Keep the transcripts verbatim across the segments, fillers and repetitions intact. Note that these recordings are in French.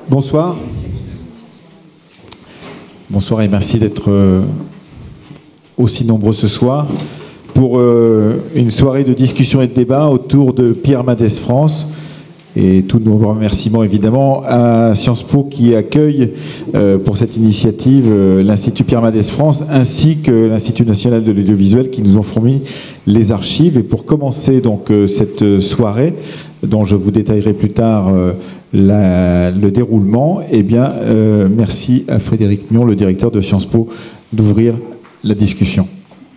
Bonsoir. Bonsoir et merci d'être euh, aussi nombreux ce soir pour euh, une soirée de discussion et de débat autour de Pierre Mendès France. Et tous nos remerciements évidemment à Sciences Po qui accueille euh, pour cette initiative euh, l'Institut Pierre Mendès France ainsi que l'Institut National de l'Audiovisuel qui nous ont fourni les archives. Et pour commencer donc euh, cette soirée, dont je vous détaillerai plus tard euh, la, le déroulement, eh bien euh, merci à Frédéric Mion, le directeur de Sciences Po, d'ouvrir la discussion.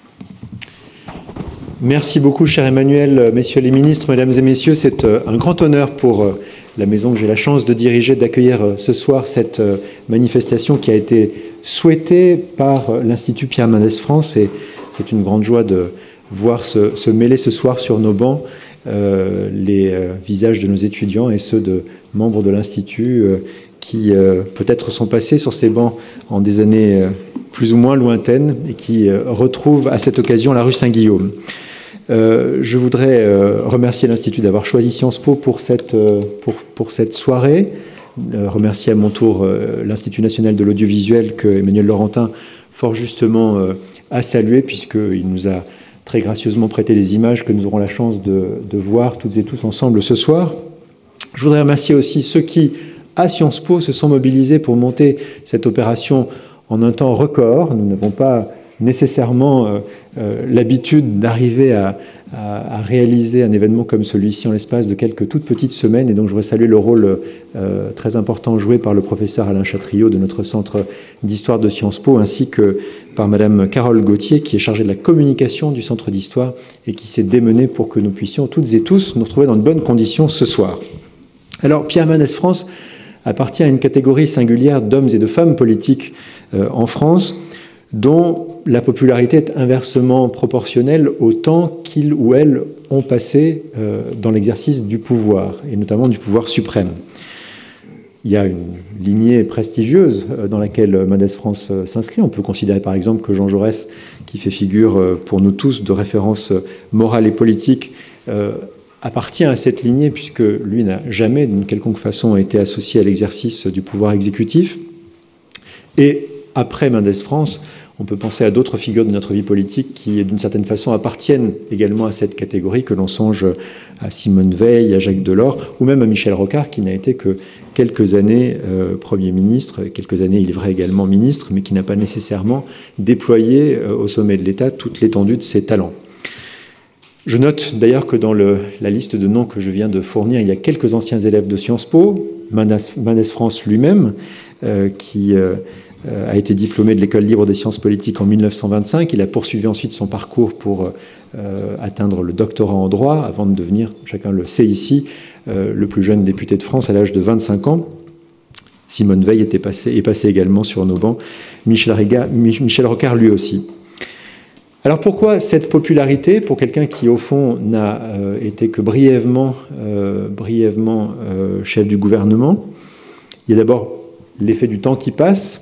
Merci beaucoup, cher Emmanuel, messieurs les ministres, mesdames et messieurs. C'est un grand honneur pour la maison que j'ai la chance de diriger, d'accueillir ce soir cette manifestation qui a été souhaitée par l'Institut Pierre Mendès France. Et c'est une grande joie de voir se, se mêler ce soir sur nos bancs euh, les euh, visages de nos étudiants et ceux de membres de l'Institut euh, qui euh, peut-être sont passés sur ces bancs en des années euh, plus ou moins lointaines et qui euh, retrouvent à cette occasion la rue Saint-Guillaume. Euh, je voudrais euh, remercier l'Institut d'avoir choisi Sciences Po pour cette, euh, pour, pour cette soirée. Euh, remercier à mon tour euh, l'Institut National de l'Audiovisuel que Emmanuel Laurentin fort justement euh, a salué puisqu'il nous a très gracieusement prêté des images que nous aurons la chance de, de voir toutes et tous ensemble ce soir. Je voudrais remercier aussi ceux qui, à Sciences Po, se sont mobilisés pour monter cette opération en un temps record. Nous n'avons pas nécessairement euh, euh, l'habitude d'arriver à, à, à réaliser un événement comme celui-ci en l'espace de quelques toutes petites semaines. Et donc, je voudrais saluer le rôle euh, très important joué par le professeur Alain Chatriot de notre centre d'histoire de Sciences Po, ainsi que par Madame Carole Gauthier, qui est chargée de la communication du centre d'histoire et qui s'est démenée pour que nous puissions toutes et tous nous retrouver dans de bonnes conditions ce soir. Alors, Pierre Mendès France appartient à une catégorie singulière d'hommes et de femmes politiques euh, en France, dont la popularité est inversement proportionnelle au temps qu'ils ou elles ont passé euh, dans l'exercice du pouvoir, et notamment du pouvoir suprême. Il y a une lignée prestigieuse euh, dans laquelle Mendès France euh, s'inscrit. On peut considérer par exemple que Jean Jaurès, qui fait figure euh, pour nous tous de référence euh, morale et politique, euh, appartient à cette lignée, puisque lui n'a jamais d'une quelconque façon été associé à l'exercice du pouvoir exécutif. Et après Mendès France, on peut penser à d'autres figures de notre vie politique qui, d'une certaine façon, appartiennent également à cette catégorie, que l'on songe à Simone Veil, à Jacques Delors, ou même à Michel Rocard, qui n'a été que quelques années euh, Premier ministre, quelques années, il est vrai, également ministre, mais qui n'a pas nécessairement déployé euh, au sommet de l'État toute l'étendue de ses talents. Je note d'ailleurs que dans le, la liste de noms que je viens de fournir, il y a quelques anciens élèves de Sciences Po, Mendès, Mendès France lui-même, euh, qui... Euh, a été diplômé de l'École libre des sciences politiques en mille neuf cent vingt-cinq. Il a poursuivi ensuite son parcours pour euh, atteindre le doctorat en droit, avant de devenir, chacun le sait ici, euh, le plus jeune député de France à l'âge de vingt-cinq ans. Simone Veil était passé, est passé également sur nos bancs, Michel, Riga, Michel Rocard lui aussi. Alors pourquoi cette popularité pour quelqu'un qui, au fond, n'a euh, été que brièvement, euh, brièvement euh, chef du gouvernement? Il y a d'abord l'effet du temps qui passe,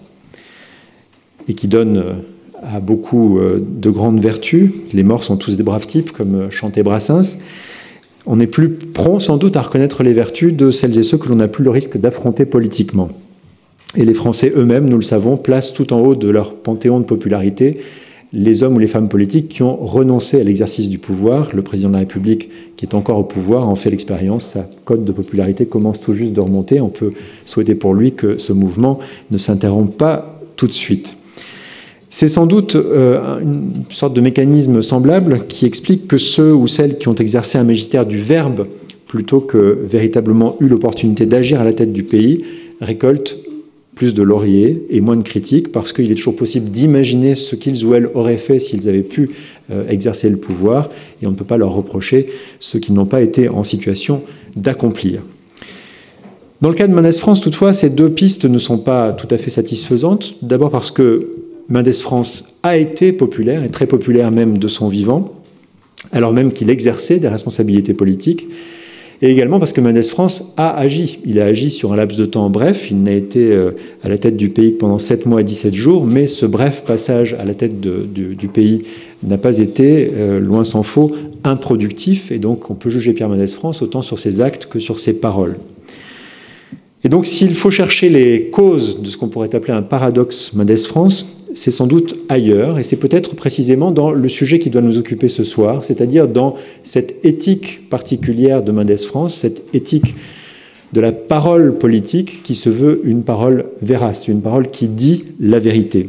et qui donne à beaucoup de grandes vertus. Les morts sont tous des braves types, comme chantait Brassens. On est plus prompt sans doute à reconnaître les vertus de celles et ceux que l'on n'a plus le risque d'affronter politiquement. Et les Français eux-mêmes, nous le savons, placent tout en haut de leur panthéon de popularité les hommes ou les femmes politiques qui ont renoncé à l'exercice du pouvoir. Le président de la République, qui est encore au pouvoir, en fait l'expérience. Sa cote de popularité commence tout juste de remonter. On peut souhaiter pour lui que ce mouvement ne s'interrompe pas tout de suite. C'est sans doute euh, une sorte de mécanisme semblable qui explique que ceux ou celles qui ont exercé un magistère du verbe plutôt que véritablement eu l'opportunité d'agir à la tête du pays récoltent plus de lauriers et moins de critiques, parce qu'il est toujours possible d'imaginer ce qu'ils ou elles auraient fait s'ils avaient pu euh, exercer le pouvoir, et on ne peut pas leur reprocher ce qu'ils n'ont pas été en situation d'accomplir. Dans le cas de Mendès France, toutefois, ces deux pistes ne sont pas tout à fait satisfaisantes. D'abord parce que Mendès France a été populaire, et très populaire même de son vivant, alors même qu'il exerçait des responsabilités politiques, et également parce que Mendès France a agi. Il a agi sur un laps de temps bref, il n'a été à la tête du pays que pendant sept mois et dix-sept jours, mais ce bref passage à la tête de, du, du pays n'a pas été, euh, loin s'en faut, improductif, et donc on peut juger Pierre Mendès France autant sur ses actes que sur ses paroles. Et donc, s'il faut chercher les causes de ce qu'on pourrait appeler un paradoxe Mendes France, c'est sans doute ailleurs, et c'est peut-être précisément dans le sujet qui doit nous occuper ce soir, c'est-à-dire dans cette éthique particulière de Mendes France, cette éthique de la parole politique qui se veut une parole vérace, une parole qui dit la vérité.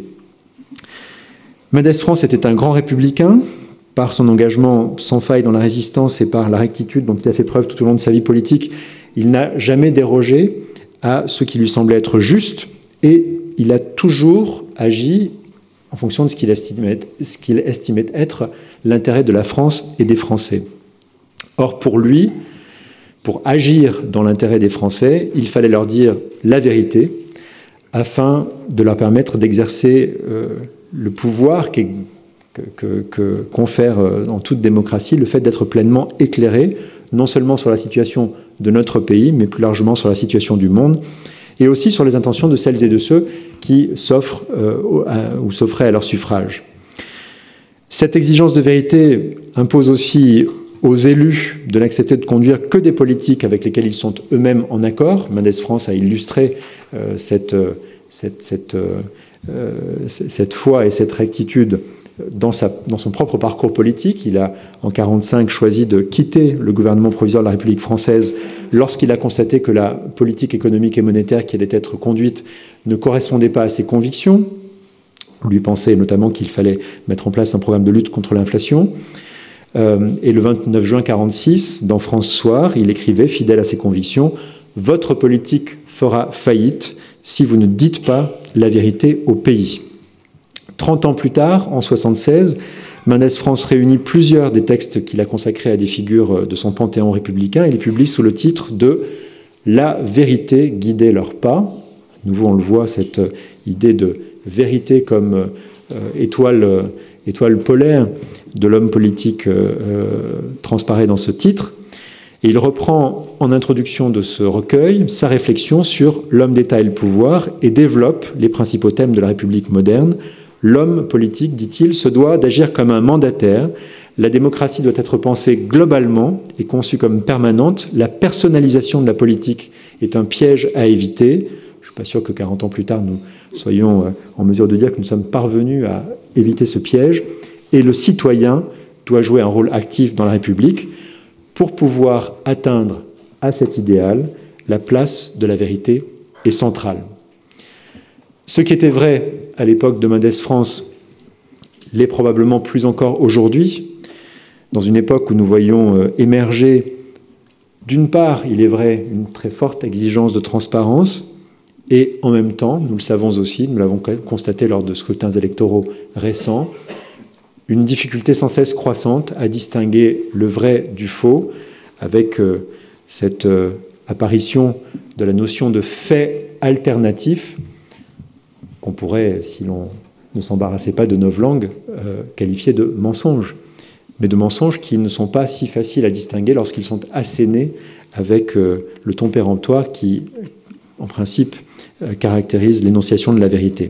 Mendes France était un grand républicain, par son engagement sans faille dans la résistance et par la rectitude dont il a fait preuve tout au long de sa vie politique. Il n'a jamais dérogé à ce qui lui semblait être juste, et il a toujours agi en fonction de ce qu'il estimait, ce qu'il estimait être l'intérêt de la France et des Français. Or, pour lui, pour agir dans l'intérêt des Français, il fallait leur dire la vérité afin de leur permettre d'exercer euh, le pouvoir que, que, que confère euh, en toute démocratie le fait d'être pleinement éclairé, non seulement sur la situation de notre pays, mais plus largement sur la situation du monde, et aussi sur les intentions de celles et de ceux qui s'offrent euh, ou s'offraient à leur suffrage. Cette exigence de vérité impose aussi aux élus de n'accepter de conduire que des politiques avec lesquelles ils sont eux-mêmes en accord. Mendes France a illustré euh, cette, cette, cette, euh, cette foi et cette rectitude dans, sa, dans son propre parcours politique. Il a, en mille neuf cent quarante-cinq, choisi de quitter le gouvernement provisoire de la République française lorsqu'il a constaté que la politique économique et monétaire qui allait être conduite ne correspondait pas à ses convictions. On lui pensait notamment qu'il fallait mettre en place un programme de lutte contre l'inflation. Euh, et le vingt-neuf juin mille neuf cent quarante-six, dans France Soir, il écrivait, fidèle à ses convictions, « Votre politique fera faillite si vous ne dites pas la vérité au pays ». Trente ans plus tard, en soixante-seize, Mendes France réunit plusieurs des textes qu'il a consacrés à des figures de son panthéon républicain et les publie sous le titre de « La vérité guidait leurs pas ». À nouveau, on le voit, cette idée de vérité comme euh, étoile, euh, étoile polaire de l'homme politique euh, transparaît dans ce titre. Et il reprend en introduction de ce recueil sa réflexion sur l'homme d'État et le pouvoir et développe les principaux thèmes de la République moderne. L'homme politique, dit-il, se doit d'agir comme un mandataire. La démocratie doit être pensée globalement et conçue comme permanente. La personnalisation de la politique est un piège à éviter. Je ne suis pas sûr que quarante ans plus tard, nous soyons en mesure de dire que nous sommes parvenus à éviter ce piège. Et le citoyen doit jouer un rôle actif dans la République pour pouvoir atteindre à cet idéal. La place de la vérité est centrale. Ce qui était vrai à l'époque de Mendes France l'est probablement plus encore aujourd'hui, dans une époque où nous voyons émerger, d'une part, il est vrai, une très forte exigence de transparence, et en même temps, nous le savons aussi, nous l'avons constaté lors de scrutins électoraux récents, une difficulté sans cesse croissante à distinguer le vrai du faux, avec euh, cette euh, apparition de la notion de fait alternatif, qu'on pourrait, si l'on ne s'embarrassait pas de novlangue, euh, qualifier de mensonges, mais de mensonges qui ne sont pas si faciles à distinguer lorsqu'ils sont assénés avec euh, le ton péremptoire qui, en principe, euh, caractérise l'énonciation de la vérité.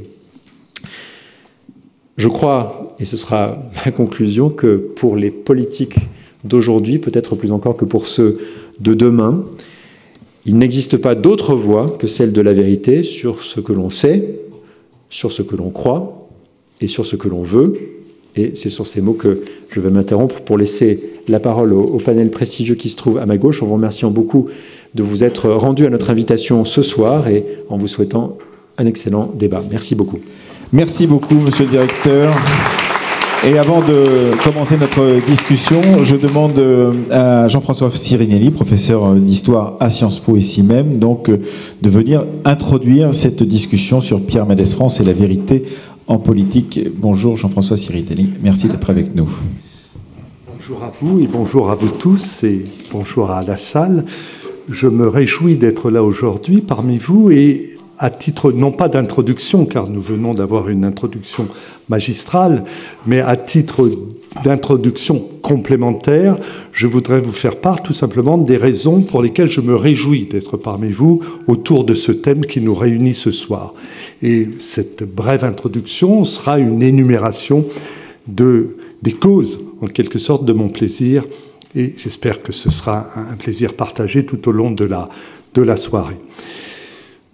Je crois, et ce sera ma conclusion, que pour les politiques d'aujourd'hui, peut-être plus encore que pour ceux de demain, il n'existe pas d'autre voie que celle de la vérité sur ce que l'on sait, sur ce que l'on croit et sur ce que l'on veut. Et c'est sur ces mots que je vais m'interrompre pour laisser la parole au, au panel prestigieux qui se trouve à ma gauche, en vous remerciant beaucoup de vous être rendu à notre invitation ce soir et en vous souhaitant un excellent débat. Merci beaucoup. Merci beaucoup, monsieur le directeur. Et avant de commencer notre discussion, je demande à Jean-François Sirinelli, professeur d'histoire à Sciences Po ici même, donc de venir introduire cette discussion sur Pierre Mendès France et la vérité en politique. Bonjour Jean-François Sirinelli, merci d'être avec nous. Bonjour à vous et bonjour à vous tous et bonjour à la salle. Je me réjouis d'être là aujourd'hui parmi vous et à titre, non pas d'introduction, car nous venons d'avoir une introduction magistrale, mais à titre d'introduction complémentaire, je voudrais vous faire part tout simplement des raisons pour lesquelles je me réjouis d'être parmi vous autour de ce thème qui nous réunit ce soir. Et cette brève introduction sera une énumération de, des causes, en quelque sorte, de mon plaisir, et j'espère que ce sera un plaisir partagé tout au long de la, de la soirée.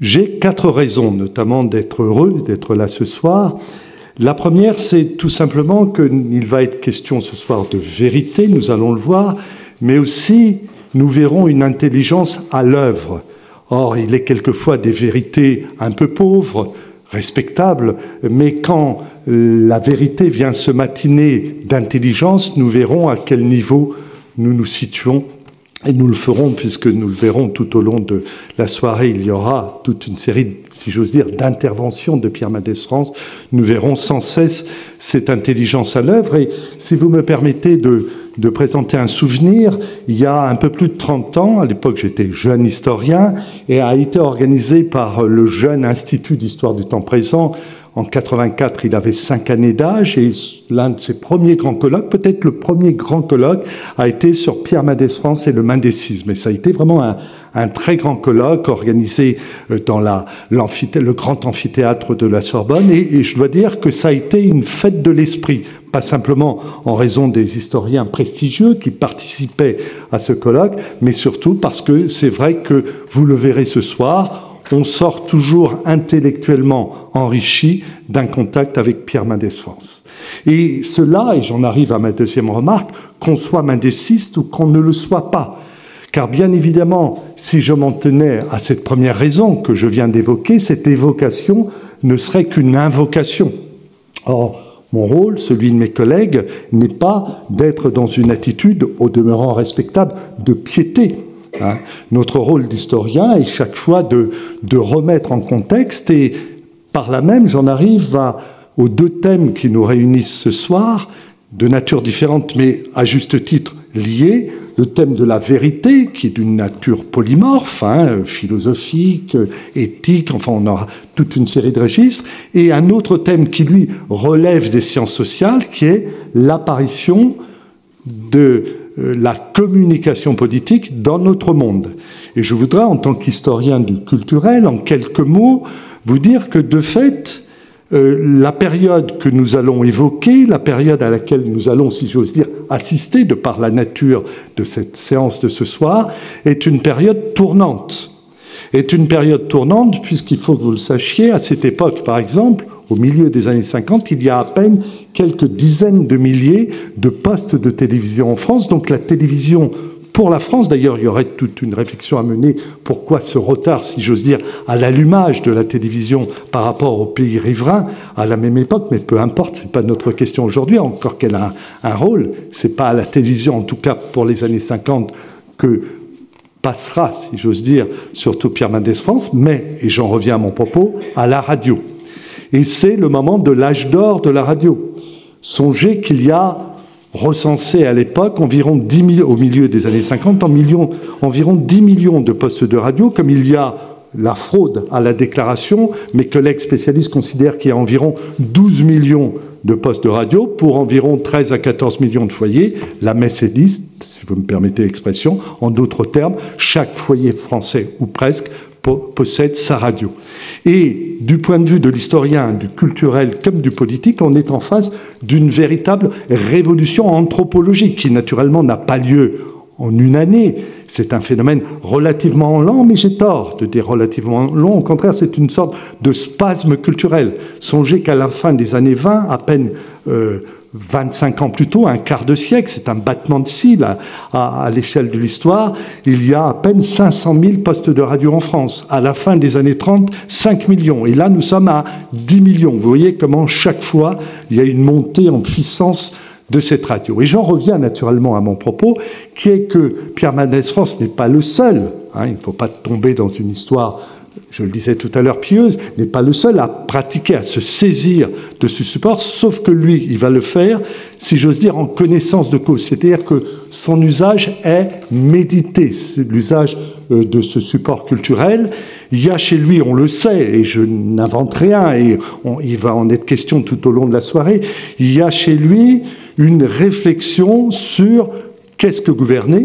J'ai quatre raisons, notamment d'être heureux, d'être là ce soir. La première, c'est tout simplement qu'il va être question ce soir de vérité, nous allons le voir, mais aussi nous verrons une intelligence à l'œuvre. Or, il est quelquefois des vérités un peu pauvres, respectables, mais quand la vérité vient se matiner d'intelligence, nous verrons à quel niveau nous nous situons. Et nous le ferons, puisque nous le verrons tout au long de la soirée, il y aura toute une série, si j'ose dire, d'interventions de Pierre Mendès France. Nous verrons sans cesse cette intelligence à l'œuvre. Et si vous me permettez de, de présenter un souvenir, il y a un peu plus de trente ans, à l'époque j'étais jeune historien, et a été organisé par le jeune Institut d'Histoire du Temps Présent. En quatre-vingt-quatre, il avait cinq années d'âge et l'un de ses premiers grands colloques, peut-être le premier grand colloque, a été sur Pierre Mendès France et le mendécisme. Et ça a été vraiment un, un très grand colloque organisé dans la, le grand amphithéâtre de la Sorbonne. Et, et je dois dire que ça a été une fête de l'esprit, pas simplement en raison des historiens prestigieux qui participaient à ce colloque, mais surtout parce que c'est vrai que, vous le verrez ce soir, on sort toujours intellectuellement enrichi d'un contact avec Pierre Mendès France. Et cela, et j'en arrive à ma deuxième remarque, qu'on soit mendéciste ou qu'on ne le soit pas. Car bien évidemment, si je m'en tenais à cette première raison que je viens d'évoquer, cette évocation ne serait qu'une invocation. Or, mon rôle, celui de mes collègues, n'est pas d'être dans une attitude, au demeurant respectable, de piété. Hein. Notre rôle d'historien est chaque fois de, de remettre en contexte, et par là même, j'en arrive à, aux deux thèmes qui nous réunissent ce soir, de nature différente, mais à juste titre liés. Le thème de la vérité, qui est d'une nature polymorphe, hein, philosophique, éthique, enfin on aura toute une série de registres, et un autre thème qui, lui, relève des sciences sociales, qui est l'apparition de la communication politique dans notre monde. Et je voudrais, en tant qu'historien du culturel, en quelques mots, vous dire que, de fait, euh, la période que nous allons évoquer, la période à laquelle nous allons, si j'ose dire, assister, de par la nature de cette séance de ce soir, est une période tournante. Est une période tournante, puisqu'il faut que vous le sachiez, à cette époque, par exemple, au milieu des années cinquante, il y a à peine quelques dizaines de milliers de postes de télévision en France. Donc la télévision, pour la France, d'ailleurs, il y aurait toute une réflexion à mener. Pourquoi ce retard, si j'ose dire, à l'allumage de la télévision par rapport aux pays riverains à la même époque? Mais peu importe, ce n'est pas notre question aujourd'hui, encore qu'elle a un, un rôle. Ce n'est pas à la télévision, en tout cas pour les années cinquante, que passera, si j'ose dire, surtout Pierre Mendès France, mais, et j'en reviens à mon propos, à la radio. Et c'est le moment de l'âge d'or de la radio. Songez qu'il y a recensé à l'époque environ dix millions, au milieu des années cinquante, en millions, environ dix millions de postes de radio, comme il y a la fraude à la déclaration. Mes collègues spécialistes considèrent qu'il y a environ douze millions de postes de radio pour environ treize à quatorze millions de foyers. La messe est dite, si vous me permettez l'expression. En d'autres termes, chaque foyer français, ou presque, possède sa radio. Et du point de vue de l'historien, du culturel comme du politique, on est en face d'une véritable révolution anthropologique qui, naturellement, n'a pas lieu en une année. C'est un phénomène relativement lent, mais j'ai tort de dire relativement long. Au contraire, c'est une sorte de spasme culturel. Songez qu'à la fin des années vingt, à peine euh, vingt-cinq ans plus tôt, un quart de siècle, c'est un battement de cils à, à, à l'échelle de l'histoire, il y a à peine cinq cent mille postes de radio en France. À la fin des années trente, cinq millions. Et là, nous sommes à dix millions. Vous voyez comment chaque fois, il y a une montée en puissance de cette radio. Et j'en reviens naturellement à mon propos, qui est que Pierre Mendès France n'est pas le seul, hein, il ne faut pas tomber dans une histoire, je le disais tout à l'heure, pieuse, n'est pas le seul à pratiquer, à se saisir de ce support, sauf que lui, il va le faire, si j'ose dire, en connaissance de cause. C'est-à-dire que son usage est médité, c'est l'usage de ce support culturel. Il y a chez lui, on le sait, et je n'invente rien, et on, il va en être question tout au long de la soirée, il y a chez lui une réflexion sur qu'est-ce que gouverner.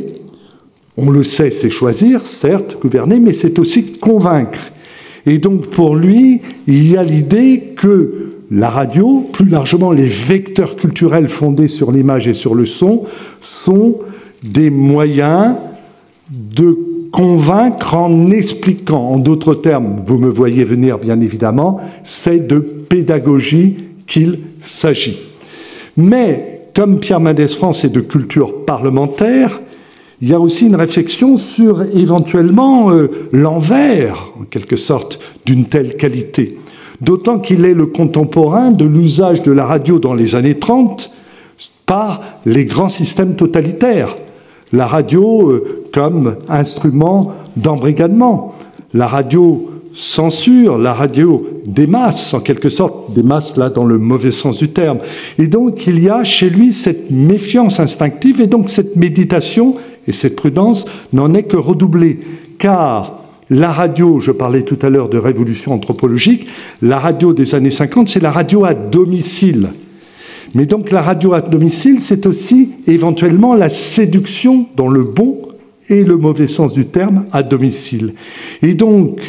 On le sait, c'est choisir, certes, gouverner, mais c'est aussi convaincre. Et donc, pour lui, il y a l'idée que la radio, plus largement les vecteurs culturels fondés sur l'image et sur le son, sont des moyens de convaincre en expliquant. En d'autres termes, vous me voyez venir bien évidemment, c'est de pédagogie qu'il s'agit. Mais comme Pierre Mendès France est de culture parlementaire, il y a aussi une réflexion sur éventuellement euh, l'envers, en quelque sorte, d'une telle qualité. D'autant qu'il est le contemporain de l'usage de la radio dans les années trente par les grands systèmes totalitaires. La radio euh, comme instrument d'embrigadement, la radio censure, la radio des masses, en quelque sorte, des masses là dans le mauvais sens du terme. Et donc il y a chez lui cette méfiance instinctive et donc cette méditation et cette prudence n'en est que redoublée. Car la radio, je parlais tout à l'heure de révolution anthropologique, la radio des années cinquante, c'est la radio à domicile. Mais donc la radio à domicile, c'est aussi éventuellement la séduction dans le bon et le mauvais sens du terme à domicile. Et donc,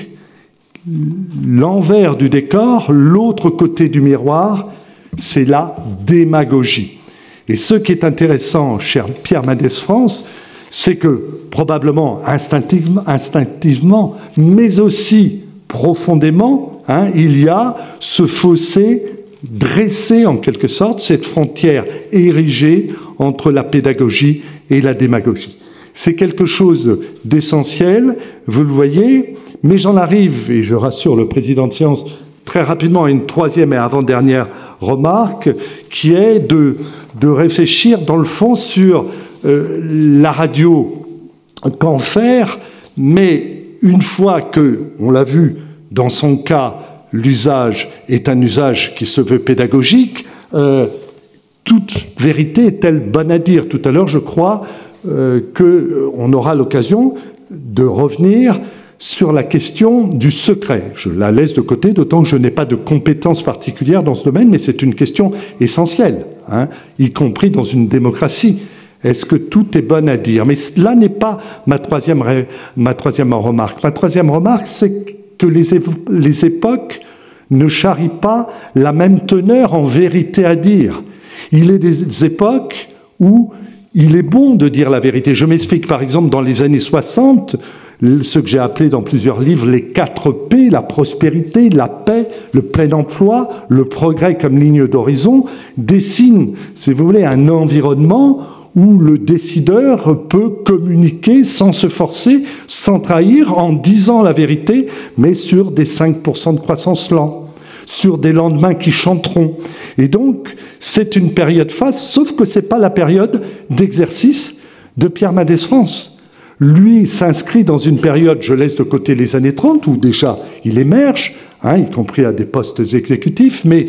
l'envers du décor, l'autre côté du miroir, c'est la démagogie. Et ce qui est intéressant, cher Pierre Mendès France, c'est que probablement instinctivement, instinctivement mais aussi profondément, hein, il y a ce fossé dressé en quelque sorte, cette frontière érigée entre la pédagogie et la démagogie. C'est quelque chose d'essentiel, vous le voyez, mais j'en arrive, et je rassure le président de séance, très rapidement à une troisième et avant-dernière remarque, qui est de, de réfléchir dans le fond sur euh, la radio, qu'en faire, mais une fois que, on l'a vu, dans son cas, l'usage est un usage qui se veut pédagogique, euh, toute vérité est-elle bonne à dire? Tout à l'heure, je crois euh, qu'on aura l'occasion de revenir sur la question du secret. Je la laisse de côté, d'autant que je n'ai pas de compétences particulières dans ce domaine, mais c'est une question essentielle, hein, y compris dans une démocratie. Est-ce que tout est bon à dire? Mais là n'est pas ma troisième, ma troisième remarque. Ma troisième remarque, c'est que les, les époques ne charrient pas la même teneur en vérité à dire. Il est des époques où il est bon de dire la vérité. Je m'explique, par exemple, dans les années soixante, ce que j'ai appelé dans plusieurs livres les quatre P, la prospérité, la paix, le plein emploi, le progrès comme ligne d'horizon, dessinent, si vous voulez, un environnement où le décideur peut communiquer sans se forcer, sans trahir, en disant la vérité, mais sur des cinq pour cent de croissance lent, sur des lendemains qui chanteront. Et donc, c'est une période faste, sauf que ce n'est pas la période d'exercice de Pierre Mendès France. Lui s'inscrit dans une période, je laisse de côté les années trente, où déjà il émerge, hein, y compris à des postes exécutifs, mais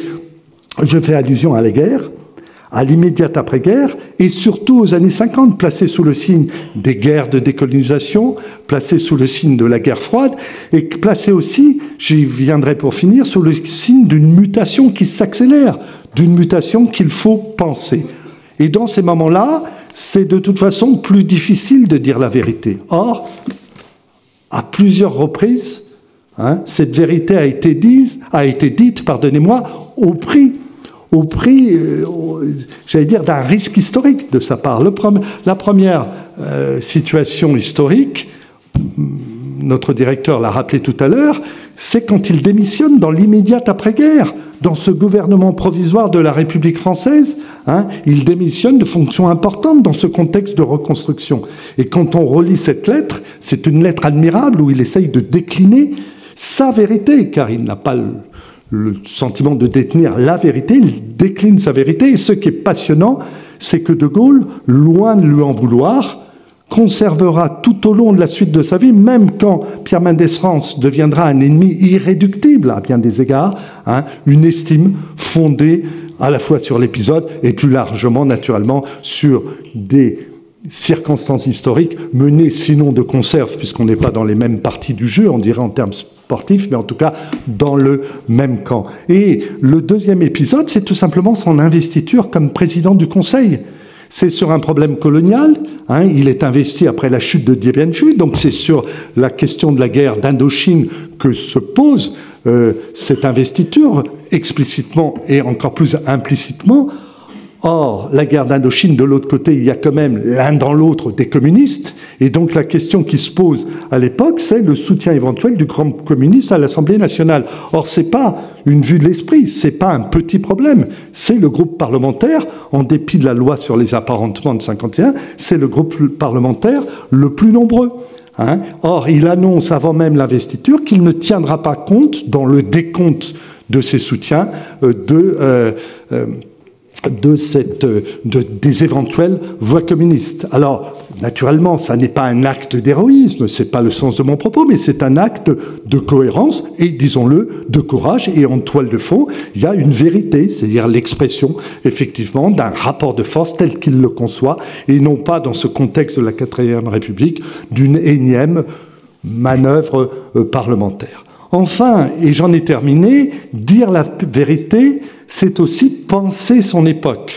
je fais allusion à la guerre, à l'immédiate après-guerre, et surtout aux années cinquante, placées sous le signe des guerres de décolonisation, placées sous le signe de la guerre froide, et placées aussi, j'y viendrai pour finir, sous le signe d'une mutation qui s'accélère, d'une mutation qu'il faut penser. Et dans ces moments-là, c'est de toute façon plus difficile de dire la vérité. Or, à plusieurs reprises, hein, cette vérité a été dite, a été dite, pardonnez-moi, au prix au prix, euh, j'allais dire, d'un risque historique de sa part. Le premier, la première euh, situation historique, notre directeur l'a rappelé tout à l'heure, c'est quand il démissionne dans l'immédiate après-guerre, dans ce gouvernement provisoire de la République française, hein, il démissionne de fonctions importantes dans ce contexte de reconstruction. Et quand on relit cette lettre, c'est une lettre admirable où il essaye de décliner sa vérité, car il n'a pas le, le sentiment de détenir la vérité, il décline sa vérité. Et ce qui est passionnant, c'est que De Gaulle, loin de lui en vouloir, conservera tout au long de la suite de sa vie, même quand Pierre Mendès France deviendra un ennemi irréductible à bien des égards, hein, une estime fondée à la fois sur l'épisode et plus largement, naturellement, sur des circonstances historiques menées sinon de conserve, puisqu'on n'est pas dans les mêmes parties du jeu, on dirait en termes sportifs, mais en tout cas dans le même camp. Et le deuxième épisode, c'est tout simplement son investiture comme président du Conseil. C'est sur un problème colonial, hein, il est investi après la chute de Dien Bien Phu, donc c'est sur la question de la guerre d'Indochine que se pose euh, cette investiture, explicitement et encore plus implicitement, Or, la guerre d'Indochine, de l'autre côté, il y a quand même l'un dans l'autre des communistes. Et donc, la question qui se pose à l'époque, c'est le soutien éventuel du grand communiste à l'Assemblée nationale. Or, c'est pas une vue de l'esprit, c'est pas un petit problème. C'est le groupe parlementaire, en dépit de la loi sur les apparentements de cinquante et un, c'est le groupe parlementaire le plus nombreux. Hein. Or, il annonce avant même l'investiture qu'il ne tiendra pas compte, dans le décompte de ses soutiens, euh, de... Euh, euh, de cette, de, des éventuelles voix communistes. Alors, naturellement, ça n'est pas un acte d'héroïsme, c'est pas le sens de mon propos, mais c'est un acte de cohérence et, disons-le, de courage. Et en toile de fond, il y a une vérité, c'est-à-dire l'expression, effectivement, d'un rapport de force tel qu'il le conçoit, et non pas, dans ce contexte de la quatrième République, d'une énième manœuvre euh, parlementaire. Enfin, et j'en ai terminé, dire la vérité, c'est aussi penser son époque.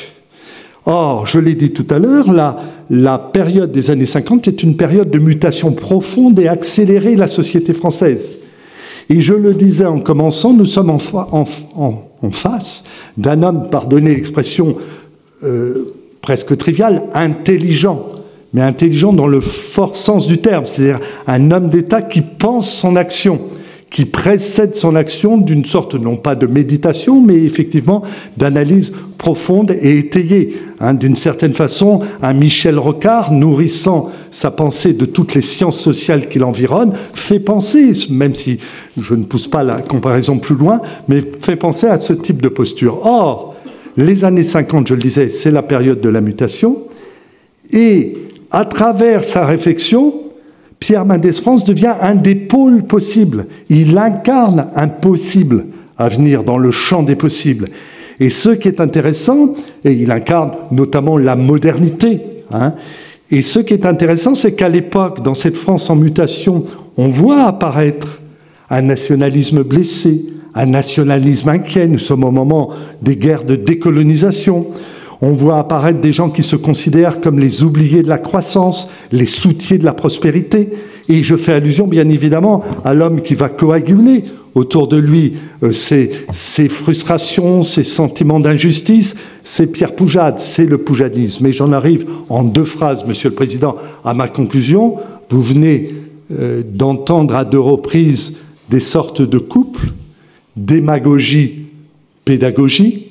Or, je l'ai dit tout à l'heure, la, la période des années cinquante est une période de mutation profonde et accélérée de la société française. Et je le disais en commençant, nous sommes en, en, en, en face d'un homme, pardonnez l'expression euh, presque triviale, intelligent, mais intelligent dans le fort sens du terme, c'est-à-dire un homme d'État qui pense son action, qui précède son action d'une sorte, non pas de méditation, mais effectivement d'analyse profonde et étayée. Hein, d'une certaine façon, un Michel Rocard, nourrissant sa pensée de toutes les sciences sociales qui l'environnent, fait penser, même si je ne pousse pas la comparaison plus loin, mais fait penser à ce type de posture. Or, les années cinquante, je le disais, c'est la période de la mutation, et à travers sa réflexion, Pierre Mendès France devient un des pôles possibles. Il incarne un possible à venir dans le champ des possibles. Et ce qui est intéressant, et il incarne notamment la modernité, hein, et ce qui est intéressant, c'est qu'à l'époque, dans cette France en mutation, on voit apparaître un nationalisme blessé, un nationalisme inquiet. Nous sommes au moment des guerres de décolonisation. On voit apparaître des gens qui se considèrent comme les oubliés de la croissance, les soutiers de la prospérité. Et je fais allusion, bien évidemment, à l'homme qui va coaguler autour de lui euh, ses, ses frustrations, ses sentiments d'injustice. C'est Pierre Poujade, c'est le poujadisme. Et j'en arrive en deux phrases, Monsieur le Président, à ma conclusion. Vous venez euh, d'entendre à deux reprises des sortes de couples, démagogie, pédagogie,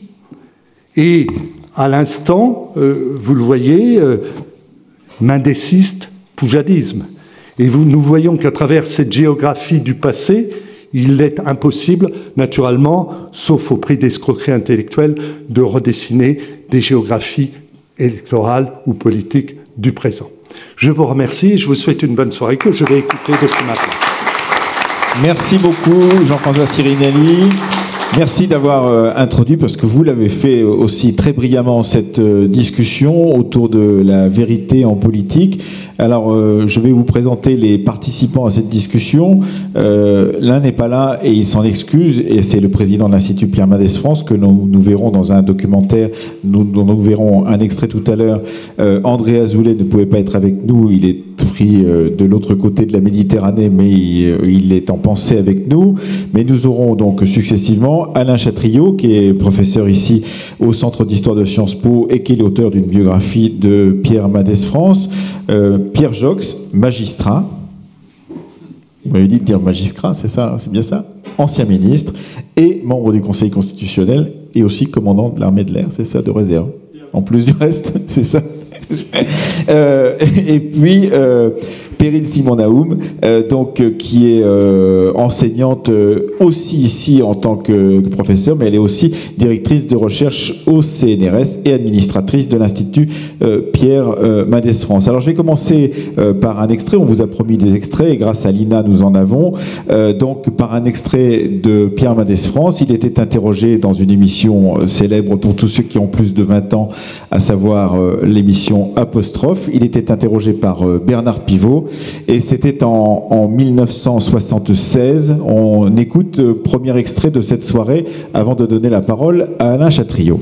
et à l'instant, euh, vous le voyez, euh, mendésiste, poujadisme. Et vous, nous voyons qu'à travers cette géographie du passé, il est impossible, naturellement, sauf au prix d'escroquerie intellectuelle, de redessiner des géographies électorales ou politiques du présent. Je vous remercie et je vous souhaite une bonne soirée que je vais écouter depuis ma place. Merci beaucoup, Jean-François Sirinelli. Merci d'avoir euh, introduit, parce que vous l'avez fait aussi très brillamment, cette euh, discussion autour de la vérité en politique. Alors, euh, je vais vous présenter les participants à cette discussion. Euh, l'un n'est pas là et il s'en excuse, et c'est le président de l'Institut Pierre Mendès France, que nous, nous verrons dans un documentaire, nous, dont nous verrons un extrait tout à l'heure. Euh, André Azoulay ne pouvait pas être avec nous, il est pris euh, de l'autre côté de la Méditerranée, mais il, il est en pensée avec nous. Mais nous aurons donc successivement Alain Chatriot, qui est professeur ici au Centre d'Histoire de Sciences Po et qui est l'auteur d'une biographie de Pierre Mendès France, euh, Pierre Jox, magistrat, vous m'avez dit de dire magistrat, c'est ça, c'est bien ça, ancien ministre et membre du Conseil constitutionnel et aussi commandant de l'armée de l'air, c'est ça, de réserve, en plus du reste, c'est ça. euh, et puis euh, Perrine Simon-Naoum, euh, donc euh, qui est euh, enseignante euh, aussi ici en tant que, que professeure, mais elle est aussi directrice de recherche au C N R S et administratrice de l'Institut euh, Pierre euh, Mendès France. Alors je vais commencer euh, par un extrait. On vous a promis des extraits et grâce à Lina nous en avons. Euh, donc par un extrait de Pierre Mendès France. Il était interrogé dans une émission euh, célèbre pour tous ceux qui ont plus de vingt ans, à savoir euh, l'émission Apostrophe. Il était interrogé par euh, Bernard Pivot. Et c'était en, en mille neuf cent soixante-seize. On écoute le premier extrait de cette soirée avant de donner la parole à Alain Chatriot.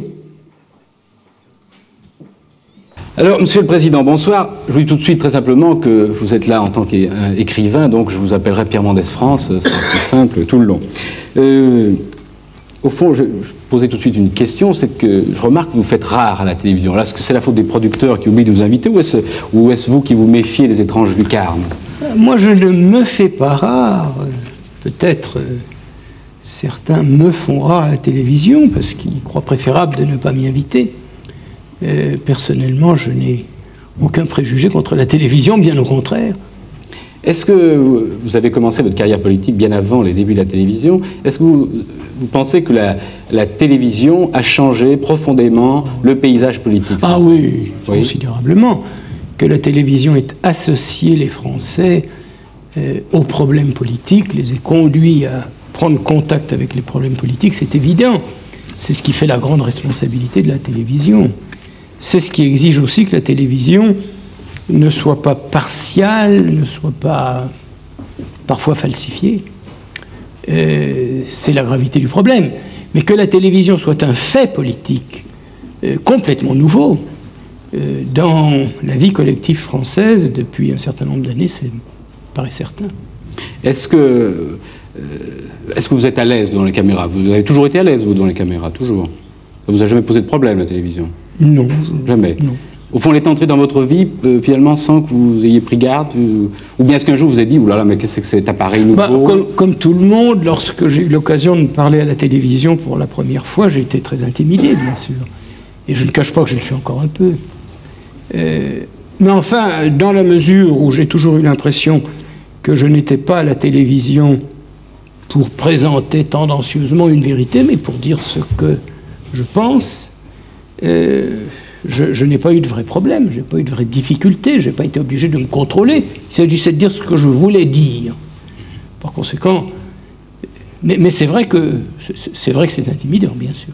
Alors, Monsieur le Président, bonsoir. Je vous dis tout de suite très simplement que vous êtes là en tant qu'écrivain, donc je vous appellerai Pierre Mendès France, c'est plus simple tout le long. Euh, au fond, je, je posais tout de suite une question, c'est que je remarque que vous faites rare à la télévision. Là, est-ce que c'est la faute des producteurs qui oublient de vous inviter, ou est-ce, ou est-ce vous qui vous méfiez des étranges lucarnes? Moi, je ne me fais pas rare. Peut-être euh, certains me font rare à la télévision parce qu'ils croient préférable de ne pas m'y inviter. Euh, personnellement, je n'ai aucun préjugé contre la télévision, bien au contraire. Est-ce que vous avez commencé votre carrière politique bien avant les débuts de la télévision? Est-ce que vous, vous pensez que la, la télévision a changé profondément le paysage politique français? Ah oui, oui, considérablement. Que la télévision ait associé les Français euh, aux problèmes politiques, les ait conduits à prendre contact avec les problèmes politiques, c'est évident. C'est ce qui fait la grande responsabilité de la télévision. C'est ce qui exige aussi que la télévision ne soit pas partiale, ne soit pas parfois falsifiée. Euh, c'est la gravité du problème. Mais que la télévision soit un fait politique euh, complètement nouveau euh, dans la vie collective française depuis un certain nombre d'années, c'est paraît certain. Est-ce que, euh, est-ce que vous êtes à l'aise devant les caméras? Vous avez toujours été à l'aise, vous, devant les caméras, toujours? Ça vous a jamais posé de problème, la télévision? Non. Jamais? Non. Au fond, elle est entrée dans votre vie, euh, finalement, sans que vous ayez pris garde, euh, ou bien est-ce qu'un jour vous avez dit, oulala, mais qu'est-ce que c'est que cet appareil nouveau? Bah, comme, comme tout le monde, lorsque j'ai eu l'occasion de parler à la télévision pour la première fois, j'ai été très intimidé, bien sûr. Et je ne cache pas que je le suis encore un peu. Euh, mais enfin, dans la mesure où j'ai toujours eu l'impression que je n'étais pas à la télévision pour présenter tendancieusement une vérité, mais pour dire ce que je pense, euh, Je, je n'ai pas eu de vrai problème, je n'ai pas eu de vraie difficulté, je n'ai pas été obligé de me contrôler. Il s'agissait de dire ce que je voulais dire. Par conséquent, mais, mais c'est vrai que c'est vrai que c'est intimidant, bien sûr.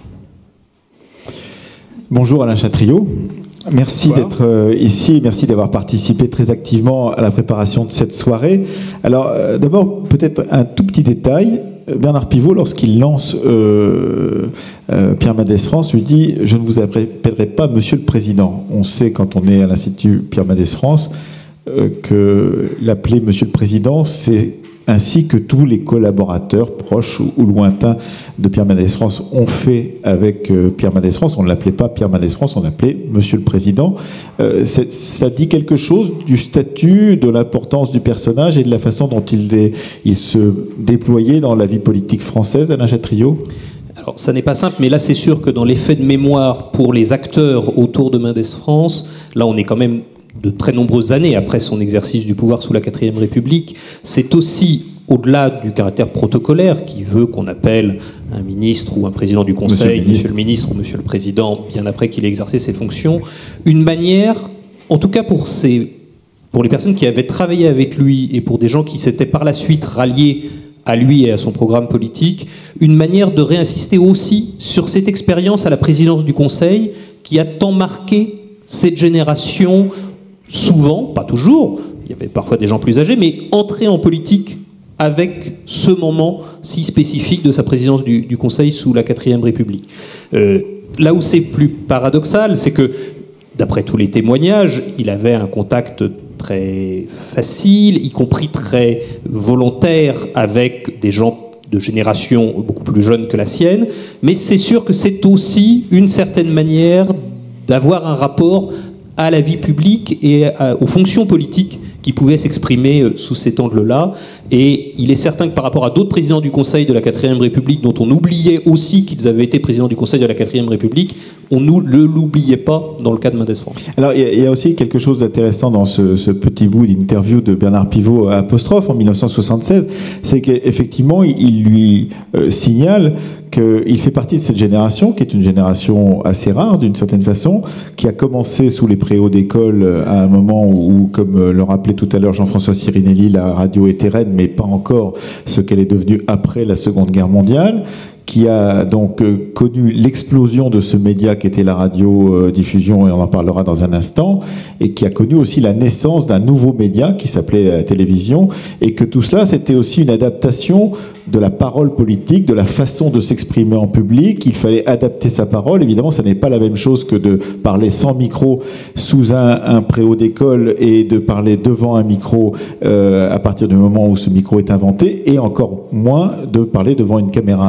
Bonjour Alain Chatriot. Merci Bonsoir. d'être euh, ici, merci d'avoir participé très activement à la préparation de cette soirée. Alors, euh, d'abord, peut-être un tout petit détail. Bernard Pivot, lorsqu'il lance euh, euh, Pierre Mendès France, lui dit « Je ne vous appellerai pas Monsieur le Président ». On sait, quand on est à l'Institut Pierre Mendès France, euh, que l'appeler Monsieur le Président, c'est ainsi que tous les collaborateurs proches ou, ou lointains de Pierre Mendès France ont fait avec euh, Pierre Mendès France. On ne l'appelait pas Pierre Mendès France, on l'appelait Monsieur le Président. Euh, ça dit quelque chose du statut, de l'importance du personnage et de la façon dont il, dé, il se déployait dans la vie politique française, Alain Chatriot? Alors, ça n'est pas simple, mais là, c'est sûr que dans l'effet de mémoire pour les acteurs autour de Mendès France, là, on est quand même de très nombreuses années après son exercice du pouvoir sous la quatrième République. C'est aussi, au-delà du caractère protocolaire qui veut qu'on appelle un ministre ou un président du Conseil, monsieur le, monsieur le ministre ou monsieur le Président, bien après qu'il ait exercé ses fonctions, une manière, en tout cas pour, ces, pour les personnes qui avaient travaillé avec lui et pour des gens qui s'étaient par la suite ralliés à lui et à son programme politique, une manière de réinsister aussi sur cette expérience à la présidence du Conseil qui a tant marqué cette génération, souvent, pas toujours, il y avait parfois des gens plus âgés, mais entrés en politique avec ce moment si spécifique de sa présidence du, du Conseil sous la quatrième République. Euh, là où c'est plus paradoxal, c'est que, d'après tous les témoignages, il avait un contact très facile, y compris très volontaire, avec des gens de génération beaucoup plus jeune que la sienne, mais c'est sûr que c'est aussi une certaine manière d'avoir un rapport à la vie publique et à, aux fonctions politiques qui pouvaient s'exprimer sous cet angle-là. Et il est certain que par rapport à d'autres présidents du Conseil de la quatrième République, dont on oubliait aussi qu'ils avaient été présidents du Conseil de la quatrième République, on ne l'oubliait pas dans le cas de Mendès France. Alors, il y a aussi quelque chose d'intéressant dans ce, ce petit bout d'interview de Bernard Pivot à Apostrophe en mille neuf cent soixante-seize, c'est qu'effectivement, il lui euh, signale qu'il fait partie de cette génération, qui est une génération assez rare d'une certaine façon, qui a commencé sous les préaux d'école à un moment où, comme le rappelait tout à l'heure Jean-François Sirinelli, la radio était reine, mais pas encore ce qu'elle est devenue après la Seconde Guerre mondiale, qui a donc euh, connu l'explosion de ce média qui était la radiodiffusion, et on en parlera dans un instant, et qui a connu aussi la naissance d'un nouveau média qui s'appelait la télévision, et que tout cela, c'était aussi une adaptation de la parole politique, de la façon de s'exprimer en public. Il fallait adapter sa parole. Évidemment, ça n'est pas la même chose que de parler sans micro sous un, un préau d'école et de parler devant un micro euh, à partir du moment où ce micro est inventé, et encore moins de parler devant une caméra, Alain Chatriot.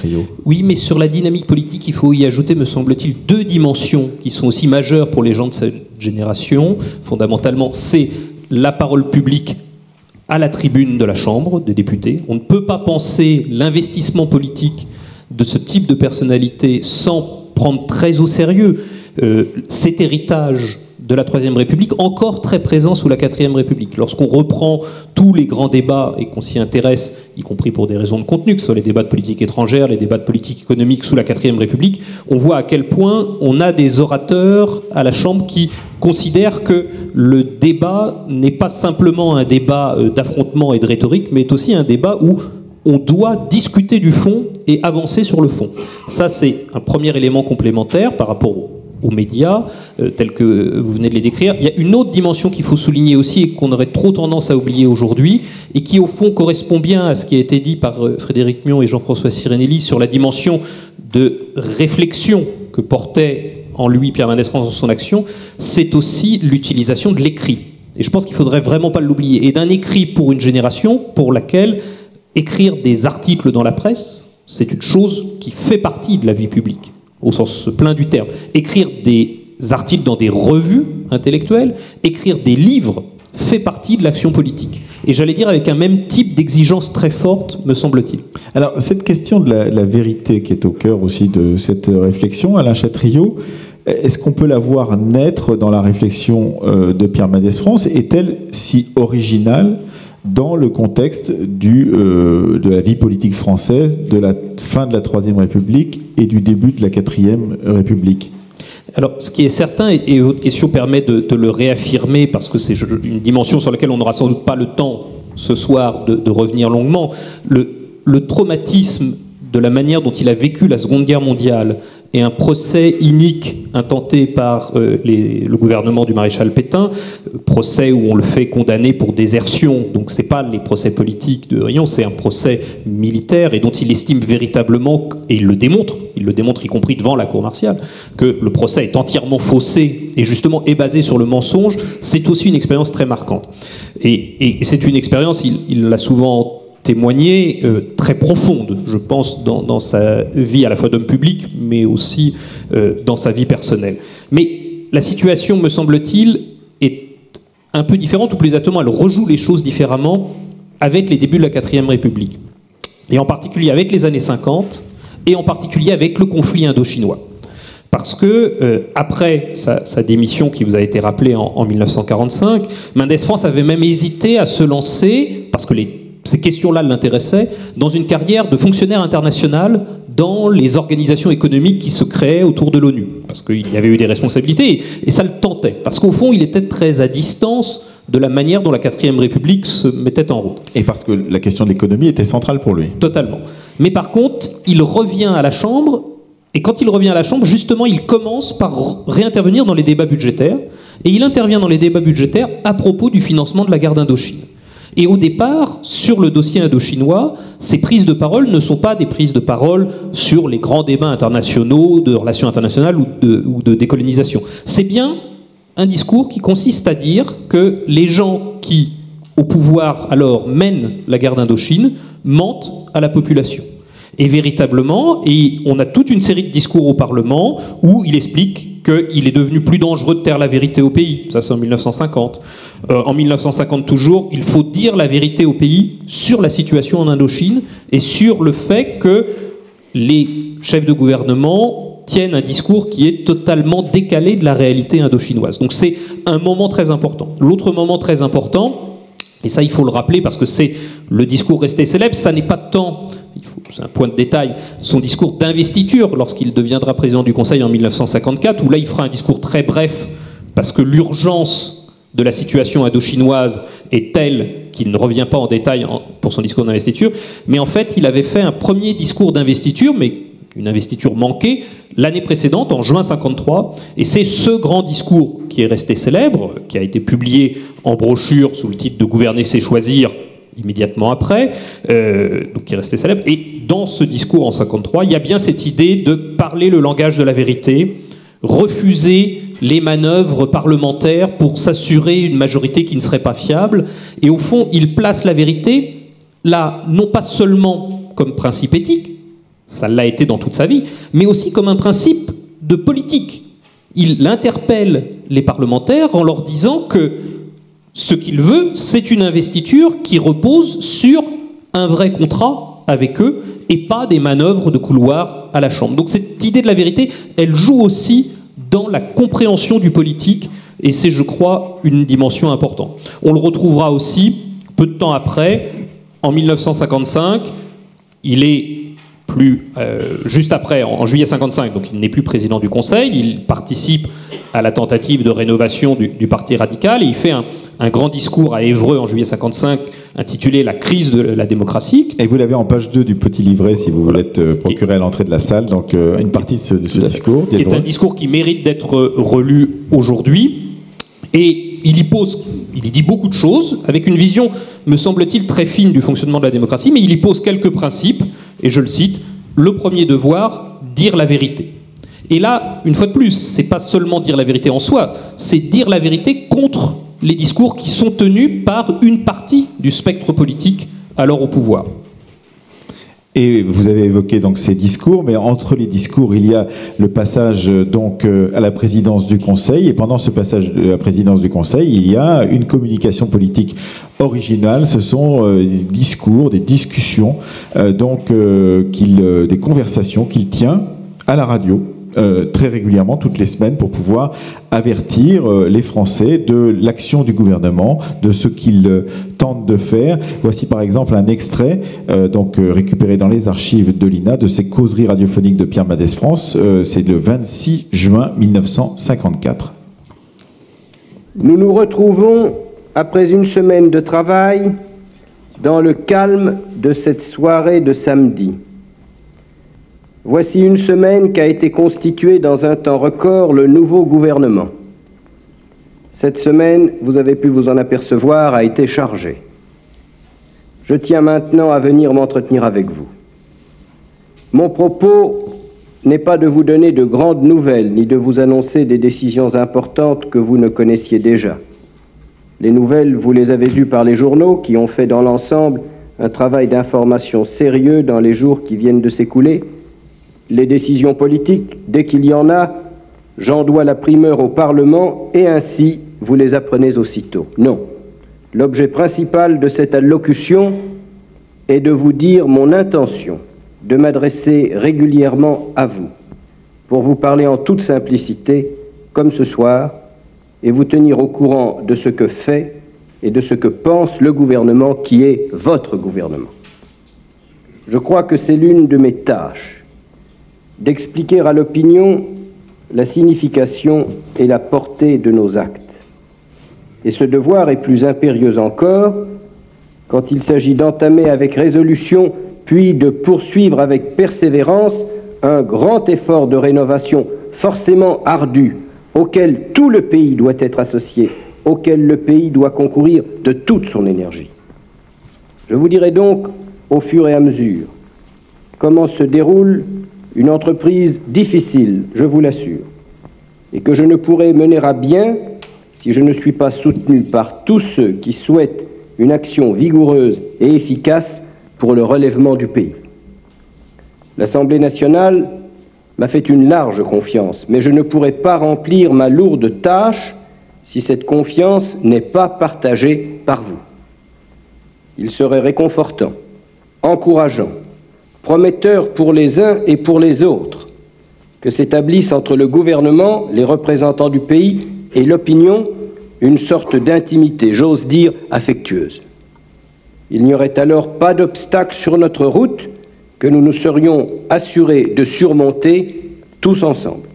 Chatriot. Oui, mais sur la dynamique politique, il faut y ajouter, me semble-t-il, deux dimensions qui sont aussi majeures pour les gens de cette génération. Fondamentalement, c'est la parole publique à la tribune de la Chambre des députés. On ne peut pas penser l'investissement politique de ce type de personnalité sans prendre très au sérieux euh, cet héritage de la Troisième République, encore très présent sous la Quatrième République. Lorsqu'on reprend tous les grands débats et qu'on s'y intéresse, y compris pour des raisons de contenu, que ce soit les débats de politique étrangère, les débats de politique économique sous la Quatrième République, on voit à quel point on a des orateurs à la Chambre qui considèrent que le débat n'est pas simplement un débat d'affrontement et de rhétorique, mais est aussi un débat où on doit discuter du fond et avancer sur le fond. Ça, c'est un premier élément complémentaire par rapport au aux médias, euh, tels que vous venez de les décrire. Il y a une autre dimension qu'il faut souligner aussi et qu'on aurait trop tendance à oublier aujourd'hui, et qui au fond correspond bien à ce qui a été dit par euh, Frédéric Mion et Jean-François Sirenelli sur la dimension de réflexion que portait en lui Pierre Mendès France dans son action, c'est aussi l'utilisation de l'écrit. Et je pense qu'il ne faudrait vraiment pas l'oublier. Et d'un écrit pour une génération pour laquelle écrire des articles dans la presse, c'est une chose qui fait partie de la vie publique, au sens plein du terme. Écrire des articles dans des revues intellectuelles, écrire des livres, fait partie de l'action politique. Et j'allais dire avec un même type d'exigence très forte, me semble-t-il. Alors, cette question de la, la vérité qui est au cœur aussi de cette réflexion, Alain Chatriot, est-ce qu'on peut la voir naître dans la réflexion euh, de Pierre Mendès France? Est-elle si originale dans le contexte du, euh, de la vie politique française, de la fin de la Troisième République et du début de la Quatrième République? Alors, ce qui est certain, et votre question permet de, de le réaffirmer, parce que c'est une dimension sur laquelle on n'aura sans doute pas le temps ce soir de, de revenir longuement, le, le traumatisme de la manière dont il a vécu la Seconde Guerre mondiale et un procès inique intenté par euh, les, le gouvernement du maréchal Pétain, procès où on le fait condamner pour désertion, donc c'est pas les procès politiques de Rion, c'est un procès militaire et dont il estime véritablement, et il le démontre, il le démontre y compris devant la cour martiale, que le procès est entièrement faussé et justement est basé sur le mensonge. C'est aussi une expérience très marquante. Et, et, et c'est une expérience, il, il l'a souvent témoigné, euh, très profonde, je pense, dans, dans sa vie à la fois d'homme public, mais aussi euh, dans sa vie personnelle. Mais la situation, me semble-t-il, est un peu différente, ou plus exactement, elle rejoue les choses différemment avec les débuts de la Quatrième République. Et en particulier avec les années cinquante, et en particulier avec le conflit indo-chinois. Parce que, euh, après sa, sa démission qui vous a été rappelée en, en mille neuf cent quarante-cinq, Mendès France avait même hésité à se lancer, parce que les ces questions-là l'intéressaient, dans une carrière de fonctionnaire international dans les organisations économiques qui se créaient autour de l'ONU. Parce qu'il y avait eu des responsabilités, et, et ça le tentait. Parce qu'au fond, il était très à distance de la manière dont la Quatrième République se mettait en route. Et parce que la question de l'économie était centrale pour lui. Totalement. Mais par contre, il revient à la Chambre, et quand il revient à la Chambre, justement, il commence par réintervenir dans les débats budgétaires, et il intervient dans les débats budgétaires à propos du financement de la guerre d'Indochine. Et au départ, sur le dossier indo-chinois, ces prises de parole ne sont pas des prises de parole sur les grands débats internationaux, de relations internationales ou de, ou de décolonisation. C'est bien un discours qui consiste à dire que les gens qui, au pouvoir alors, mènent la guerre d'Indochine, mentent à la population. Et véritablement, et on a toute une série de discours au Parlement où il explique qu'il est devenu plus dangereux de taire la vérité au pays. Ça, c'est en mille neuf cent cinquante. Euh, en mille neuf cent cinquante toujours, il faut dire la vérité au pays sur la situation en Indochine et sur le fait que les chefs de gouvernement tiennent un discours qui est totalement décalé de la réalité indochinoise. Donc c'est un moment très important. L'autre moment très important, et ça il faut le rappeler parce que c'est le discours resté célèbre, ça n'est pas tant... c'est un point de détail, son discours d'investiture lorsqu'il deviendra président du Conseil en mille neuf cent cinquante-quatre, où là il fera un discours très bref, parce que l'urgence de la situation indo-chinoise est telle qu'il ne revient pas en détail pour son discours d'investiture, mais en fait il avait fait un premier discours d'investiture, mais une investiture manquée, l'année précédente, en juin cinquante-trois, et c'est ce grand discours qui est resté célèbre, qui a été publié en brochure sous le titre de « Gouverner, c'est choisir », immédiatement après, euh, donc qui est resté célèbre. Et dans ce discours en cinquante-trois, il y a bien cette idée de parler le langage de la vérité, refuser les manœuvres parlementaires pour s'assurer une majorité qui ne serait pas fiable. Et au fond, il place la vérité là, non pas seulement comme principe éthique, ça l'a été dans toute sa vie, mais aussi comme un principe de politique. Il interpelle les parlementaires en leur disant que ce qu'il veut, c'est une investiture qui repose sur un vrai contrat avec eux et pas des manœuvres de couloir à la Chambre. Donc cette idée de la vérité, elle joue aussi dans la compréhension du politique et c'est, je crois, une dimension importante. On le retrouvera aussi, peu de temps après, en mille neuf cent cinquante-cinq, il est plus, euh, juste après, en, en juillet cinquante-cinq, donc il n'est plus président du Conseil, il participe à la tentative de rénovation du, du Parti radical, et il fait un, un grand discours à Évreux en juillet cinquante-cinq, intitulé « La crise de la démocratie ». Et vous l'avez en page deux du petit livret, si vous voulez être procuré à l'entrée de la salle, donc euh, une partie de ce, de ce discours. Qui est un discours qui mérite d'être relu aujourd'hui, et il y pose, il y dit beaucoup de choses, avec une vision, me semble-t-il, très fine du fonctionnement de la démocratie, mais il y pose quelques principes, et je le cite, le premier devoir, dire la vérité. Et là, une fois de plus, c'est pas seulement dire la vérité en soi, c'est dire la vérité contre les discours qui sont tenus par une partie du spectre politique alors au pouvoir. Et vous avez évoqué donc ces discours, mais entre les discours, il y a le passage donc à la présidence du Conseil, et pendant ce passage de la présidence du Conseil, il y a une communication politique originale. Ce sont euh, des discours, des discussions, euh, donc euh, qu'il, euh, des conversations qu'il tient à la radio. Euh, très régulièrement, toutes les semaines, pour pouvoir avertir euh, les Français de l'action du gouvernement, de ce qu'il euh, tente de faire. Voici par exemple un extrait, euh, donc euh, récupéré dans les archives de l'I N A, de ces causeries radiophoniques de Pierre Mendès France. Euh, c'est le vingt-six juin mille neuf cent cinquante-quatre. Nous nous retrouvons après une semaine de travail dans le calme de cette soirée de samedi. Voici une semaine qu'a été constituée dans un temps record le nouveau gouvernement. Cette semaine, vous avez pu vous en apercevoir, a été chargée. Je tiens maintenant à venir m'entretenir avec vous. Mon propos n'est pas de vous donner de grandes nouvelles, ni de vous annoncer des décisions importantes que vous ne connaissiez déjà. Les nouvelles, vous les avez eues par les journaux, qui ont fait dans l'ensemble un travail d'information sérieux dans les jours qui viennent de s'écouler. Les décisions politiques, dès qu'il y en a, j'en dois la primeur au Parlement et ainsi vous les apprenez aussitôt. Non. L'objet principal de cette allocution est de vous dire mon intention de m'adresser régulièrement à vous, pour vous parler en toute simplicité, comme ce soir, et vous tenir au courant de ce que fait et de ce que pense le gouvernement qui est votre gouvernement. Je crois que c'est l'une de mes tâches d'expliquer à l'opinion la signification et la portée de nos actes. Et ce devoir est plus impérieux encore quand il s'agit d'entamer avec résolution, puis de poursuivre avec persévérance un grand effort de rénovation forcément ardu, auquel tout le pays doit être associé, auquel le pays doit concourir de toute son énergie. Je vous dirai donc, au fur et à mesure, comment se déroule une entreprise difficile, je vous l'assure, et que je ne pourrai mener à bien si je ne suis pas soutenu par tous ceux qui souhaitent une action vigoureuse et efficace pour le relèvement du pays. L'Assemblée nationale m'a fait une large confiance, mais je ne pourrai pas remplir ma lourde tâche si cette confiance n'est pas partagée par vous. Il serait réconfortant, encourageant, prometteur pour les uns et pour les autres, que s'établisse entre le gouvernement, les représentants du pays et l'opinion une sorte d'intimité, j'ose dire affectueuse. Il n'y aurait alors pas d'obstacle sur notre route que nous nous serions assurés de surmonter tous ensemble.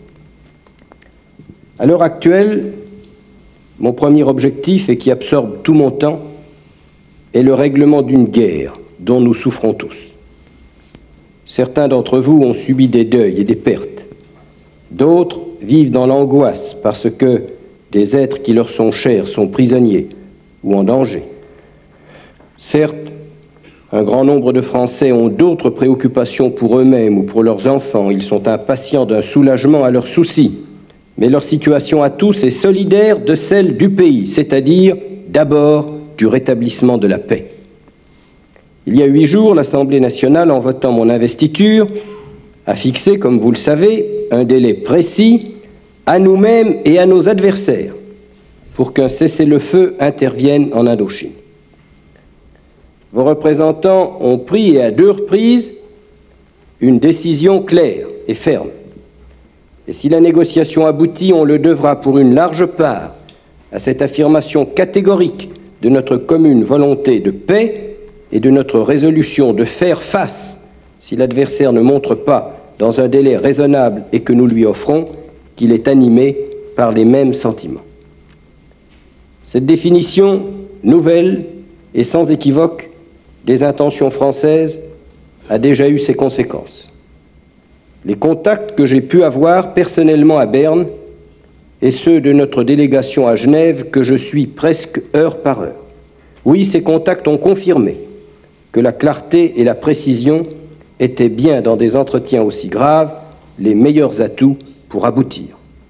À l'heure actuelle, mon premier objectif, et qui absorbe tout mon temps, est le règlement d'une guerre dont nous souffrons tous. Certains d'entre vous ont subi des deuils et des pertes. D'autres vivent dans l'angoisse parce que des êtres qui leur sont chers sont prisonniers ou en danger. Certes, un grand nombre de Français ont d'autres préoccupations pour eux-mêmes ou pour leurs enfants. Ils sont impatients d'un soulagement à leurs soucis. Mais leur situation à tous est solidaire de celle du pays, c'est-à-dire d'abord du rétablissement de la paix. Il y a huit jours, l'Assemblée nationale, en votant mon investiture, a fixé, comme vous le savez, un délai précis à nous-mêmes et à nos adversaires pour qu'un cessez-le-feu intervienne en Indochine. Vos représentants ont pris, et à deux reprises, une décision claire et ferme. Et si la négociation aboutit, on le devra pour une large part à cette affirmation catégorique de notre commune volonté de paix et de notre résolution de faire face, si l'adversaire ne montre pas dans un délai raisonnable et que nous lui offrons, qu'il est animé par les mêmes sentiments. Cette définition nouvelle et sans équivoque des intentions françaises a déjà eu ses conséquences. Les contacts que j'ai pu avoir personnellement à Berne et ceux de notre délégation à Genève que je suis presque heure par heure. Oui, ces contacts ont confirmé que la clarté et la précision étaient bien dans des entretiens aussi graves les meilleurs atouts pour aboutir.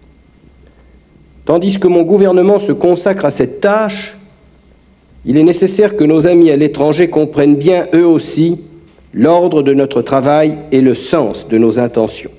Tandis que mon gouvernement se consacre à cette tâche, il est nécessaire que nos amis à l'étranger comprennent bien eux aussi l'ordre de notre travail et le sens de nos intentions.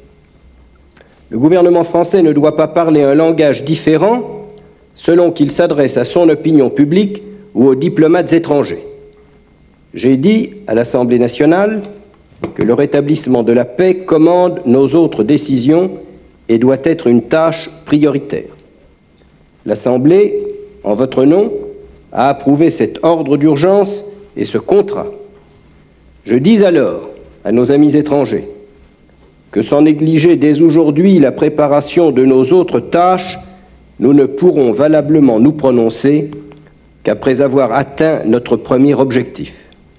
Le gouvernement français ne doit pas parler un langage différent selon qu'il s'adresse à son opinion publique ou aux diplomates étrangers. J'ai dit à l'Assemblée nationale que le rétablissement de la paix commande nos autres décisions et doit être une tâche prioritaire. L'Assemblée, en votre nom, a approuvé cet ordre d'urgence et ce contrat. Je dis alors à nos amis étrangers que sans négliger dès aujourd'hui la préparation de nos autres tâches, nous ne pourrons valablement nous prononcer qu'après avoir atteint notre premier objectif.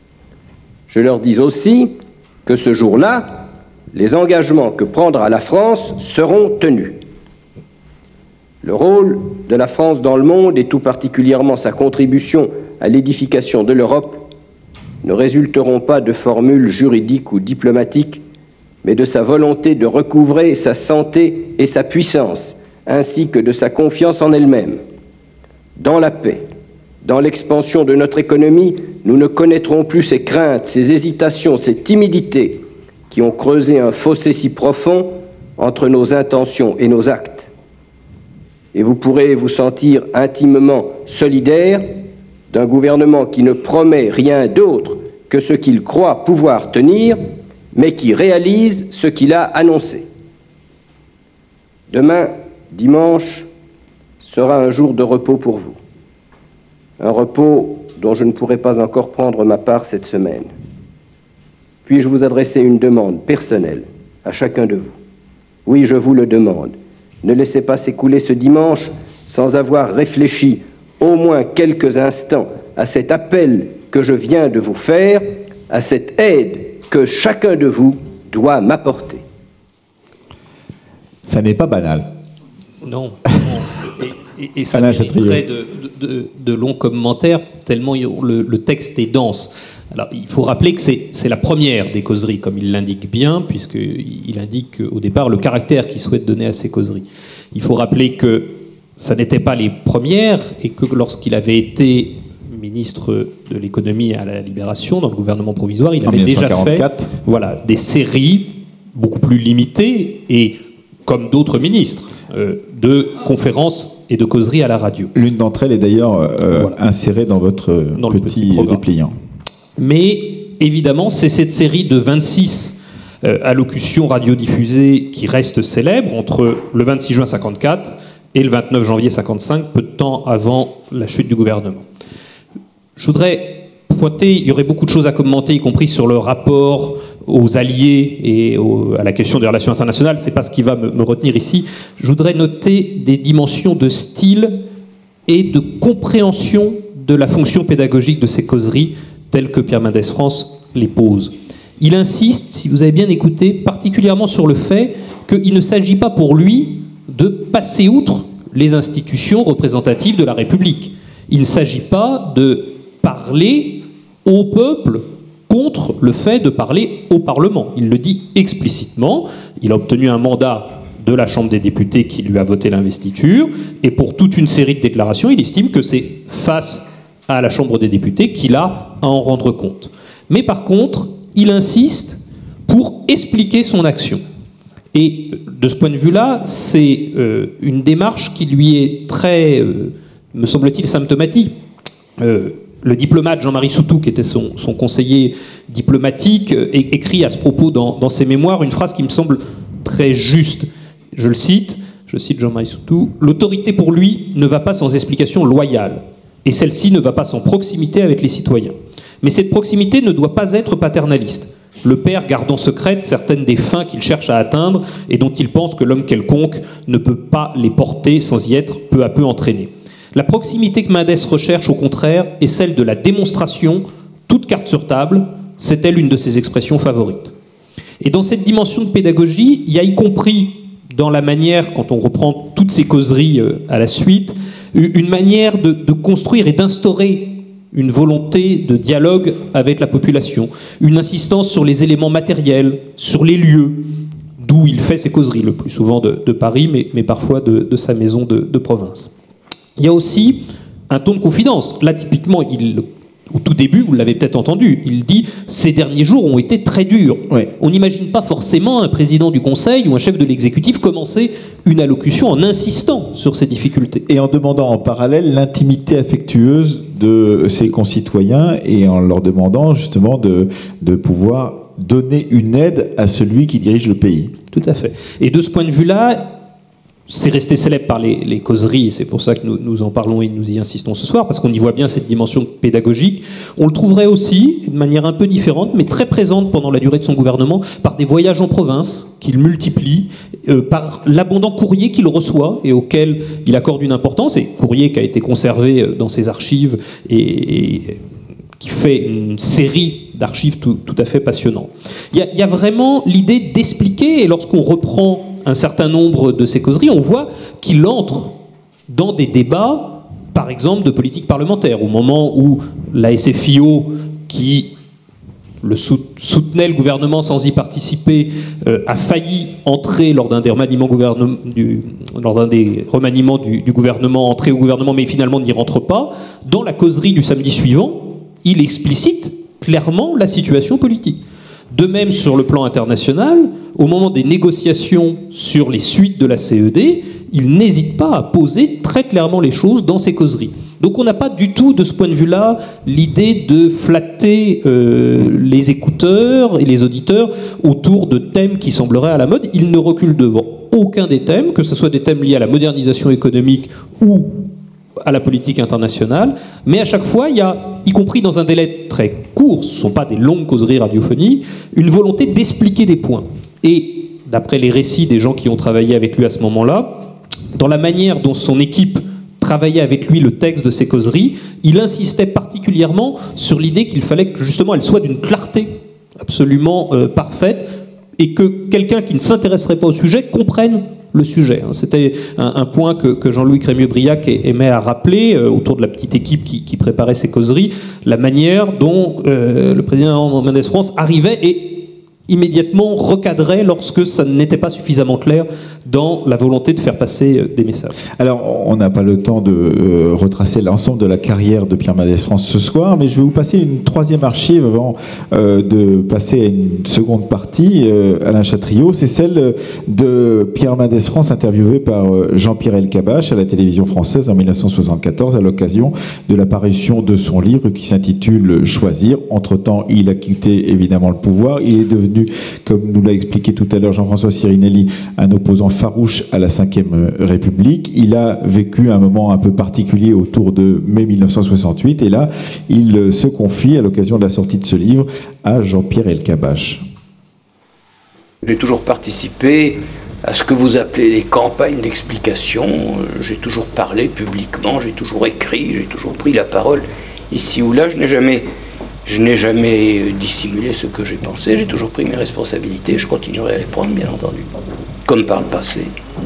Je leur dis aussi que ce jour-là, les engagements que prendra la France seront tenus. Le rôle de la France dans le monde, et tout particulièrement sa contribution à l'édification de l'Europe, ne résulteront pas de formules juridiques ou diplomatiques, mais de sa volonté de recouvrer sa santé et sa puissance, ainsi que de sa confiance en elle-même. Dans la paix, dans l'expansion de notre économie, nous ne connaîtrons plus ces craintes, ces hésitations, ces timidités qui ont creusé un fossé si profond entre nos intentions et nos actes. Et vous pourrez vous sentir intimement solidaire d'un gouvernement qui ne promet rien d'autre que ce qu'il croit pouvoir tenir, mais qui réalise ce qu'il a annoncé. Demain, dimanche, sera un jour de repos pour vous. Un repos dont je ne pourrai pas encore prendre ma part cette semaine. Puis-je vous adresser une demande personnelle à chacun de vous? Oui, je vous le demande. Ne laissez pas s'écouler ce dimanche sans avoir réfléchi au moins quelques instants à cet appel que je viens de vous faire, à cette aide que chacun de vous doit m'apporter. Ça n'est pas banal. Non. Et, et, et ça mériterait de, de, de, de longs commentaires, tellement le, le texte est dense. Alors, il faut rappeler que c'est, c'est la première des causeries, comme il l'indique bien, puisqu'il indique au départ le caractère qu'il souhaite donner à ces causeries. Il faut rappeler que ça n'était pas les premières, et que lorsqu'il avait été ministre de l'économie à la Libération, dans le gouvernement provisoire, il avait déjà fait voilà, des séries beaucoup plus limitées, et comme d'autres ministres, euh, de conférences et de causeries à la radio. L'une d'entre elles est d'ailleurs euh, voilà. insérée dans votre dans petit, petit dépliant. Mais évidemment, c'est cette série de vingt-six euh, allocutions radiodiffusées qui reste célèbre entre le vingt-six juin cinquante-quatre et le vingt-neuf janvier cinquante-cinq, peu de temps avant la chute du gouvernement. Je voudrais pointer, il y aurait beaucoup de choses à commenter, y compris sur le rapport aux alliés et au, à la question des relations internationales. C'est pas ce qui va me, me retenir ici. Je voudrais noter des dimensions de style et de compréhension de la fonction pédagogique de ces causeries telles que Pierre Mendès France les pose. Il insiste, si vous avez bien écouté, particulièrement sur le fait qu'il ne s'agit pas pour lui de passer outre les institutions représentatives de la République. Il ne s'agit pas de parler au peuple contre le fait de parler au Parlement. Il le dit explicitement. Il a obtenu un mandat de la Chambre des députés qui lui a voté l'investiture, et pour toute une série de déclarations, il estime que c'est face à la Chambre des députés qu'il a à en rendre compte. Mais par contre, il insiste pour expliquer son action. Et de ce point de vue-là, c'est euh, une démarche qui lui est très, euh, me semble-t-il, symptomatique. Euh, le diplomate Jean-Marie Soutou, qui était son, son conseiller diplomatique, euh, écrit à ce propos dans, dans ses mémoires une phrase qui me semble très juste. Je le cite, je cite Jean-Marie Soutou, « L'autorité pour lui ne va pas sans explication loyale, et celle-ci ne va pas sans proximité avec les citoyens. Mais cette proximité ne doit pas être paternaliste. Le père garde en secrète certaines des fins qu'il cherche à atteindre et dont il pense que l'homme quelconque ne peut pas les porter sans y être peu à peu entraîné. La proximité que Mendes recherche, au contraire, est celle de la démonstration, toute carte sur table, c'est elle une de ses expressions favorites. Et dans cette dimension de pédagogie, il y a y compris dans la manière, quand on reprend toutes ces causeries à la suite, une manière de, de construire et d'instaurer une volonté de dialogue avec la population, une insistance sur les éléments matériels, sur les lieux, d'où il fait ses causeries, le plus souvent de, de Paris, mais, mais parfois de, de sa maison de, de province. Il y a aussi un ton de confidence. Là, typiquement, il, au tout début, vous l'avez peut-être entendu, il dit « Ces derniers jours ont été très durs ouais. ». On n'imagine pas forcément un président du Conseil ou un chef de l'exécutif commencer une allocution en insistant sur ces difficultés. Et en demandant en parallèle l'intimité affectueuse de ses concitoyens et en leur demandant justement de, de pouvoir donner une aide à celui qui dirige le pays. Tout à fait. Et de ce point de vue-là, c'est resté célèbre par les, les causeries, et c'est pour ça que nous, nous en parlons et nous y insistons ce soir, parce qu'on y voit bien cette dimension pédagogique. On le trouverait aussi, de manière un peu différente, mais très présente pendant la durée de son gouvernement, par des voyages en province qu'il multiplie, euh, par l'abondant courrier qu'il reçoit et auquel il accorde une importance, et courrier qui a été conservé dans ses archives et, et qui fait une série d'archives tout, tout à fait passionnantes. Il y a, il y a vraiment l'idée d'expliquer, et lorsqu'on reprend un certain nombre de ces causeries, on voit qu'il entre dans des débats, par exemple, de politique parlementaire, au moment où la S F I O, qui le soutenait le gouvernement sans y participer, euh, a failli entrer lors d'un des remaniements, du, lors d'un des remaniements du, du gouvernement, entrer au gouvernement, mais finalement n'y rentre pas. Dans la causerie du samedi suivant, il explicite clairement la situation politique. De même, sur le plan international, au moment des négociations sur les suites de la C E D, il n'hésite pas à poser très clairement les choses dans ses causeries. Donc on n'a pas du tout, de ce point de vue-là, l'idée de flatter euh, les écouteurs et les auditeurs autour de thèmes qui sembleraient à la mode. Il ne recule devant aucun des thèmes, que ce soit des thèmes liés à la modernisation économique ou à la politique internationale, mais à chaque fois, il y a, y compris dans un délai très court, ce ne sont pas des longues causeries radiophoniques, une volonté d'expliquer des points. Et d'après les récits des gens qui ont travaillé avec lui à ce moment-là, dans la manière dont son équipe travaillait avec lui le texte de ces causeries, il insistait particulièrement sur l'idée qu'il fallait que justement elle soit d'une clarté absolument euh, parfaite et que quelqu'un qui ne s'intéresserait pas au sujet comprenne le sujet. C'était un, un point que, que Jean-Louis Crémieux-Briac aimait à rappeler euh, autour de la petite équipe qui, qui préparait ces causeries, la manière dont euh, le président Mendes France arrivait et immédiatement recadrait lorsque ça n'était pas suffisamment clair dans la volonté de faire passer des messages. Alors, on n'a pas le temps de euh, retracer l'ensemble de la carrière de Pierre Mendès France ce soir, mais je vais vous passer une troisième archive avant euh, de passer à une seconde partie, euh, Alain Chatriot. C'est celle de Pierre Mendès France interviewé par Jean-Pierre Elkabbach à la télévision française en mille neuf cent soixante-quatorze à l'occasion de la parution de son livre qui s'intitule « Choisir ». Entre-temps, il a quitté évidemment le pouvoir. Il est devenu, comme nous l'a expliqué tout à l'heure Jean-François Sirinelli, un opposant farouche à la cinquième République. Il a vécu un moment un peu particulier autour de mai mille neuf cent soixante-huit et là, il se confie à l'occasion de la sortie de ce livre à Jean-Pierre Elkabbach. J'ai toujours participé à ce que vous appelez les campagnes d'explication. J'ai toujours parlé publiquement, j'ai toujours écrit, j'ai toujours pris la parole ici ou là. Je n'ai jamais... Je n'ai jamais dissimulé ce que j'ai pensé, j'ai toujours pris mes responsabilités, je continuerai à les prendre, bien entendu, comme par le passé.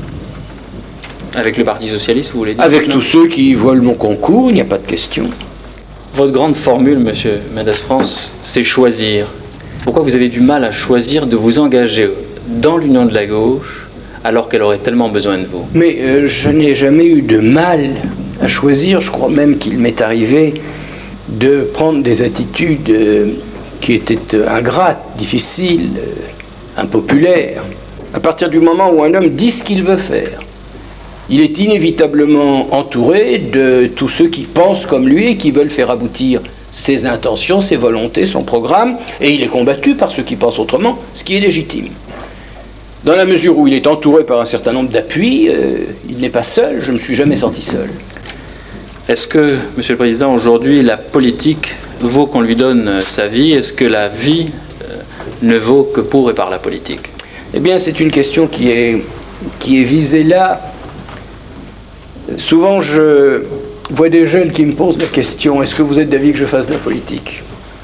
Avec le Parti Socialiste, vous voulez dire? Avec tous ceux qui volent mon concours, il n'y a pas de question. Votre grande formule, monsieur Mendès France, c'est choisir. Pourquoi vous avez du mal à choisir de vous engager dans l'union de la gauche, alors qu'elle aurait tellement besoin de vous? Mais euh, je n'ai jamais eu de mal à choisir, je crois même qu'il m'est arrivé de prendre des attitudes euh, qui étaient euh, ingrates, difficiles, euh, impopulaires. À partir du moment où un homme dit ce qu'il veut faire, il est inévitablement entouré de tous ceux qui pensent comme lui et qui veulent faire aboutir ses intentions, ses volontés, son programme, et il est combattu par ceux qui pensent autrement, ce qui est légitime. Dans la mesure où il est entouré par un certain nombre d'appuis, euh, il n'est pas seul, je ne me suis jamais senti seul. Est-ce que, Monsieur le Président, aujourd'hui, la politique vaut qu'on lui donne sa vie? Est-ce que la vie euh, ne vaut que pour et par la politique? Eh bien, c'est une question qui est, qui est visée là. Souvent, je vois des jeunes qui me posent la question, est-ce que vous êtes d'avis que je fasse de la politique?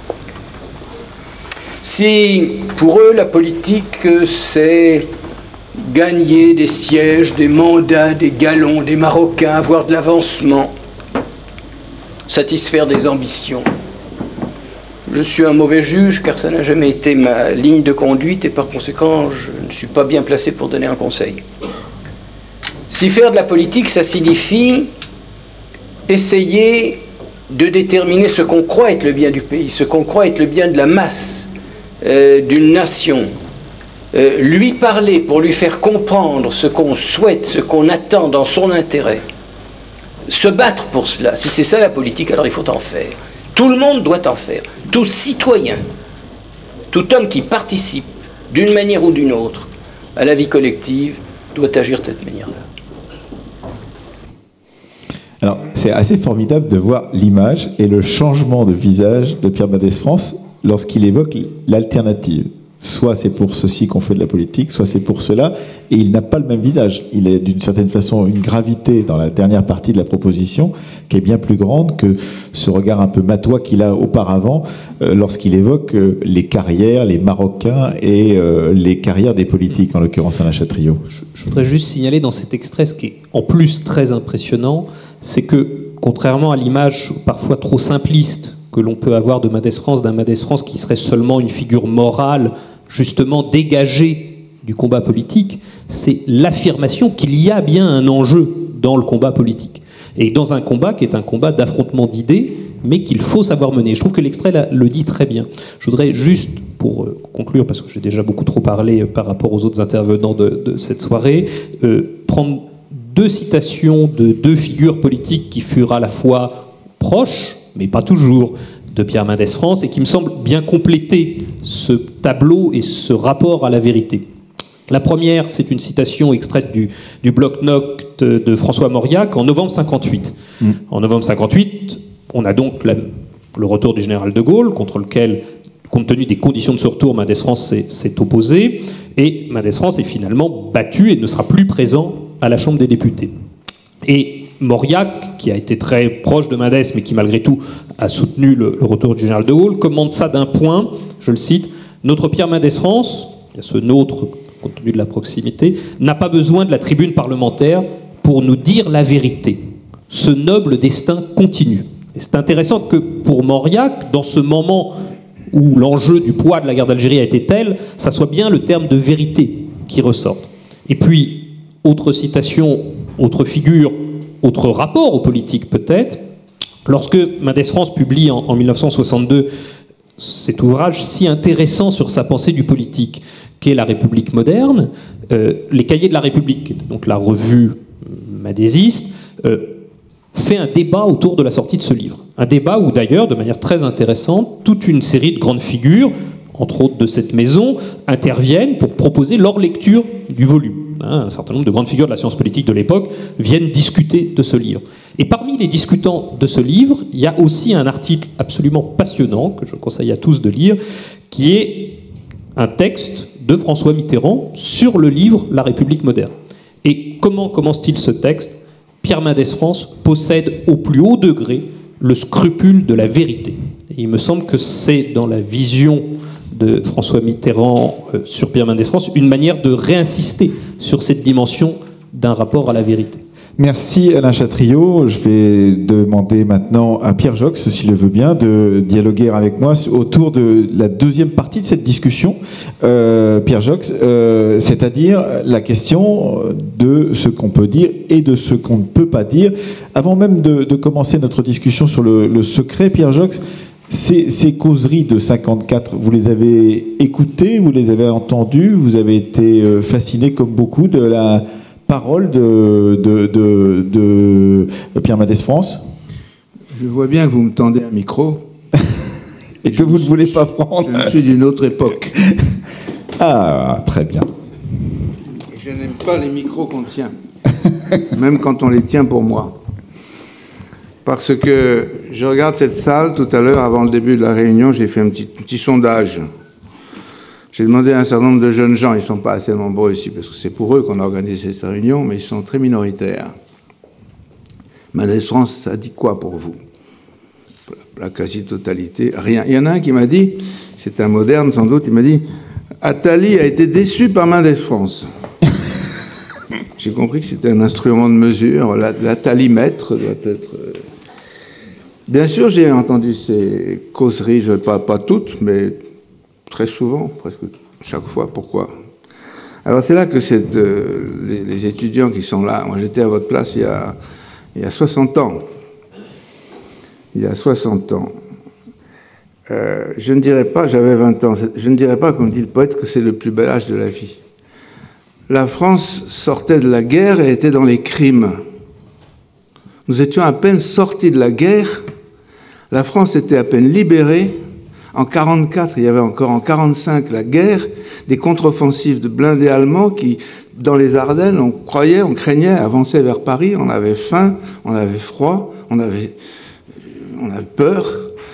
Si, pour eux, la politique, c'est gagner des sièges, des mandats, des galons, des Marocains, avoir de l'avancement, satisfaire des ambitions, je suis un mauvais juge, car ça n'a jamais été ma ligne de conduite, et par conséquent, je ne suis pas bien placé pour donner un conseil. Si faire de la politique, ça signifie essayer de déterminer ce qu'on croit être le bien du pays, ce qu'on croit être le bien de la masse, euh, d'une nation, euh, lui parler pour lui faire comprendre ce qu'on souhaite, ce qu'on attend dans son intérêt, se battre pour cela, si c'est ça la politique, alors il faut en faire. Tout le monde doit en faire. Tout citoyen, tout homme qui participe d'une manière ou d'une autre à la vie collective doit agir de cette manière-là. Alors, c'est assez formidable de voir l'image et le changement de visage de Pierre Mendès France lorsqu'il évoque l'alternative. Soit c'est pour ceci qu'on fait de la politique, soit c'est pour cela, et il n'a pas le même visage. Il a d'une certaine façon une gravité dans la dernière partie de la proposition qui est bien plus grande que ce regard un peu matois qu'il a auparavant euh, lorsqu'il évoque euh, les carrières, les Marocains et euh, les carrières des politiques, en l'occurrence Alain Chatriot. Je, je voudrais juste signaler dans cet extrait, ce qui est en plus très impressionnant, c'est que, contrairement à l'image parfois trop simpliste que l'on peut avoir de Mendès France, d'un Mendès France qui serait seulement une figure morale, justement dégagée du combat politique, c'est l'affirmation qu'il y a bien un enjeu dans le combat politique. Et dans un combat qui est un combat d'affrontement d'idées, mais qu'il faut savoir mener. Je trouve que l'extrait là, le dit très bien. Je voudrais juste, pour euh, conclure, parce que j'ai déjà beaucoup trop parlé euh, par rapport aux autres intervenants de, de cette soirée, euh, prendre deux citations de deux figures politiques qui furent à la fois proches, mais pas toujours, de Pierre Mendès France, et qui me semblent bien compléter ce tableau et ce rapport à la vérité. La première, c'est une citation extraite du, du bloc-notes de, de François Mauriac en novembre cinquante-huit. Mmh. En novembre cinquante-huit, on a donc la, le retour du général de Gaulle, contre lequel, compte tenu des conditions de ce retour, Mendès France s'est, s'est opposé, et Mendès France est finalement battu et ne sera plus présent à la Chambre des députés. Et Mauriac, qui a été très proche de Mendès, mais qui malgré tout a soutenu le, le retour du général de Gaulle, commente ça d'un point, je le cite, « Notre Pierre Mendès France, il y a ce nôtre compte tenu de la proximité, n'a pas besoin de la tribune parlementaire pour nous dire la vérité. Ce noble destin continue. » Et c'est intéressant que pour Mauriac, dans ce moment où l'enjeu du poids de la guerre d'Algérie a été tel, ça soit bien le terme de vérité qui ressorte. Et puis, autre citation, autre figure, autre rapport aux politiques peut-être, lorsque Mendès France publie en, en mille neuf cent soixante-deux cet ouvrage si intéressant sur sa pensée du politique, qu'est La République moderne, euh, les Cahiers de la République, donc la revue madésiste, euh, fait un débat autour de la sortie de ce livre. Un débat où d'ailleurs, de manière très intéressante, toute une série de grandes figures, entre autres de cette maison, interviennent pour proposer leur lecture du volume. Un certain nombre de grandes figures de la science politique de l'époque viennent discuter de ce livre. Et parmi les discutants de ce livre, il y a aussi un article absolument passionnant, que je conseille à tous de lire, qui est un texte de François Mitterrand sur le livre La République moderne. Et comment commence-t-il ce texte ? Pierre Mendès France possède au plus haut degré le scrupule de la vérité. Et il me semble que c'est dans la vision de François Mitterrand euh, sur Pierre Mendès France une manière de réinsister sur cette dimension d'un rapport à la vérité. Merci Alain Chatriot. Je vais demander maintenant à Pierre Jox, s'il le veut bien, de dialoguer avec moi autour de la deuxième partie de cette discussion. Euh, Pierre Jox, euh, c'est-à-dire la question de ce qu'on peut dire et de ce qu'on ne peut pas dire. Avant même de, de commencer notre discussion sur le, le secret, Pierre Jox, Ces, ces causeries de cinquante-quatre, vous les avez écoutées, vous les avez entendues, vous avez été euh, fasciné comme beaucoup de la parole de, de, de, de Pierre Mendès France? Je vois bien que vous me tendez un micro. Et que vous ne voulez pas prendre. Je suis d'une autre époque. Ah, très bien. Je n'aime pas les micros qu'on tient, même quand on les tient pour moi. Parce que je regarde cette salle, tout à l'heure, avant le début de la réunion, j'ai fait un petit, petit sondage. J'ai demandé à un certain nombre de jeunes gens, ils ne sont pas assez nombreux ici, parce que c'est pour eux qu'on a organisé cette réunion, mais ils sont très minoritaires. Mendès France, ça dit quoi pour vous? La quasi-totalité, rien. Il y en a un qui m'a dit, c'est un moderne sans doute, il m'a dit « Attali a été déçu par Mendès France ». J'ai compris que c'était un instrument de mesure, l'Attalimètre doit être... Bien sûr, j'ai entendu ces causeries, je, pas, pas toutes, mais très souvent, presque chaque fois. Pourquoi? Alors c'est là que cette, euh, les, les étudiants qui sont là, moi j'étais à votre place il y a, il y a soixante ans. Il y a soixante ans. Euh, je ne dirais pas, j'avais vingt ans, je ne dirais pas, comme dit le poète, que c'est le plus bel âge de la vie. La France sortait de la guerre et était dans les crimes. Nous étions à peine sortis de la guerre, la France était à peine libérée. En quarante-quatre, il y avait encore en quarante-cinq la guerre, des contre-offensives de blindés allemands qui, dans les Ardennes, on croyait, on craignait, avançaient vers Paris, on avait faim, on avait froid, on avait... on avait peur,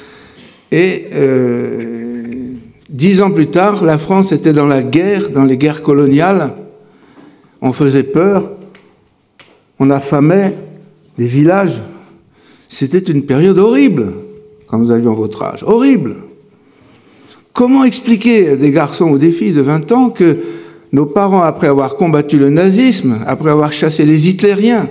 et euh, dix ans plus tard, la France était dans la guerre, dans les guerres coloniales, on faisait peur, on affamait des villages, c'était une période horrible, quand nous avions votre âge, horrible. Comment expliquer à des garçons ou des filles de vingt ans que nos parents, après avoir combattu le nazisme, après avoir chassé les hitlériens,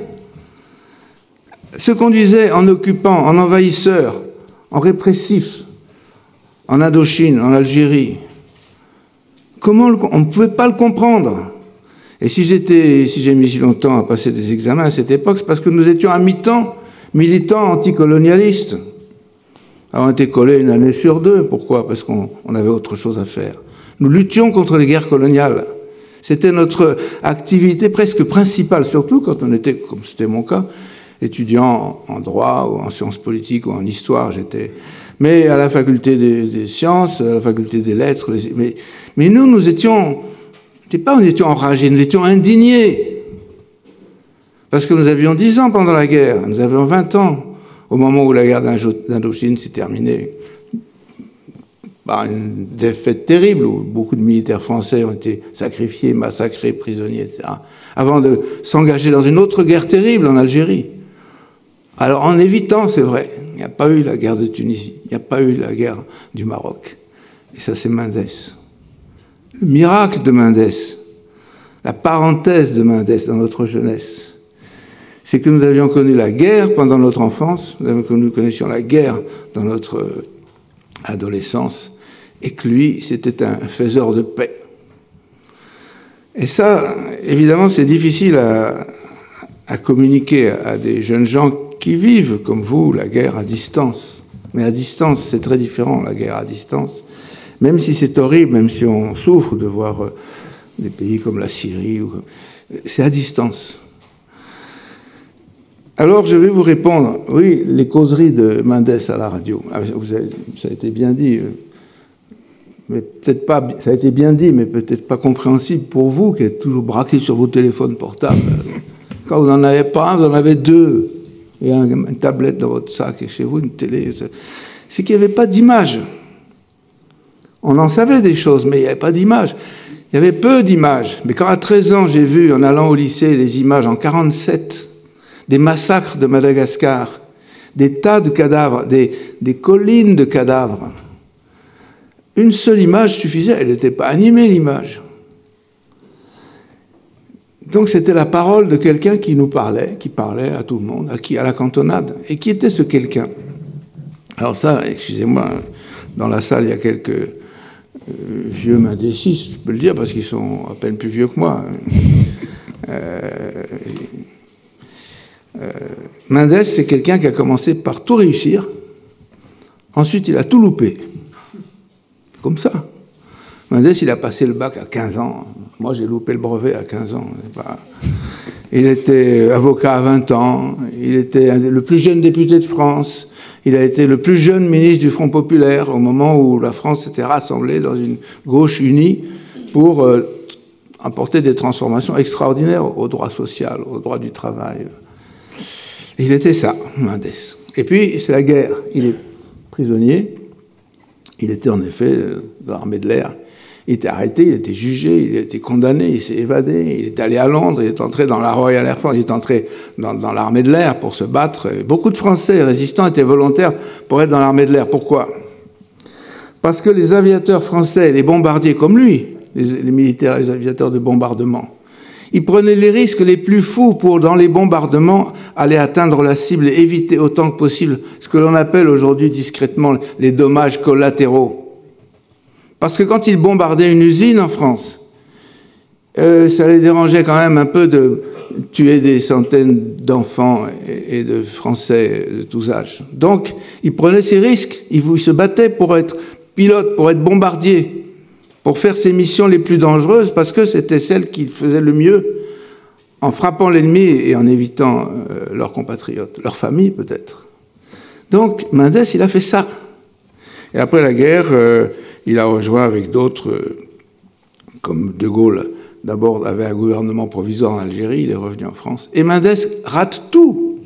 se conduisaient en occupant, en envahisseurs, en répressifs, en Indochine, en Algérie? Comment le, on ne pouvait pas le comprendre. Et si j'étais, si j'ai mis si longtemps à passer des examens à cette époque, c'est parce que nous étions à mi-temps militants anticolonialistes. Alors on était collés une année sur deux. Pourquoi? Parce qu'on on avait autre chose à faire. Nous luttions contre les guerres coloniales. C'était notre activité presque principale, surtout quand on était, comme c'était mon cas, étudiant en droit ou en sciences politiques ou en histoire, j'étais... Mais à la faculté des, des sciences, à la faculté des lettres... Les... Mais, mais nous, nous étions... C'est pas nous étions enragés, nous étions indignés. Parce que nous avions dix ans pendant la guerre, nous avions vingt ans, au moment où la guerre d'Indochine s'est terminée. Par une défaite terrible, où beaucoup de militaires français ont été sacrifiés, massacrés, prisonniers, et cetera, avant de s'engager dans une autre guerre terrible en Algérie. Alors, en évitant, c'est vrai, il n'y a pas eu la guerre de Tunisie, il n'y a pas eu la guerre du Maroc. Et ça, c'est Mendès. Le miracle de Mendès, la parenthèse de Mendès dans notre jeunesse, c'est que nous avions connu la guerre pendant notre enfance, que nous connaissions la guerre dans notre adolescence, et que lui, c'était un faiseur de paix. Et ça, évidemment, c'est difficile à, à communiquer à des jeunes gens qui vivent, comme vous, la guerre à distance. Mais à distance, c'est très différent, la guerre à distance. Même si c'est horrible, même si on souffre de voir des pays comme la Syrie, ou... c'est à distance. Alors, je vais vous répondre. Oui, les causeries de Mendès à la radio. Vous avez, ça a été bien dit. Mais peut-être pas, ça a été bien dit, mais peut-être pas compréhensible pour vous qui êtes toujours braqués sur vos téléphones portables. Quand vous n'en avez pas un, vous en avez deux. Il y a une tablette dans votre sac et chez vous, une télé. C'est qu'il n'y avait pas d'image. On en savait des choses, mais il n'y avait pas d'image. Il y avait peu d'images. Mais quand à treize ans, j'ai vu, en allant au lycée, les images en quarante-sept, des massacres de Madagascar, des tas de cadavres, des, des collines de cadavres. Une seule image suffisait, elle n'était pas animée, l'image. Donc c'était la parole de quelqu'un qui nous parlait, qui parlait à tout le monde, à qui, à la cantonade. Et qui était ce quelqu'un? Alors ça, excusez-moi, dans la salle, il y a quelques euh, vieux mendécistes, je peux le dire, parce qu'ils sont à peine plus vieux que moi. Euh, Euh, Mendès, c'est quelqu'un qui a commencé par tout réussir Ensuite, il a tout loupé. Comme ça. Mendès, il a passé le bac à quinze ans. Moi, j'ai loupé le brevet à quinze ans. Il était avocat à vingt ans. Il était le plus jeune député de France. Il a été le plus jeune ministre du Front populaire au moment où la France s'était rassemblée dans une gauche unie pour euh, apporter des transformations extraordinaires au droit social, au droit du travail. Il était ça, Mendès. Et puis, c'est la guerre. Il est prisonnier. Il était en effet dans l'armée de l'air. Il était arrêté, il était jugé, il a été condamné, il s'est évadé, il est allé à Londres, il est entré dans la Royal Air Force, il est entré dans, dans l'armée de l'air pour se battre. Et beaucoup de Français résistants étaient volontaires pour être dans l'armée de l'air. Pourquoi ? Parce que les aviateurs français, les bombardiers comme lui, les, les militaires, les aviateurs de bombardement, ils prenaient les risques les plus fous pour, dans les bombardements, aller atteindre la cible et éviter autant que possible ce que l'on appelle aujourd'hui discrètement les dommages collatéraux. Parce que quand ils bombardaient une usine en France, euh, ça les dérangeait quand même un peu de tuer des centaines d'enfants et, et de Français de tous âges. Donc, ils prenaient ces risques. Ils, ils se battaient pour être pilotes, pour être bombardiers, pour faire ces missions les plus dangereuses, parce que c'était celles qu'ils faisaient le mieux, en frappant l'ennemi et en évitant euh, leurs compatriotes, leurs familles peut-être. Donc, Mendès, il a fait ça. Et après la guerre... Euh, Il a rejoint avec d'autres, comme De Gaulle, d'abord avait un gouvernement provisoire en Algérie, il est revenu en France. Et Mendès rate tout.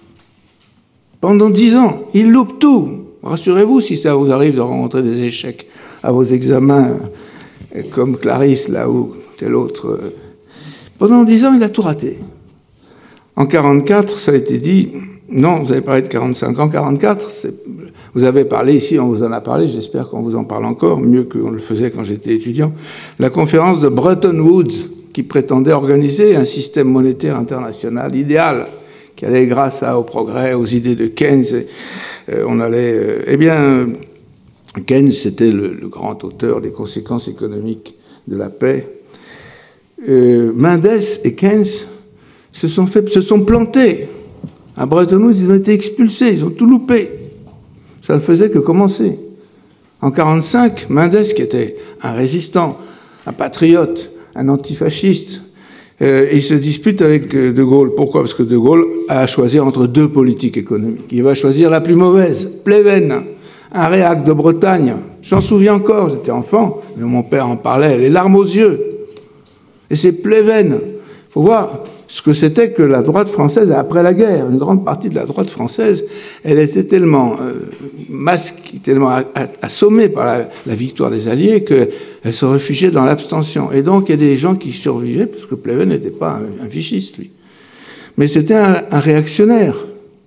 Pendant dix ans, il loupe tout. Rassurez-vous si ça vous arrive de rencontrer des échecs à vos examens, comme Clarisse, là, ou tel autre. Pendant dix ans, il a tout raté. En quarante-quatre, ça a été dit... Non, vous avez parlé de quarante-cinq ans, quarante-quatre, c'est... vous avez parlé ici, on vous en a parlé, j'espère qu'on vous en parle encore, mieux qu'on le faisait quand j'étais étudiant, la conférence de Bretton Woods, qui prétendait organiser un système monétaire international idéal, qui allait, grâce à, au progrès, aux idées de Keynes, euh, on allait... Euh, eh bien, Keynes, c'était le, le grand auteur des conséquences économiques de la paix. Euh, Mendès et Keynes se sont, fait, se sont plantés. À Bretton Woods, ils ont été expulsés, ils ont tout loupé. Ça ne faisait que commencer. En quarante-cinq, Mendès, qui était un résistant, un patriote, un antifasciste, euh, il se dispute avec De Gaulle. Pourquoi ? Parce que De Gaulle a à choisir entre deux politiques économiques. Il va choisir la plus mauvaise, Pleven, un réac de Bretagne. J'en souviens encore, j'étais enfant, mais mon père en parlait, les larmes aux yeux. Et c'est Pleven. Il faut voir ce que c'était que la droite française après la guerre. Une grande partie de la droite française, elle était tellement euh, masquée, tellement assommée par la, la victoire des Alliés qu'elle se réfugiait dans l'abstention. Et donc, il y a des gens qui survivaient, parce que Pleven n'était pas un, un vichiste, lui. Mais c'était un, un réactionnaire.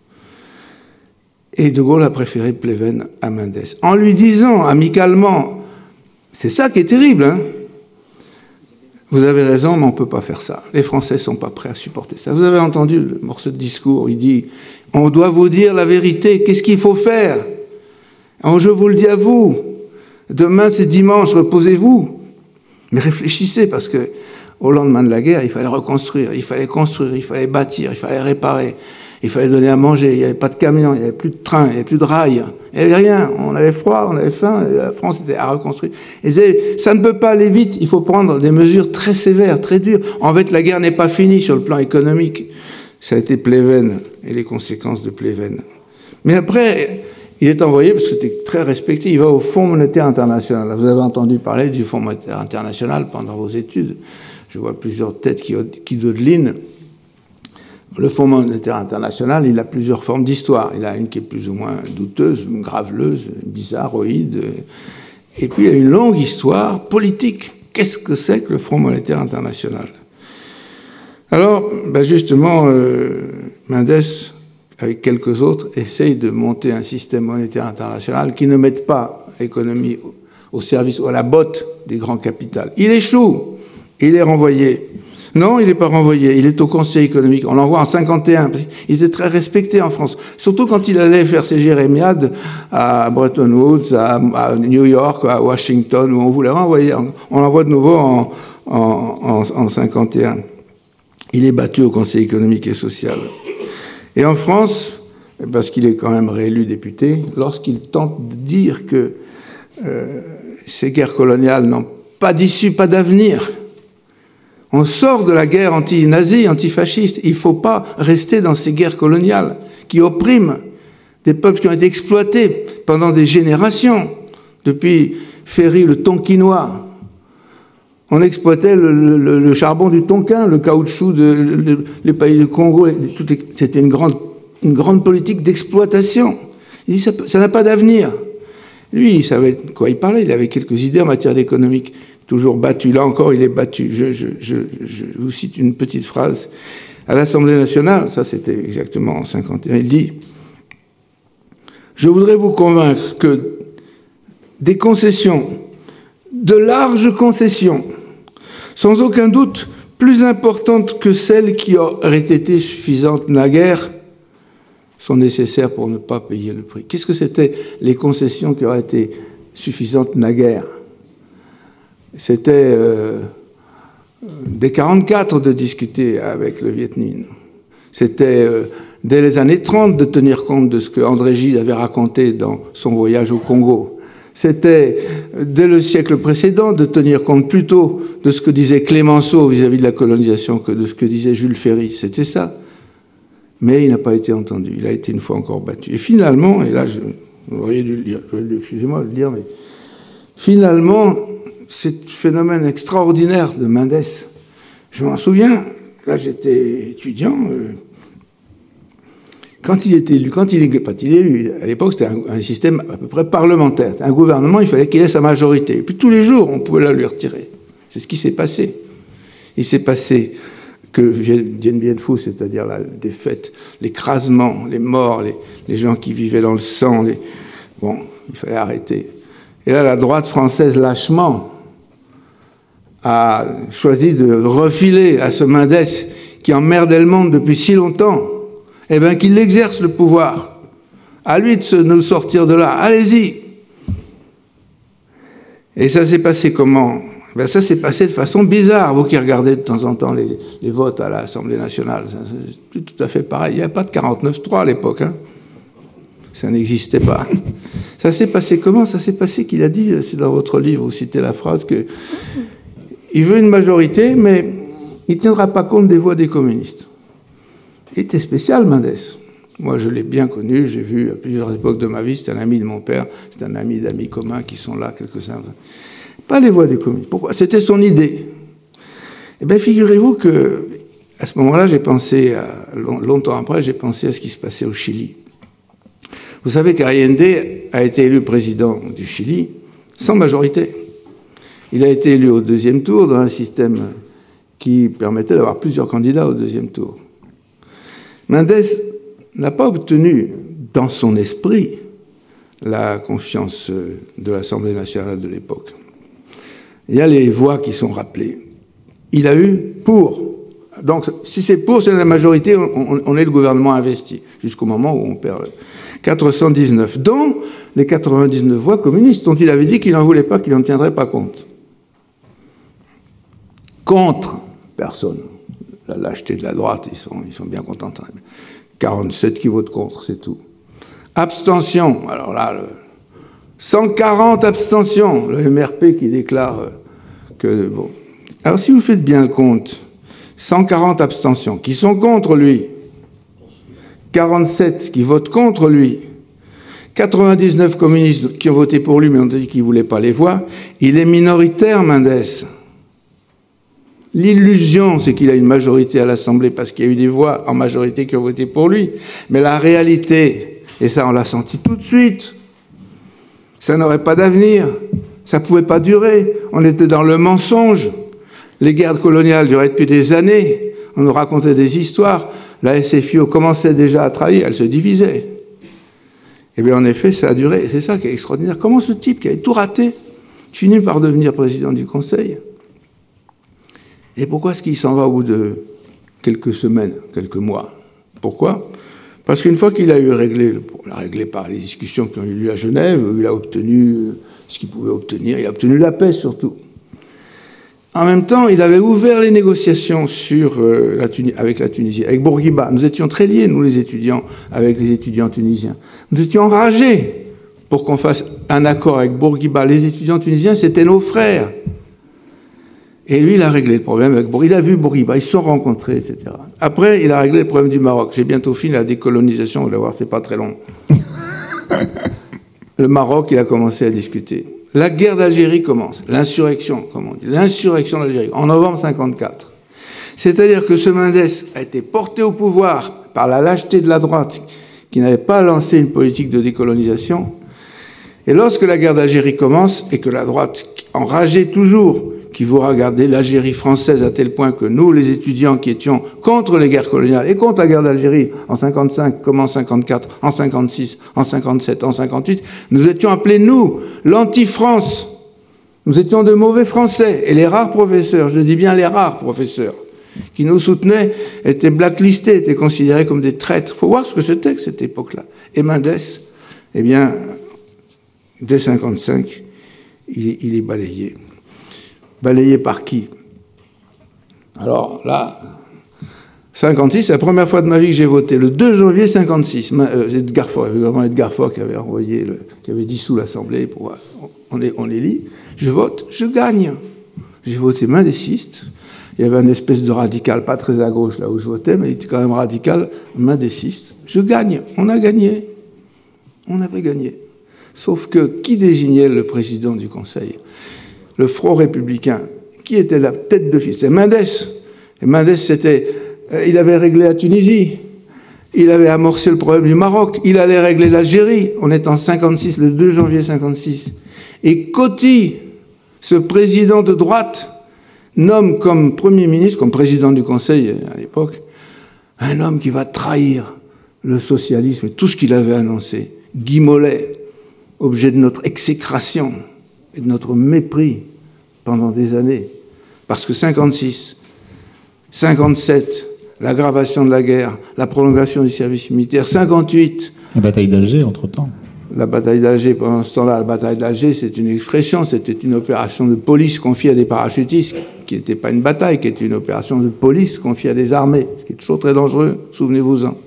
Et De Gaulle a préféré Pleven à Mendès. En lui disant amicalement, c'est ça qui est terrible, hein. Vous avez raison, mais on ne peut pas faire ça. Les Français ne sont pas prêts à supporter ça. Vous avez entendu le morceau de discours, il dit « On doit vous dire la vérité, qu'est-ce qu'il faut faire ? Alors, je vous le dis à vous, demain c'est dimanche, reposez-vous. Mais réfléchissez, parce que au lendemain de la guerre, il fallait reconstruire, il fallait construire, il fallait bâtir, il fallait réparer, il fallait donner à manger, il n'y avait pas de camion, il n'y avait plus de train, il n'y avait plus de rails, il n'y avait rien, on avait froid, on avait faim, la France était à reconstruire. Et ça ne peut pas aller vite, il faut prendre des mesures très sévères, très dures. En fait, la guerre n'est pas finie sur le plan économique. Ça a été Pleven et les conséquences de Pleven. Mais après, il est envoyé, parce que c'était très respecté, il va au Fonds monétaire international. Vous avez entendu parler du Fonds monétaire international pendant vos études. Je vois plusieurs têtes qui, qui dodelinent. Le Fonds monétaire international, il a plusieurs formes d'histoire. Il a une qui est plus ou moins douteuse, graveleuse, bizarroïde. Et puis, il y a une longue histoire politique. Qu'est-ce que c'est que le Fonds monétaire international ? Alors, ben justement, euh, Mendès, avec quelques autres, essaye de monter un système monétaire international qui ne mette pas l'économie au service ou à la botte des grands capitals. Il échoue. Il est renvoyé. Non, il n'est pas renvoyé, il est au Conseil économique. On l'envoie en cinquante et un. Il était très respecté en France, surtout quand il allait faire ses jérémiades à Bretton Woods, à, à New York, à Washington, où on voulait renvoyer. On l'envoie de nouveau en, en, en, en cinquante et un. Il est battu au Conseil économique et social. Et en France, parce qu'il est quand même réélu député, lorsqu'il tente de dire que euh, ces guerres coloniales n'ont pas d'issue, pas d'avenir. On sort de la guerre anti-nazie, antifasciste. Il ne faut pas rester dans ces guerres coloniales qui oppriment des peuples qui ont été exploités pendant des générations. Depuis Ferry, le Tonkinois, on exploitait le, le, le charbon du Tonkin, le caoutchouc de le, les pays du Congo. C'était une grande, une grande politique d'exploitation. Il dit ça, ça n'a pas d'avenir. Lui, il savait de quoi il parlait. Il avait quelques idées en matière économique. Toujours battu. Là encore, il est battu. Je, je, je, je vous cite une petite phrase. À l'Assemblée nationale, ça c'était exactement en cinquante et un, il dit « Je voudrais vous convaincre que des concessions, de larges concessions, sans aucun doute plus importantes que celles qui auraient été suffisantes naguère, sont nécessaires pour ne pas payer le prix. » Qu'est-ce que c'était les concessions qui auraient été suffisantes naguère ? C'était euh, dès quarante-quatre de discuter avec le Viet Minh. C'était euh, dès les années trente de tenir compte de ce que André Gide avait raconté dans son voyage au Congo. C'était euh, dès le siècle précédent de tenir compte plutôt de ce que disait Clémenceau vis-à-vis de la colonisation que de ce que disait Jules Ferry. C'était ça. Mais il n'a pas été entendu. Il a été une fois encore battu. Et finalement, et là, je, vous auriez dû le lire, excusez-moi de le dire, mais finalement, ce phénomène extraordinaire de Mendès, je m'en souviens, là j'étais étudiant, euh, quand il était élu, quand il est pas il est élu, à l'époque c'était un, un système à peu près parlementaire, un gouvernement, il fallait qu'il ait sa majorité, et puis tous les jours on pouvait la lui retirer. C'est ce qui s'est passé. Il s'est passé que Dien Bien Phu, c'est-à-dire la défaite, l'écrasement, les morts, les, les gens qui vivaient dans le sang, les... bon, il fallait arrêter. Et là la droite française lâchement a choisi de refiler à ce Mendès qui emmerdait le monde depuis si longtemps, eh bien qu'il exerce le pouvoir. À lui de se, nous sortir de là. Allez-y. Et ça s'est passé comment ? Ben ça s'est passé de façon bizarre. Vous qui regardez de temps en temps les, les votes à l'Assemblée nationale, ça, c'est tout à fait pareil. Il n'y avait pas de quarante-neuf trois à l'époque. Hein. Ça n'existait pas. Ça s'est passé comment ? Ça s'est passé qu'il a dit, c'est dans votre livre, vous citez la phrase que il veut une majorité, mais il ne tiendra pas compte des voix des communistes. Il était spécial, Mendès. Moi, je l'ai bien connu, j'ai vu à plusieurs époques de ma vie, c'est un ami de mon père, c'est un ami d'amis communs qui sont là, quelques-uns. Pas les voix des communistes. Pourquoi ? C'était son idée. Eh bien, figurez-vous que, à ce moment-là, j'ai pensé, à, longtemps après, j'ai pensé à ce qui se passait au Chili. Vous savez qu'Allende a été élu président du Chili sans majorité. Il a été élu au deuxième tour dans un système qui permettait d'avoir plusieurs candidats au deuxième tour. Mendès n'a pas obtenu, dans son esprit, la confiance de l'Assemblée nationale de l'époque. Il y a les voix qui sont rappelées. Il a eu pour. Donc, si c'est pour, c'est la majorité, on, on est le gouvernement investi, jusqu'au moment où on perd quatre cent dix-neuf, dont les quatre-vingt-dix-neuf voix communistes, dont il avait dit qu'il n'en voulait pas, qu'il n'en tiendrait pas compte. Contre, personne. La lâcheté de la droite, ils sont, ils sont bien contents. quarante-sept qui votent contre, c'est tout. Abstention, alors là, le cent quarante abstentions, le M R P qui déclare que... Bon. Alors si vous faites bien le compte, cent quarante abstentions qui sont contre lui, quarante-sept qui votent contre lui, quatre-vingt-dix-neuf communistes qui ont voté pour lui mais ont dit qu'ils ne voulaient pas les voix, il est minoritaire, Mendès. L'illusion, c'est qu'il a une majorité à l'Assemblée parce qu'il y a eu des voix en majorité qui ont voté pour lui. Mais la réalité, et ça on l'a senti tout de suite, ça n'aurait pas d'avenir, ça ne pouvait pas durer. On était dans le mensonge. Les guerres coloniales duraient depuis des années. On nous racontait des histoires. La S F I O commençait déjà à trahir, elle se divisait. Et bien en effet, ça a duré. Et c'est ça qui est extraordinaire. Comment ce type qui avait tout raté finit par devenir président du Conseil ? Et pourquoi est-ce qu'il s'en va au bout de quelques semaines, quelques mois ? Pourquoi ? Parce qu'une fois qu'il a eu réglé, il a réglé par les discussions qui ont eu lieu à Genève, il a obtenu ce qu'il pouvait obtenir, il a obtenu la paix surtout. En même temps, il avait ouvert les négociations sur, euh, la Tunis- avec la Tunisie, avec Bourguiba. Nous étions très liés, nous les étudiants, avec les étudiants tunisiens. Nous étions enragés pour qu'on fasse un accord avec Bourguiba. Les étudiants tunisiens, c'était nos frères. Et lui, il a réglé le problème avec Bourguiba. Il a vu Bourguiba, ils se sont rencontrés, et cetera. Après, il a réglé le problème du Maroc. J'ai bientôt fini la décolonisation, vous allez voir, c'est pas très long. Le Maroc, il a commencé à discuter. La guerre d'Algérie commence, l'insurrection, comme on dit, l'insurrection d'Algérie, en novembre cinquante-quatre. C'est-à-dire que ce Mendes a été porté au pouvoir par la lâcheté de la droite, qui n'avait pas lancé une politique de décolonisation. Et lorsque la guerre d'Algérie commence, et que la droite, enragée toujours, qui voudra garder l'Algérie française à tel point que nous, les étudiants qui étions contre les guerres coloniales et contre la guerre d'Algérie en cinquante-cinq, comme en cinquante-quatre, en cinquante-six, en cinquante-sept, en cinquante-huit, nous étions appelés, nous, l'anti-France. Nous étions de mauvais Français. Et les rares professeurs, je dis bien les rares professeurs, qui nous soutenaient, étaient blacklistés, étaient considérés comme des traîtres. Il faut voir ce que c'était que cette époque-là. Et Mendes, eh bien, dès cinquante-cinq, il est, il est balayé. Balayé par qui? Alors là, cinquante-six, c'est la première fois de ma vie que j'ai voté. Le deux janvier cinquante-six, euh, Edgar Faure, vraiment Edgar Faure qui avait envoyé, le, qui avait dissous l'Assemblée pour on, on les lit. Je vote, je gagne. J'ai voté mendéciste. Il y avait une espèce de radical, pas très à gauche là où je votais, mais il était quand même radical, mendéciste. Je gagne. On a gagné. On avait gagné. Sauf que qui désignait le président du Conseil? Le Front républicain, qui était la tête de file, c'est Mendes. Et Mendes, c'était, euh, il avait réglé la Tunisie, il avait amorcé le problème du Maroc, il allait régler l'Algérie. On est en cinquante-six, le deux janvier cinquante-six. Et Coty, ce président de droite, nomme comme Premier ministre, comme président du Conseil à l'époque, un homme qui va trahir le socialisme et tout ce qu'il avait annoncé. Guy Mollet, objet de notre exécration et de notre mépris pendant des années. Parce que cinquante-six, cinquante-sept, l'aggravation de la guerre, la prolongation du service militaire, cinquante-huit... La bataille d'Alger, entre-temps. La bataille d'Alger, pendant ce temps-là, la bataille d'Alger, c'est une expression, c'était une opération de police confiée à des parachutistes, qui n'était pas une bataille, qui était une opération de police confiée à des armées, ce qui est toujours très dangereux, souvenez-vous-en.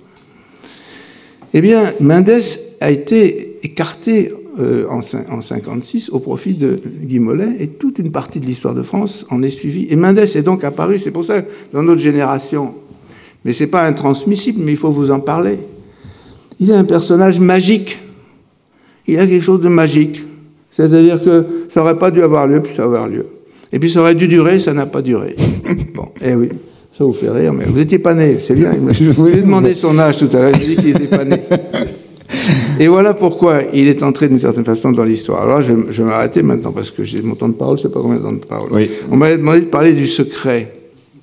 Eh bien, Mendes a été écarté euh, en, en cinquante-six au profit de Guy Mollet, et toute une partie de l'histoire de France en est suivie. Et Mendes est donc apparu, c'est pour ça que dans notre génération, mais c'est pas intransmissible, mais il faut vous en parler, il est un personnage magique. Il y a quelque chose de magique. C'est-à-dire que ça n'aurait pas dû avoir lieu, puis ça va avoir lieu. Et puis ça aurait dû durer, ça n'a pas duré. Bon, eh oui, ça vous fait rire, mais vous n'étiez pas né, c'est bien. Je vous ai demandé son âge tout à l'heure, il dit qu'il n'était pas né. Et voilà pourquoi il est entré d'une certaine façon dans l'histoire. Alors je, je vais m'arrêter maintenant, parce que j'ai mon temps de parole, je ne sais pas combien de temps de parole. Oui. On m'avait demandé de parler du secret.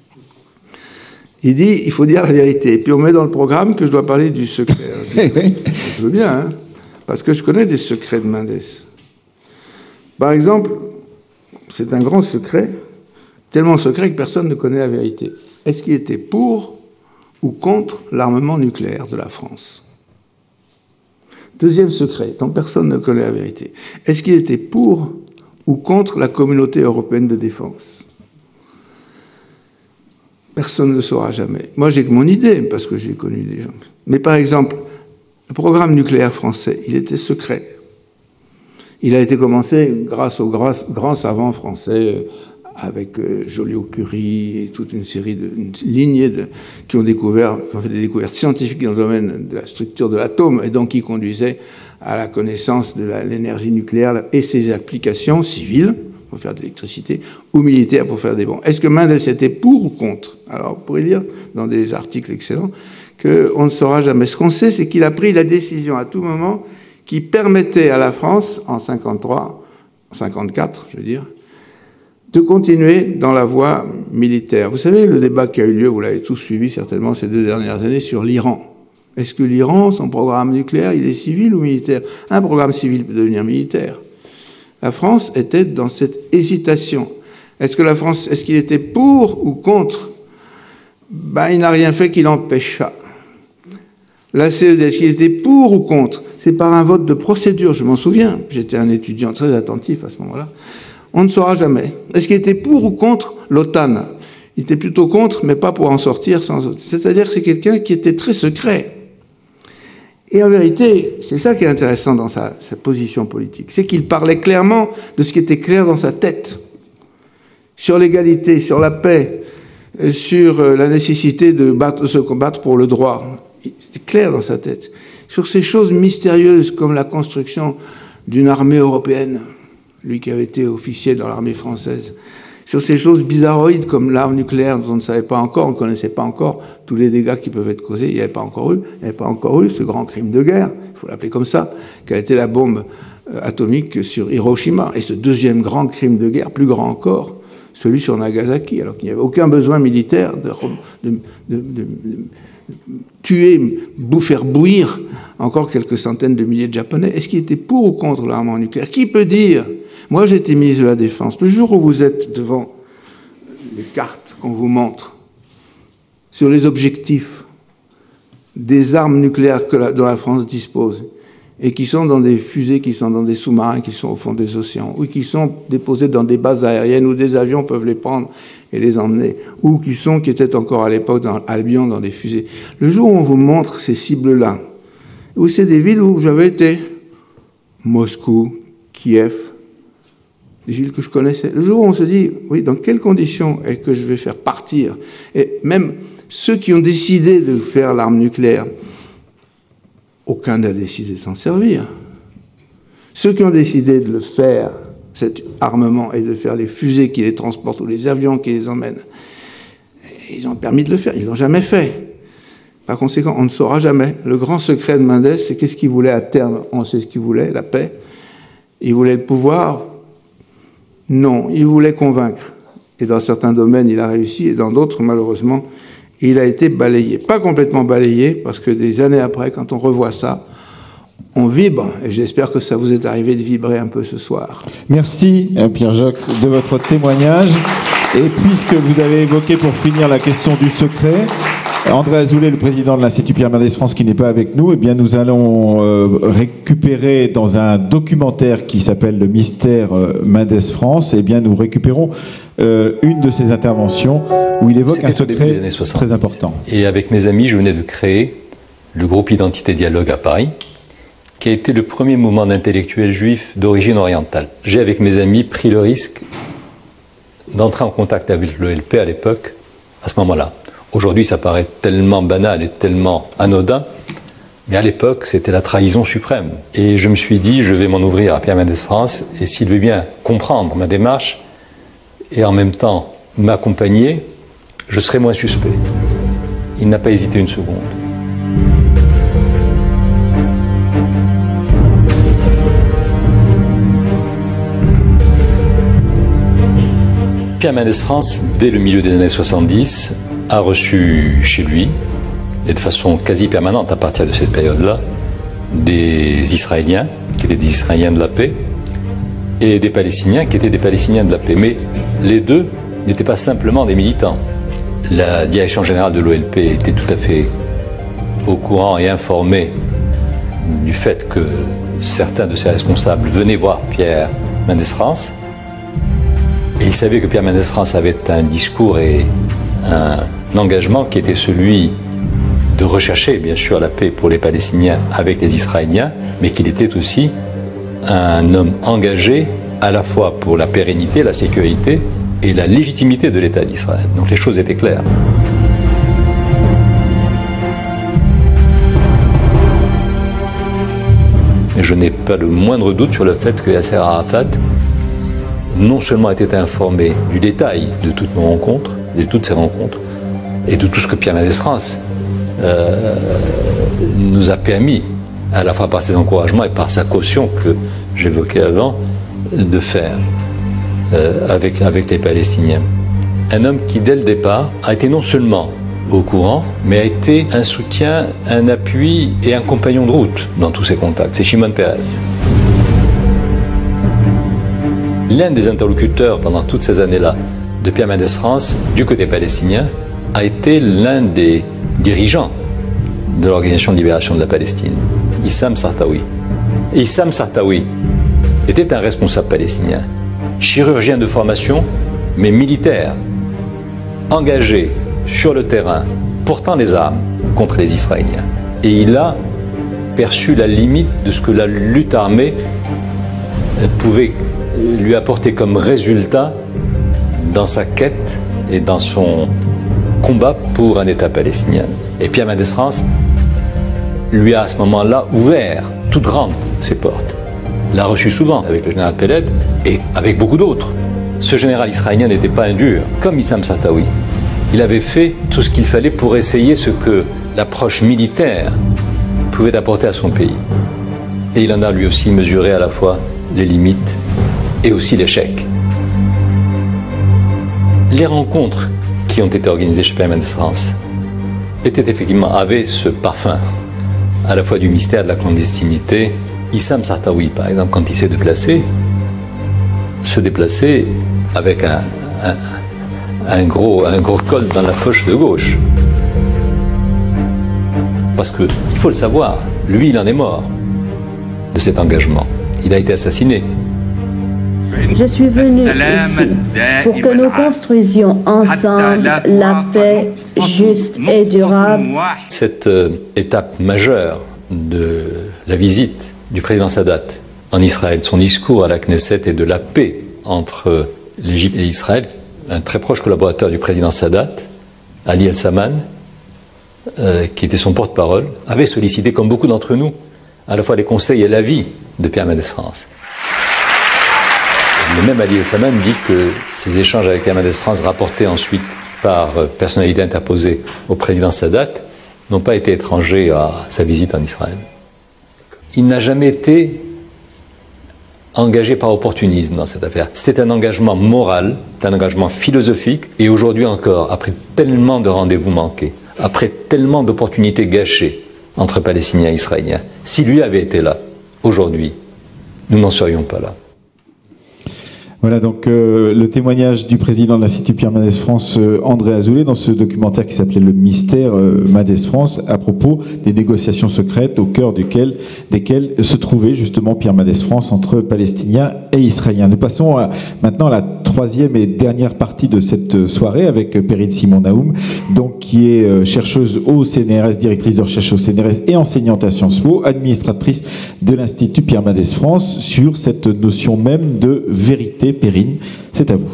Il dit, il faut dire la vérité. Et puis on met dans le programme que je dois parler du secret. Alors, je, dis, je veux bien, hein. Parce que je connais des secrets de Mendes. Par exemple, c'est un grand secret, tellement secret que personne ne connaît la vérité. Est-ce qu'il était pour ou contre l'armement nucléaire de la France? Deuxième secret, dont personne ne connaît la vérité. Est-ce qu'il était pour ou contre la communauté européenne de défense? Personne ne le saura jamais. Moi, j'ai que mon idée, parce que j'ai connu des gens. Mais par exemple, le programme nucléaire français, il était secret. Il a été commencé grâce aux grands, grands savants français, avec euh, Joliot-Curie et toute une série de une lignée de, qui ont découvert, qui ont fait des découvertes scientifiques dans le domaine de la structure de l'atome, et donc qui conduisaient à la connaissance de la, l'énergie nucléaire et ses applications civiles, pour faire de l'électricité, ou militaires pour faire des bombes. Est-ce que Mendes était pour ou contre? Alors, vous pourrez lire dans des articles excellents qu'on ne saura jamais. Ce qu'on sait, c'est qu'il a pris la décision à tout moment qui permettait à la France, en cinquante-trois, cinquante-quatre, je veux dire, de continuer dans la voie militaire. Vous savez, le débat qui a eu lieu, vous l'avez tous suivi certainement ces deux dernières années, sur l'Iran. Est-ce que l'Iran, son programme nucléaire, il est civil ou militaire? Un programme civil peut devenir militaire. La France était dans cette hésitation. Est-ce que la France, est-ce qu'il était pour ou contre? Ben, il n'a rien fait qui l'empêcha. La C E D, est-ce qu'il était pour ou contre? C'est par un vote de procédure, je m'en souviens. J'étais un étudiant très attentif à ce moment-là. On ne saura jamais. Est-ce qu'il était pour ou contre l'OTAN? Il était plutôt contre, mais pas pour en sortir sans autre. C'est-à-dire que c'est quelqu'un qui était très secret. Et en vérité, c'est ça qui est intéressant dans sa, sa position politique, c'est qu'il parlait clairement de ce qui était clair dans sa tête, sur l'égalité, sur la paix, sur la nécessité de, battre, de se combattre pour le droit. C'était clair dans sa tête. Sur ces choses mystérieuses comme la construction d'une armée européenne, lui qui avait été officier dans l'armée française, sur ces choses bizarroïdes comme l'arme nucléaire dont on ne savait pas encore, on ne connaissait pas encore tous les dégâts qui peuvent être causés, il n'y avait pas encore eu, il n'y avait pas encore eu ce grand crime de guerre, il faut l'appeler comme ça, qui a été la bombe atomique sur Hiroshima, et ce deuxième grand crime de guerre, plus grand encore, celui sur Nagasaki, alors qu'il n'y avait aucun besoin militaire de, de, de, de, de tuer, faire bouillir encore quelques centaines de milliers de Japonais. Est-ce qu'il était pour ou contre l'armement nucléaire? Qui peut dire? Moi, j'étais ministre de la Défense. Le jour où vous êtes devant les cartes qu'on vous montre sur les objectifs des armes nucléaires que la, dont la France dispose et qui sont dans des fusées, qui sont dans des sous-marins, qui sont au fond des océans, ou qui sont déposés dans des bases aériennes où des avions peuvent les prendre et les emmener, ou qui sont, qui étaient encore à l'époque dans Albion, dans des fusées. Le jour où on vous montre ces cibles-là, où c'est des villes où j'avais été, Moscou, Kiev, des villes que je connaissais. Le jour où on se dit, oui, dans quelles conditions est-ce que je vais faire partir? Et même ceux qui ont décidé de faire l'arme nucléaire, aucun n'a décidé de s'en servir. Ceux qui ont décidé de le faire, cet armement, et de faire les fusées qui les transportent ou les avions qui les emmènent, ils ont permis de le faire, ils ne l'ont jamais fait. Par conséquent, on ne saura jamais. Le grand secret de Mendes, c'est qu'est-ce qu'il voulait à terme? On sait ce qu'il voulait, la paix. Il voulait le pouvoir. Non, il voulait convaincre. Et dans certains domaines, il a réussi, et dans d'autres, malheureusement, il a été balayé. Pas complètement balayé, parce que des années après, quand on revoit ça, on vibre. Et j'espère que ça vous est arrivé de vibrer un peu ce soir. Merci, Pierre-Jacques, de votre témoignage. Et puisque vous avez évoqué, pour finir, la question du secret, André Azoulay, le président de l'Institut Pierre Mendès France, qui n'est pas avec nous, eh bien, nous allons euh, récupérer dans un documentaire qui s'appelle Le Mystère euh, Mendès France, eh bien, nous récupérons euh, une de ses interventions où il évoque un secret très important. Et avec mes amis, je venais de créer le groupe Identité Dialogue à Paris, qui a été le premier mouvement d'intellectuels juifs d'origine orientale. J'ai, avec mes amis, pris le risque d'entrer en contact avec l'O L P à l'époque, à ce moment-là. Aujourd'hui, ça paraît tellement banal et tellement anodin, mais à l'époque, c'était la trahison suprême. Et je me suis dit, je vais m'en ouvrir à Pierre Mendès France, et s'il veut bien comprendre ma démarche, et en même temps m'accompagner, je serai moins suspect. Il n'a pas hésité une seconde. Pierre Mendès France, dès le milieu des années soixante-dix, a reçu chez lui, et de façon quasi permanente à partir de cette période-là, des Israéliens, qui étaient des Israéliens de la paix, et des Palestiniens, qui étaient des Palestiniens de la paix. Mais les deux n'étaient pas simplement des militants. La direction générale de l'O L P était tout à fait au courant et informée du fait que certains de ses responsables venaient voir Pierre Mendès France, et ils savaient que Pierre Mendès France avait un discours et un engagement qui était celui de rechercher, bien sûr, la paix pour les Palestiniens avec les Israéliens, mais qu'il était aussi un homme engagé à la fois pour la pérennité, la sécurité et la légitimité de l'État d'Israël. Donc les choses étaient claires. Et je n'ai pas le moindre doute sur le fait que Yasser Arafat non seulement était informé du détail de toutes nos rencontres, de toutes ces rencontres, et de tout ce que Pierre Mendès France euh, nous a permis, à la fois par ses encouragements et par sa caution que j'évoquais avant, de faire euh, avec, avec les Palestiniens. Un homme qui, dès le départ, a été non seulement au courant, mais a été un soutien, un appui et un compagnon de route dans tous ces contacts. C'est Shimon Peres. L'un des interlocuteurs pendant toutes ces années-là de Pierre Mendès France, du côté palestinien, a été l'un des dirigeants de l'Organisation de libération de la Palestine, Issam Sartawi. Et Issam Sartawi était un responsable palestinien. chirurgien de formation, mais militaire, engagé sur le terrain, portant les armes contre les Israéliens. Et il a perçu la limite de ce que la lutte armée pouvait lui apporter comme résultat dans sa quête et dans son combat pour un État palestinien. Et Pierre Mendès France lui a à ce moment-là ouvert toutes grandes ses portes. L'a reçu souvent avec le général Peled et avec beaucoup d'autres. Ce général israélien n'était pas un dur, comme Issam Sartaoui. Il avait fait tout ce qu'il fallait pour essayer ce que l'approche militaire pouvait apporter à son pays. Et il en a lui aussi mesuré à la fois les limites et aussi l'échec. Les rencontres qui ont été organisées chez Pierre Mendès France étaient effectivement, avaient ce parfum à la fois du mystère, de la clandestinité. Issam Sartaoui, par exemple, quand il s'est déplacé, se déplaçait avec un, un, un, gros, un gros col dans la poche de gauche. Parce qu'il faut le savoir, lui, il en est mort de cet engagement. Il a été assassiné. Je suis venu ici pour que nous construisions ensemble la paix juste et durable. Cette euh, étape majeure de la visite du président Sadat en Israël, son discours à la Knesset et de la paix entre l'Égypte et Israël, un très proche collaborateur du président Sadat, Ali El-Saman, euh, qui était son porte-parole, avait sollicité, comme beaucoup d'entre nous, à la fois les conseils et l'avis de Pierre Mendès France. Le même Ali El-Saman dit que ces échanges avec Pierre Mendès France, rapportés ensuite par personnalité interposée au président Sadat, n'ont pas été étrangers à sa visite en Israël. Il n'a jamais été engagé par opportunisme dans cette affaire. C'était un engagement moral, un engagement philosophique, et aujourd'hui encore, après tellement de rendez-vous manqués, après tellement d'opportunités gâchées entre Palestiniens et Israéliens, si lui avait été là, aujourd'hui, nous n'en serions pas là. Voilà donc euh, le témoignage du président de l'Institut Pierre Mendès France, euh, André Azoulay, dans ce documentaire qui s'appelait Le Mystère euh, Mendès France, à propos des négociations secrètes au cœur duquel, desquelles se trouvait justement Pierre Mendès France entre Palestiniens et Israéliens. Nous passons à, maintenant à la troisième et dernière partie de cette soirée avec Perrine Simon-Naoum, donc qui est euh, chercheuse au C N R S, directrice de recherche au C N R S et enseignante à Sciences Po, administratrice de l'Institut Pierre Mendès France, sur cette notion même de vérité. Perrine, c'est à vous.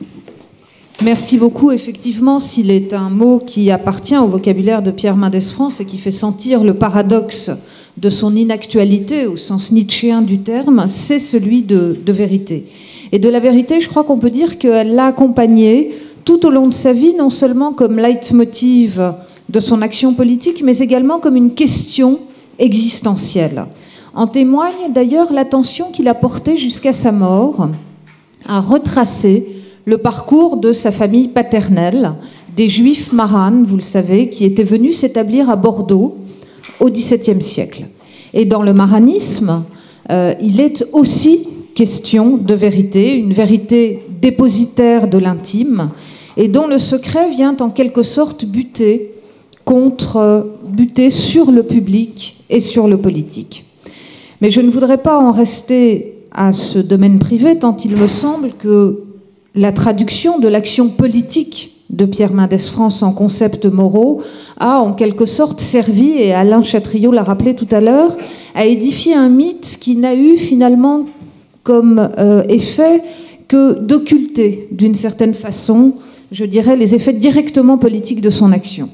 Merci beaucoup. Effectivement, s'il est un mot qui appartient au vocabulaire de Pierre Mendès France et qui fait sentir le paradoxe de son inactualité au sens nietzschéen du terme, c'est celui de, de vérité. Et de la vérité, je crois qu'on peut dire qu'elle l'a accompagné tout au long de sa vie, non seulement comme leitmotiv de son action politique, mais également comme une question existentielle. En témoigne d'ailleurs l'attention qu'il a portée jusqu'à sa mort à retracer le parcours de sa famille paternelle, des Juifs Maran, vous le savez, qui étaient venus s'établir à Bordeaux au dix-septième siècle. Et dans le maranisme, euh, il est aussi question de vérité, une vérité dépositaire de l'intime, et dont le secret vient en quelque sorte buter contre, buter sur le public et sur le politique. Mais je ne voudrais pas en rester à ce domaine privé, tant il me semble que la traduction de l'action politique de Pierre Mendès France en concepts moraux a en quelque sorte servi, et Alain Chatriot l'a rappelé tout à l'heure, à édifier un mythe qui n'a eu finalement comme euh, effet que d'occulter d'une certaine façon, je dirais, les effets directement politiques de son action.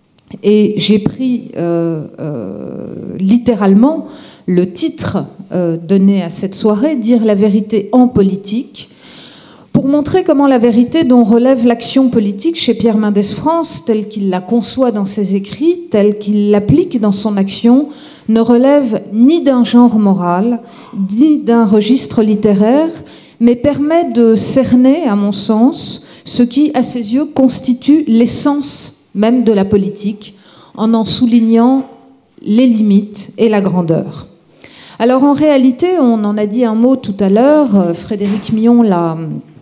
Et j'ai pris euh, euh, littéralement le titre euh, donné à cette soirée, « Dire la vérité en politique », pour montrer comment la vérité dont relève l'action politique chez Pierre Mendès France, telle qu'il la conçoit dans ses écrits, telle qu'il l'applique dans son action, ne relève ni d'un genre moral, ni d'un registre littéraire, mais permet de cerner, à mon sens, ce qui, à ses yeux, constitue l'essence même de la politique, en en soulignant les limites et la grandeur. Alors en réalité, on en a dit un mot tout à l'heure, Frédéric Millon l'a,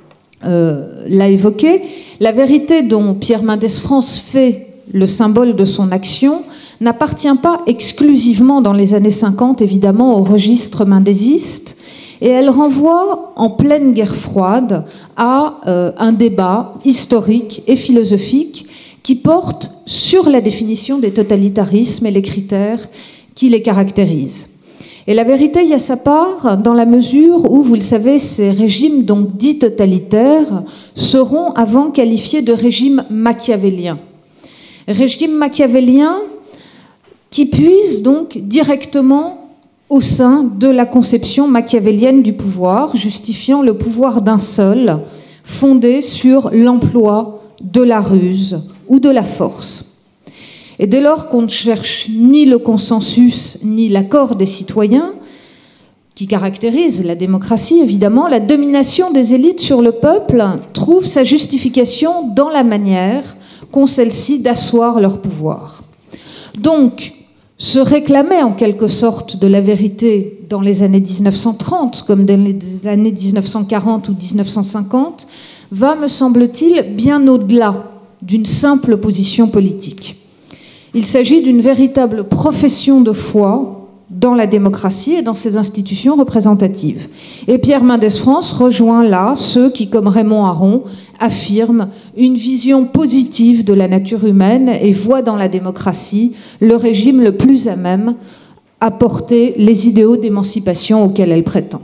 euh, l'a évoqué, la vérité dont Pierre Mendès France fait le symbole de son action n'appartient pas exclusivement dans les années cinquante, évidemment, au registre mendésiste, Et elle renvoie en pleine guerre froide à euh, un débat historique et philosophique qui porte sur la définition des totalitarismes et les critères qui les caractérisent. Et la vérité y a sa part dans la mesure où, vous le savez, ces régimes donc dits totalitaires seront avant qualifiés de régimes machiavéliens. Régimes machiavéliens qui puisent donc directement au sein de la conception machiavélienne du pouvoir, justifiant le pouvoir d'un seul, fondé sur l'emploi de la ruse ou de la force. Et dès lors qu'on ne cherche ni le consensus ni l'accord des citoyens, qui caractérise la démocratie évidemment, la domination des élites sur le peuple trouve sa justification dans la manière qu'ont celles-ci d'asseoir leur pouvoir. Donc, se réclamer en quelque sorte de la vérité dans les années dix-neuf cent trente, comme dans les années dix-neuf cent quarante ou dix-neuf cent cinquante, va, me semble-t-il, bien au-delà d'une simple position politique. Il s'agit d'une véritable profession de foi dans la démocratie et dans ses institutions représentatives. Et Pierre Mendès France rejoint là ceux qui, comme Raymond Aron, affirment une vision positive de la nature humaine et voient dans la démocratie le régime le plus à même à porter les idéaux d'émancipation auxquels elle prétend.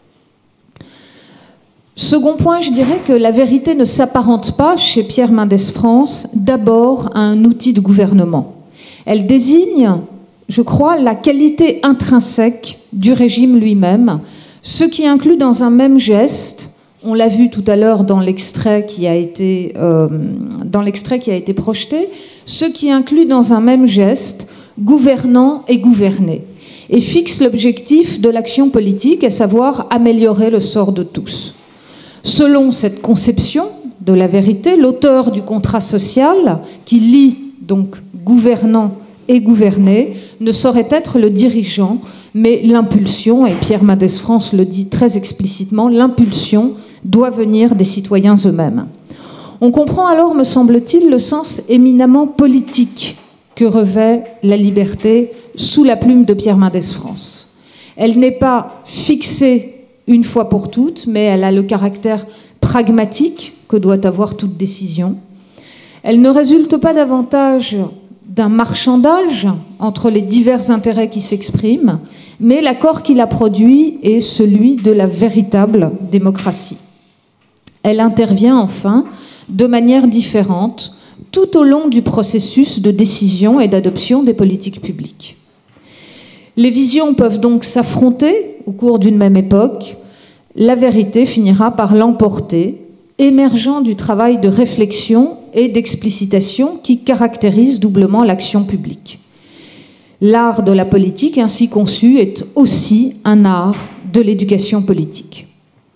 Second point, je dirais que la vérité ne s'apparente pas, chez Pierre Mendès France, d'abord à un outil de gouvernement. Elle désigne, je crois, la qualité intrinsèque du régime lui-même, ce qui inclut dans un même geste, on l'a vu tout à l'heure dans l'extrait qui a été, euh, dans l'extrait qui a été projeté, ce qui inclut dans un même geste gouvernant et gouverné, et fixe l'objectif de l'action politique, à savoir améliorer le sort de tous. Selon cette conception de la vérité, l'auteur du contrat social, qui lie donc gouvernant et gouverné, ne saurait être le dirigeant, mais l'impulsion, et Pierre Mendès France le dit très explicitement, l'impulsion doit venir des citoyens eux-mêmes. On comprend alors, me semble-t-il, le sens éminemment politique que revêt la liberté sous la plume de Pierre Mendès France. Elle n'est pas fixée une fois pour toutes, mais elle a le caractère pragmatique que doit avoir toute décision. Elle ne résulte pas davantage d'un marchandage entre les divers intérêts qui s'expriment, mais l'accord qui la produit est celui de la véritable démocratie. Elle intervient enfin de manière différente tout au long du processus de décision et d'adoption des politiques publiques. Les visions peuvent donc s'affronter au cours d'une même époque. La vérité finira par l'emporter, émergeant du travail de réflexion et d'explicitation qui caractérise doublement l'action publique. L'art de la politique ainsi conçu est aussi un art de l'éducation politique.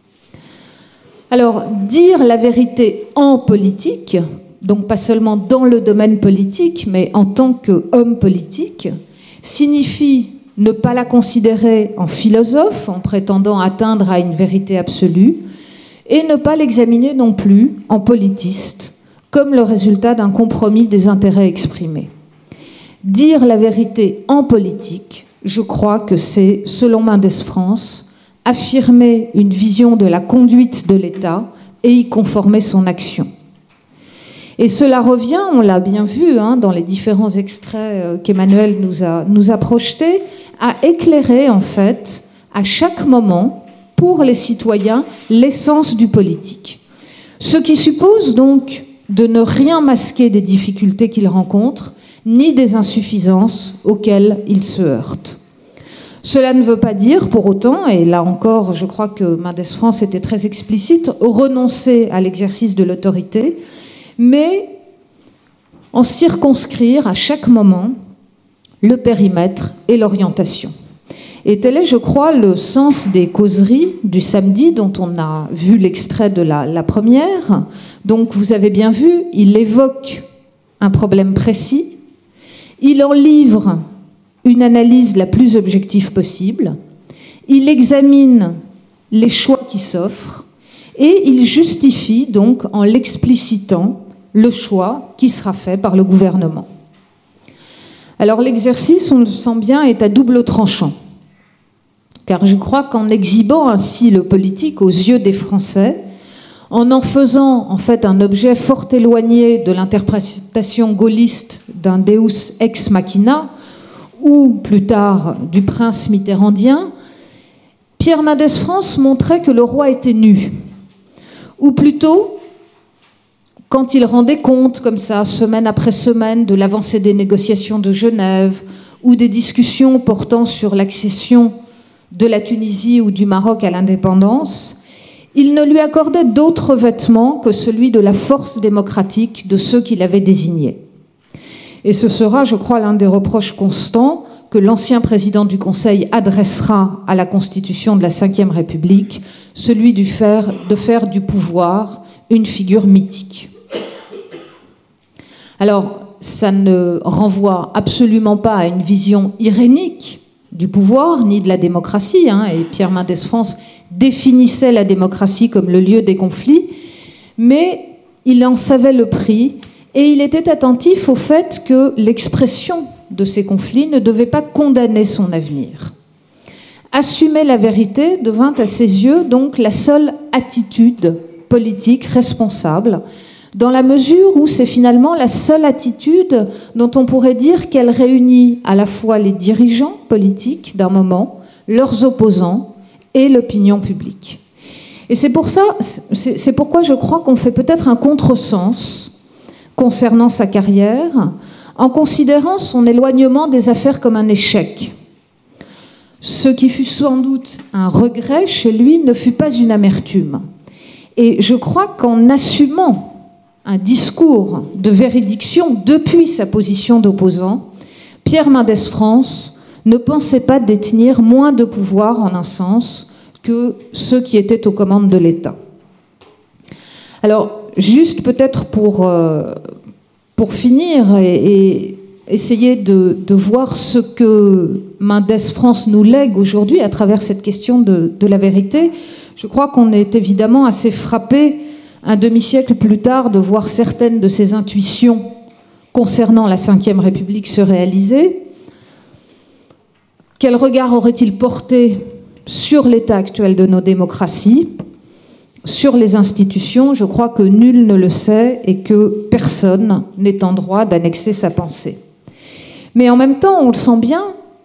Alors, dire la vérité en politique, donc pas seulement dans le domaine politique, mais en tant qu'homme politique, signifie ne pas la considérer en philosophe, en prétendant atteindre à une vérité absolue, et ne pas l'examiner non plus en politiste, comme le résultat d'un compromis des intérêts exprimés. Dire la vérité en politique, je crois que c'est, selon Mendès France, affirmer une vision de la conduite de l'État et y conformer son action. Et cela revient, on l'a bien vu hein, dans les différents extraits qu'Emmanuel nous a, nous a projetés, à éclairer en fait, à chaque moment, pour les citoyens, l'essence du politique. Ce qui suppose donc de ne rien masquer des difficultés qu'ils rencontrent, ni des insuffisances auxquelles ils se heurtent. Cela ne veut pas dire, pour autant, et là encore, je crois que Mendès France était très explicite, renoncer à l'exercice de l'autorité, mais en circonscrire à chaque moment le périmètre et l'orientation. Et tel est, je crois, le sens des causeries du samedi dont on a vu l'extrait de la, la première. Donc, vous avez bien vu, il évoque un problème précis, il en livre une analyse la plus objective possible, il examine les choix qui s'offrent et il justifie donc en l'explicitant le choix qui sera fait par le gouvernement. Alors l'exercice, on le sent bien, est à double tranchant. car je crois qu'en exhibant ainsi le politique aux yeux des Français, en en faisant en fait un objet fort éloigné de l'interprétation gaulliste d'un Deus ex machina, ou plus tard du prince mitterrandien, Pierre Mendès France montrait que le roi était nu. Ou plutôt, quand il rendait compte, comme ça, semaine après semaine, de l'avancée des négociations de Genève, ou des discussions portant sur l'accession de la Tunisie ou du Maroc à l'indépendance, il ne lui accordait d'autre vêtement que celui de la force démocratique de ceux qu'il avait désignés. Et ce sera, je crois, l'un des reproches constants que l'ancien président du Conseil adressera à la Constitution de la Cinquième République, celui du faire, de faire du pouvoir une figure mythique. Alors, ça ne renvoie absolument pas à une vision irénique du pouvoir, ni de la démocratie, hein, et Pierre Mendès France définissait la démocratie comme le lieu des conflits, mais il en savait le prix, et il était attentif au fait que l'expression de ces conflits ne devait pas condamner son avenir. Assumer la vérité devint à ses yeux donc la seule attitude politique responsable, dans la mesure où c'est finalement la seule attitude dont on pourrait dire qu'elle réunit à la fois les dirigeants politiques d'un moment, leurs opposants et l'opinion publique. Et c'est pour ça, c'est, c'est pourquoi je crois qu'on fait peut-être un contresens concernant sa carrière, en considérant son éloignement des affaires comme un échec. Ce qui fut sans doute un regret chez lui ne fut pas une amertume. Et je crois qu'en assumant un discours de véridiction depuis sa position d'opposant, Pierre Mendès France ne pensait pas détenir moins de pouvoir en un sens que ceux qui étaient aux commandes de l'État. Alors, juste peut-être pour, euh, pour finir et, et essayer de, de voir ce que Mendès France nous lègue aujourd'hui à travers cette question de, de la vérité, je crois qu'on est évidemment assez frappé un demi-siècle plus tard de voir certaines de ses intuitions concernant la Cinquième République se réaliser. Quel regard aurait-il porté sur l'état actuel de nos démocraties, sur les institutions? Je crois que nul ne le sait et que personne n'est en droit d'annexer sa pensée. Mais en même temps, on le sent bien,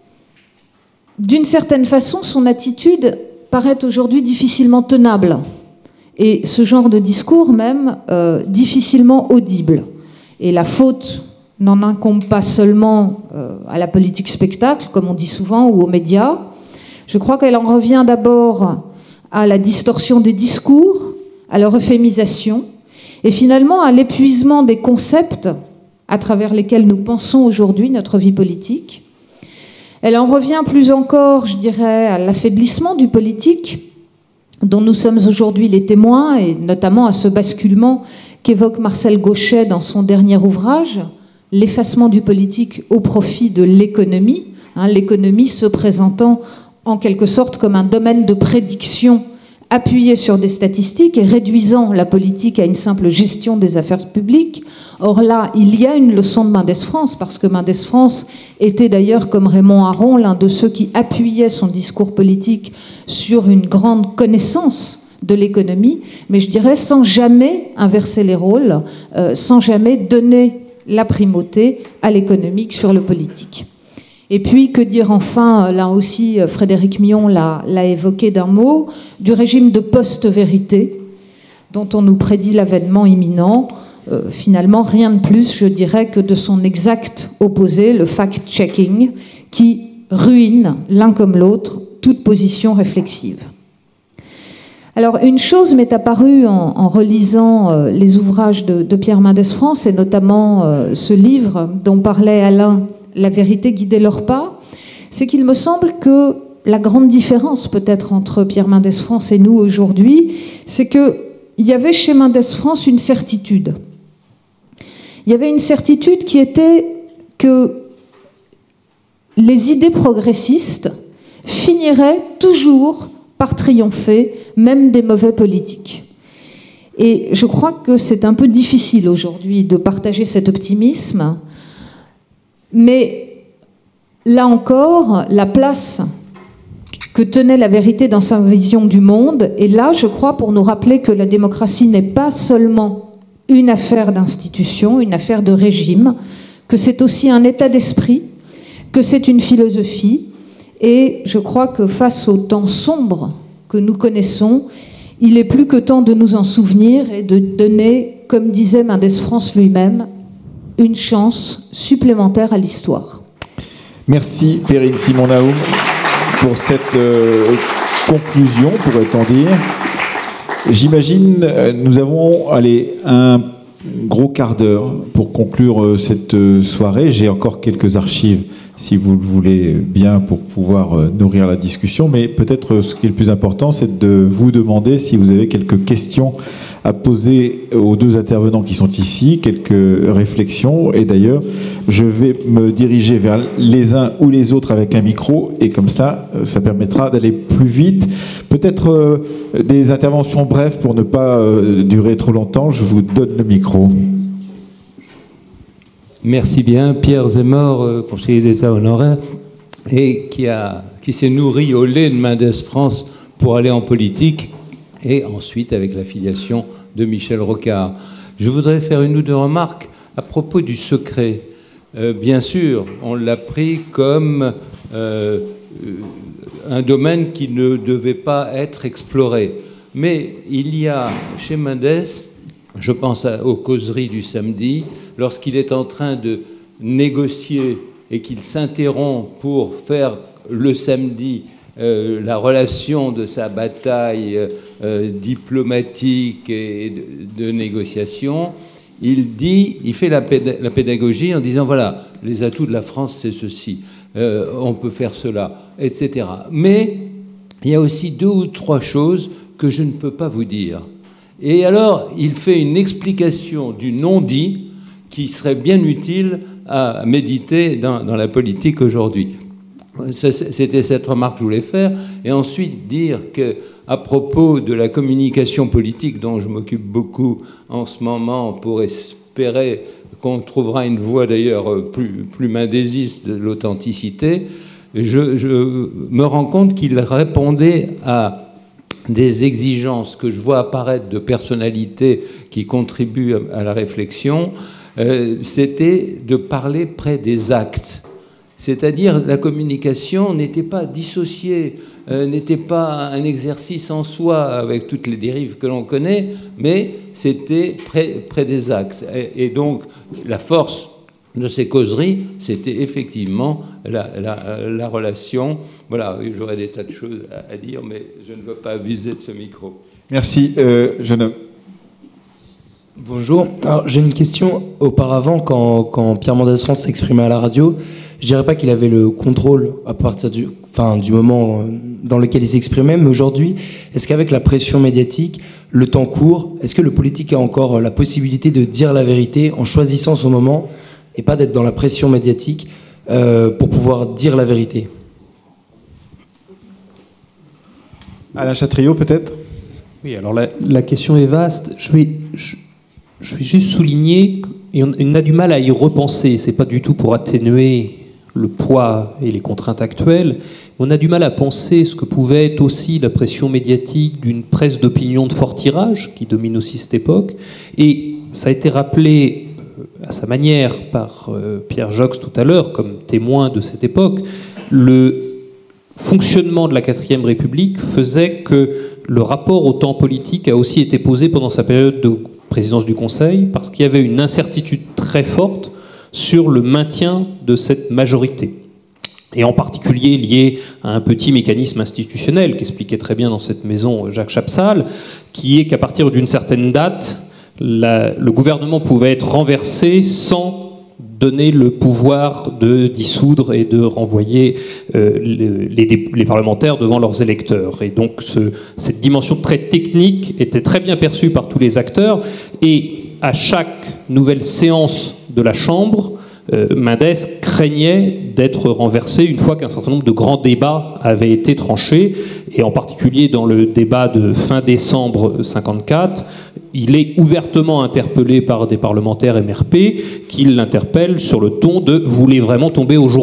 d'une certaine façon, son attitude paraît aujourd'hui difficilement tenable. Et ce genre de discours même euh, difficilement audible. Et la faute n'en incombe pas seulement euh, à la politique spectacle, comme on dit souvent, ou aux médias. Je crois qu'elle en revient d'abord à la distorsion des discours, à leur euphémisation, et finalement à l'épuisement des concepts à travers lesquels nous pensons aujourd'hui notre vie politique. Elle en revient plus encore, je dirais, à l'affaiblissement du politique, dont nous sommes aujourd'hui les témoins, et notamment à ce basculement qu'évoque Marcel Gauchet dans son dernier ouvrage, l'effacement du politique au profit de l'économie, hein, l'économie se présentant en quelque sorte comme un domaine de prédiction appuyé sur des statistiques et réduisant la politique à une simple gestion des affaires publiques. Or là, il y a une leçon de Mendès France, parce que Mendès France était d'ailleurs, comme Raymond Aron, l'un de ceux qui appuyait son discours politique sur une grande connaissance de l'économie, mais je dirais sans jamais inverser les rôles, euh, sans jamais donner la primauté à l'économique sur le politique. Et puis, que dire enfin, là aussi, Frédéric Mion l'a, l'a évoqué d'un mot, du régime de post-vérité, dont on nous prédit l'avènement imminent. Euh, finalement, rien de plus, je dirais, que de son exact opposé, le fact-checking, qui ruine, l'un comme l'autre, toute position réflexive. Alors, une chose m'est apparue en, en relisant euh, les ouvrages de, de Pierre Mendès France, et notamment euh, ce livre dont parlait Alain, La vérité guidait leurs pas, c'est qu'il me semble que la grande différence peut-être entre Pierre Mendès France et nous aujourd'hui, c'est qu'il y avait chez Mendès France une certitude. Il y avait une certitude qui était que les idées progressistes finiraient toujours par triompher, même des mauvais politiques. Et je crois que c'est un peu difficile aujourd'hui de partager cet optimisme. Mais là encore, la place que tenait la vérité dans sa vision du monde. Et là, je crois, pour nous rappeler que la démocratie n'est pas seulement une affaire d'institution, une affaire de régime, que c'est aussi un état d'esprit, que c'est une philosophie. Et je crois que face aux temps sombres que nous connaissons, il est plus que temps de nous en souvenir et de donner, comme disait Mendes France lui-même, une chance supplémentaire à l'histoire. Merci Perrine Simon-Naoum pour cette euh, conclusion, pourrait-on dire. J'imagine, euh, nous avons allez, un gros quart d'heure pour conclure euh, cette euh, soirée. J'ai encore quelques archives, si vous le voulez bien, pour pouvoir euh, nourrir la discussion. Mais peut-être euh, ce qui est le plus important, c'est de vous demander si vous avez quelques questions à poser aux deux intervenants qui sont ici, quelques réflexions. Et d'ailleurs, je vais me diriger vers les uns ou les autres avec un micro, et comme ça, ça permettra d'aller plus vite. Peut-être euh, des interventions brèves pour ne pas euh, durer trop longtemps. Je vous donne le micro. Merci bien. Pierre Zemmour, euh, conseiller d'État honoraire, et qui, a, qui s'est nourri au lait de Mendes France pour aller en politique, et ensuite avec l'affiliation de Michel Rocard. Je voudrais faire une ou deux remarques à propos du secret. Euh, bien sûr, on l'a pris comme euh, un domaine qui ne devait pas être exploré. Mais il y a chez Mendes, je pense à, aux causeries du samedi, lorsqu'il est en train de négocier et qu'il s'interrompt pour faire le samedi Euh, la relation de sa bataille euh, diplomatique et de, de négociation, il dit, il fait la, péd- la pédagogie en disant voilà, les atouts de la France c'est ceci, euh, on peut faire cela, et cetera. Mais il y a aussi deux ou trois choses que je ne peux pas vous dire. Et alors, il fait une explication du non-dit qui serait bien utile à méditer dans, dans la politique aujourd'hui. C'était cette remarque que je voulais faire. Et ensuite dire qu'à propos de la communication politique dont je m'occupe beaucoup en ce moment pour espérer qu'on trouvera une voie d'ailleurs plus, plus mendésiste de l'authenticité, je, je me rends compte qu'il répondait à des exigences que je vois apparaître de personnalités qui contribuent à la réflexion. Euh, c'était de parler près des actes. C'est-à-dire la communication n'était pas dissociée, euh, n'était pas un exercice en soi avec toutes les dérives que l'on connaît, mais c'était près, près des actes. Et, et donc la force de ces causeries, c'était effectivement la, la, la relation. Voilà, j'aurais des tas de choses à, à dire, mais je ne veux pas abuser de ce micro. Merci, euh, jeune homme. Bonjour. Alors, j'ai une question. Auparavant, quand, quand Pierre Mendès France s'exprimait à la radio, je dirais pas qu'il avait le contrôle à partir du, enfin, du moment dans lequel il s'exprimait, mais aujourd'hui, est-ce qu'avec la pression médiatique, le temps court, est-ce que le politique a encore la possibilité de dire la vérité en choisissant son moment et pas d'être dans la pression médiatique euh, pour pouvoir dire la vérité? Alain Chatriot, peut-être? Oui, alors la, la question est vaste. Je vais, je, je vais juste souligner qu'on on a du mal à y repenser. C'est pas du tout pour atténuer le poids et les contraintes actuelles. On a du mal à penser ce que pouvait être aussi la pression médiatique d'une presse d'opinion de fort tirage qui domine aussi cette époque. Et ça a été rappelé à sa manière par Pierre Jox tout à l'heure comme témoin de cette époque. Le fonctionnement de la quatrième République faisait que le rapport au temps politique a aussi été posé pendant sa période de présidence du Conseil, parce qu'il y avait une incertitude très forte sur le maintien de cette majorité. Et en particulier lié à un petit mécanisme institutionnel qu'expliquait très bien dans cette maison Jacques Chapsal, qui est qu'à partir d'une certaine date, la, le gouvernement pouvait être renversé sans donner le pouvoir de dissoudre et de renvoyer euh, les, les, les parlementaires devant leurs électeurs. Et donc ce, cette dimension très technique était très bien perçue par tous les acteurs, et à chaque nouvelle séance de la Chambre, euh, Mendes craignait d'être renversé une fois qu'un certain nombre de grands débats avaient été tranchés, et en particulier dans le débat de fin décembre cinquante-quatre, il est ouvertement interpellé par des parlementaires M R P qui l'interpellent sur le ton de « Vous voulez vraiment tomber aujourd'hui ?»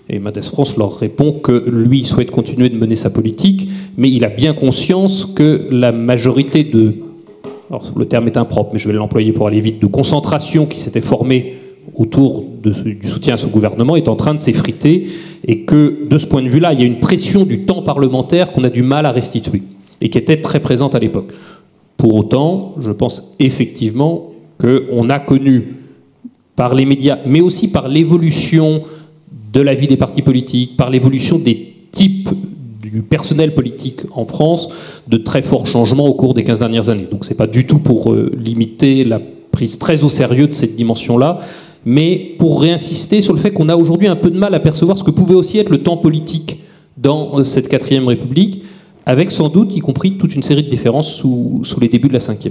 Et Mendès France leur répond que lui souhaite continuer de mener sa politique, mais il a bien conscience que la majorité de, alors le terme est impropre, mais je vais l'employer pour aller vite, de concentration qui s'était formée autour de ce, du soutien à ce gouvernement est en train de s'effriter, et que de ce point de vue-là, il y a une pression du temps parlementaire qu'on a du mal à restituer, et qui était très présente à l'époque. Pour autant, je pense effectivement qu'on a connu, par les médias, mais aussi par l'évolution de la vie des partis politiques, par l'évolution des types du personnel politique en France, de très forts changements au cours des quinze dernières années. Donc ce n'est pas du tout pour euh, limiter la prise très au sérieux de cette dimension-là, mais pour réinsister sur le fait qu'on a aujourd'hui un peu de mal à percevoir ce que pouvait aussi être le temps politique dans euh, cette quatrième République, avec sans doute, y compris, toute une série de différences sous, sous les débuts de la cinquième.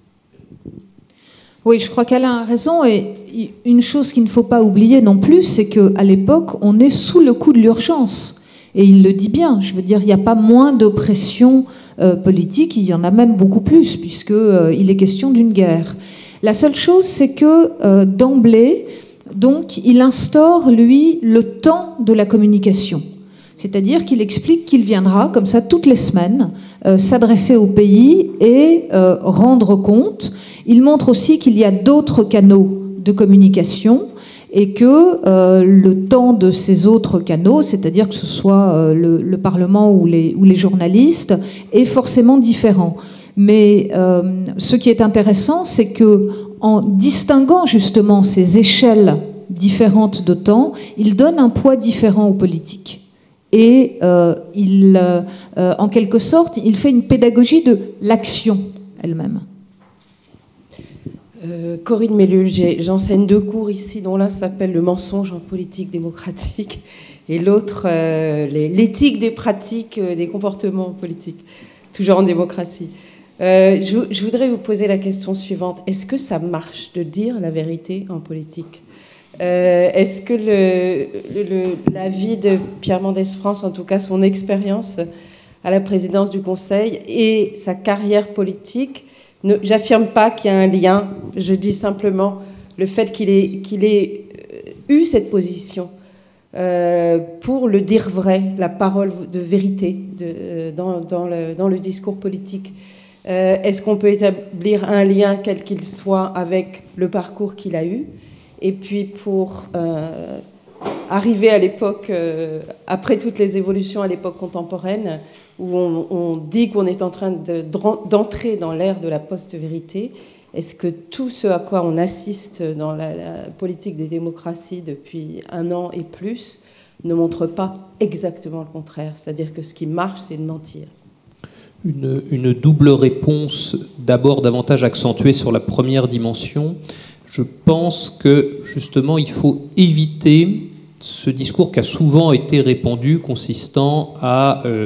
Oui, je crois qu'Alain a raison, et une chose qu'il ne faut pas oublier non plus, c'est qu'à l'époque, on est sous le coup de l'urgence. Et il le dit bien, je veux dire, il n'y a pas moins d'oppression euh, politique, il y en a même beaucoup plus, puisqu'il euh, est question d'une guerre. La seule chose, c'est que euh, d'emblée, donc, il instaure, lui, le temps de la communication. C'est-à-dire qu'il explique qu'il viendra, comme ça, toutes les semaines, euh, s'adresser au pays et euh, rendre compte. Il montre aussi qu'il y a d'autres canaux de communication et que euh, le temps de ces autres canaux, c'est-à-dire que ce soit euh, le, le Parlement ou les, ou les journalistes, est forcément différent. Mais euh, ce qui est intéressant, c'est que en distinguant justement ces échelles différentes de temps, il donne un poids différent aux politiques. Et euh, il, euh, en quelque sorte, il fait une pédagogie de l'action elle-même. Euh, Corinne Mellul, j'enseigne deux cours ici, dont l'un s'appelle le mensonge en politique démocratique et l'autre euh, l'éthique des pratiques, euh, des comportements politiques, toujours en démocratie. Euh, je, je voudrais vous poser la question suivante. Est-ce que ça marche de dire la vérité en politique ? Euh, est-ce que le, le, la vie de Pierre Mendès France, en tout cas son expérience à la présidence du Conseil et sa carrière politique, ne, j'affirme pas qu'il y a un lien, je dis simplement le fait qu'il ait, qu'il ait eu cette position euh, pour le dire vrai, la parole de vérité de, dans, dans, le, dans le discours politique. Euh, est-ce qu'on peut établir un lien, quel qu'il soit, avec le parcours qu'il a eu ? Et puis pour euh, arriver à l'époque, euh, après toutes les évolutions à l'époque contemporaine, où on, on dit qu'on est en train de, d'entrer dans l'ère de la post-vérité, est-ce que tout ce à quoi on assiste dans la, la politique des démocraties depuis un an et plus ne montre pas exactement le contraire ? C'est-à-dire que ce qui marche, c'est de mentir. Une, une double réponse, d'abord davantage accentuée sur la première dimension. Je pense que, justement, il faut éviter ce discours qui a souvent été répandu, consistant à euh,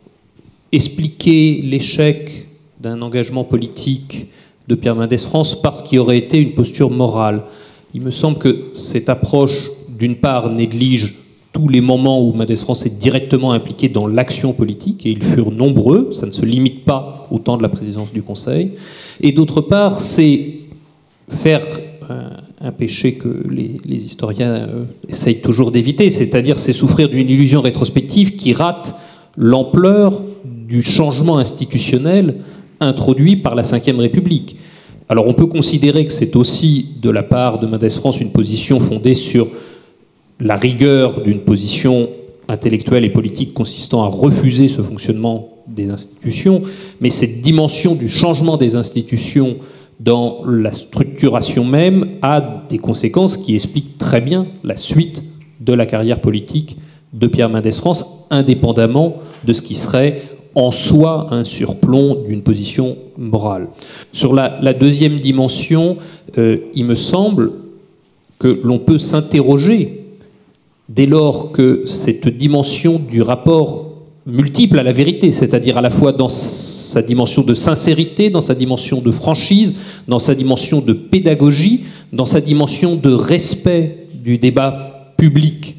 expliquer l'échec d'un engagement politique de Pierre Mendès France parce qu'il aurait été une posture morale. Il me semble que cette approche, d'une part, néglige tous les moments où Mendès France est directement impliqué dans l'action politique, et ils furent nombreux, ça ne se limite pas au temps de la présidence du Conseil, et d'autre part, c'est faire un, un péché que les, les historiens euh, essayent toujours d'éviter, c'est-à-dire c'est souffrir d'une illusion rétrospective qui rate l'ampleur du changement institutionnel introduit par la cinquième République. Alors on peut considérer que c'est aussi de la part de Mendès France une position fondée sur la rigueur d'une position intellectuelle et politique consistant à refuser ce fonctionnement des institutions, mais cette dimension du changement des institutions dans la structuration même a des conséquences qui expliquent très bien la suite de la carrière politique de Pierre Mendès France, indépendamment de ce qui serait en soi un surplomb d'une position morale. Sur la, la deuxième dimension, euh, il me semble que l'on peut s'interroger dès lors que cette dimension du rapport multiple à la vérité, c'est-à-dire à la fois dans sa dimension de sincérité, dans sa dimension de franchise, dans sa dimension de pédagogie, dans sa dimension de respect du débat public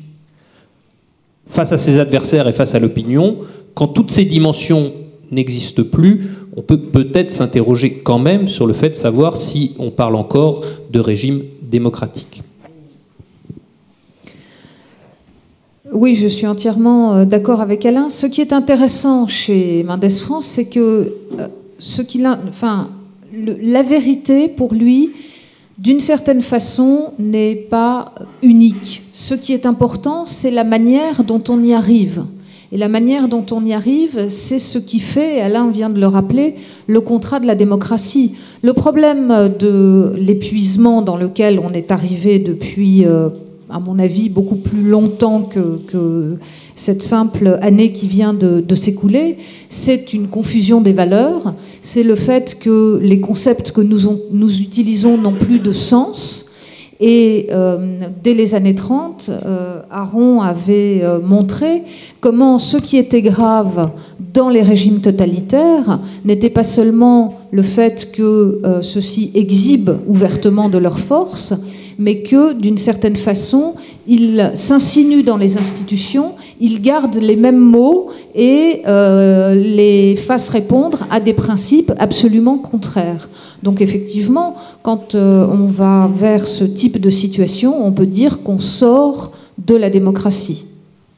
face à ses adversaires et face à l'opinion, quand toutes ces dimensions n'existent plus, on peut peut-être s'interroger quand même sur le fait de savoir si on parle encore de régime démocratique. oui, je suis entièrement euh, d'accord avec Alain. Ce qui est intéressant chez Mendes France, c'est que euh, ce qu'il a, enfin, le, la vérité, pour lui, d'une certaine façon, n'est pas unique. Ce qui est important, c'est la manière dont on y arrive. Et la manière dont on y arrive, c'est ce qui fait, Alain vient de le rappeler, le contrat de la démocratie. Le problème de l'épuisement dans lequel on est arrivé depuis, euh, à mon avis, beaucoup plus longtemps que, que cette simple année qui vient de, de s'écouler, c'est une confusion des valeurs, c'est le fait que les concepts que nous, on, nous utilisons n'ont plus de sens. Et euh, dès les années trente, euh, Aron avait euh, montré comment ce qui était grave dans les régimes totalitaires n'était pas seulement le fait que euh, ceux-ci exhibent ouvertement de leur force, mais que, d'une certaine façon, ils s'insinuent dans les institutions, ils gardent les mêmes mots et euh, les fassent répondre à des principes absolument contraires. Donc effectivement, quand euh, on va vers ce type de situation, on peut dire qu'on sort de la démocratie.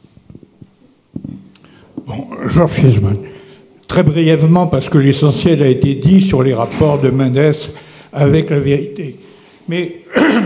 Bon, Georges Fiesman, très brièvement, parce que l'essentiel a été dit sur les rapports de Mendes avec la vérité. Mais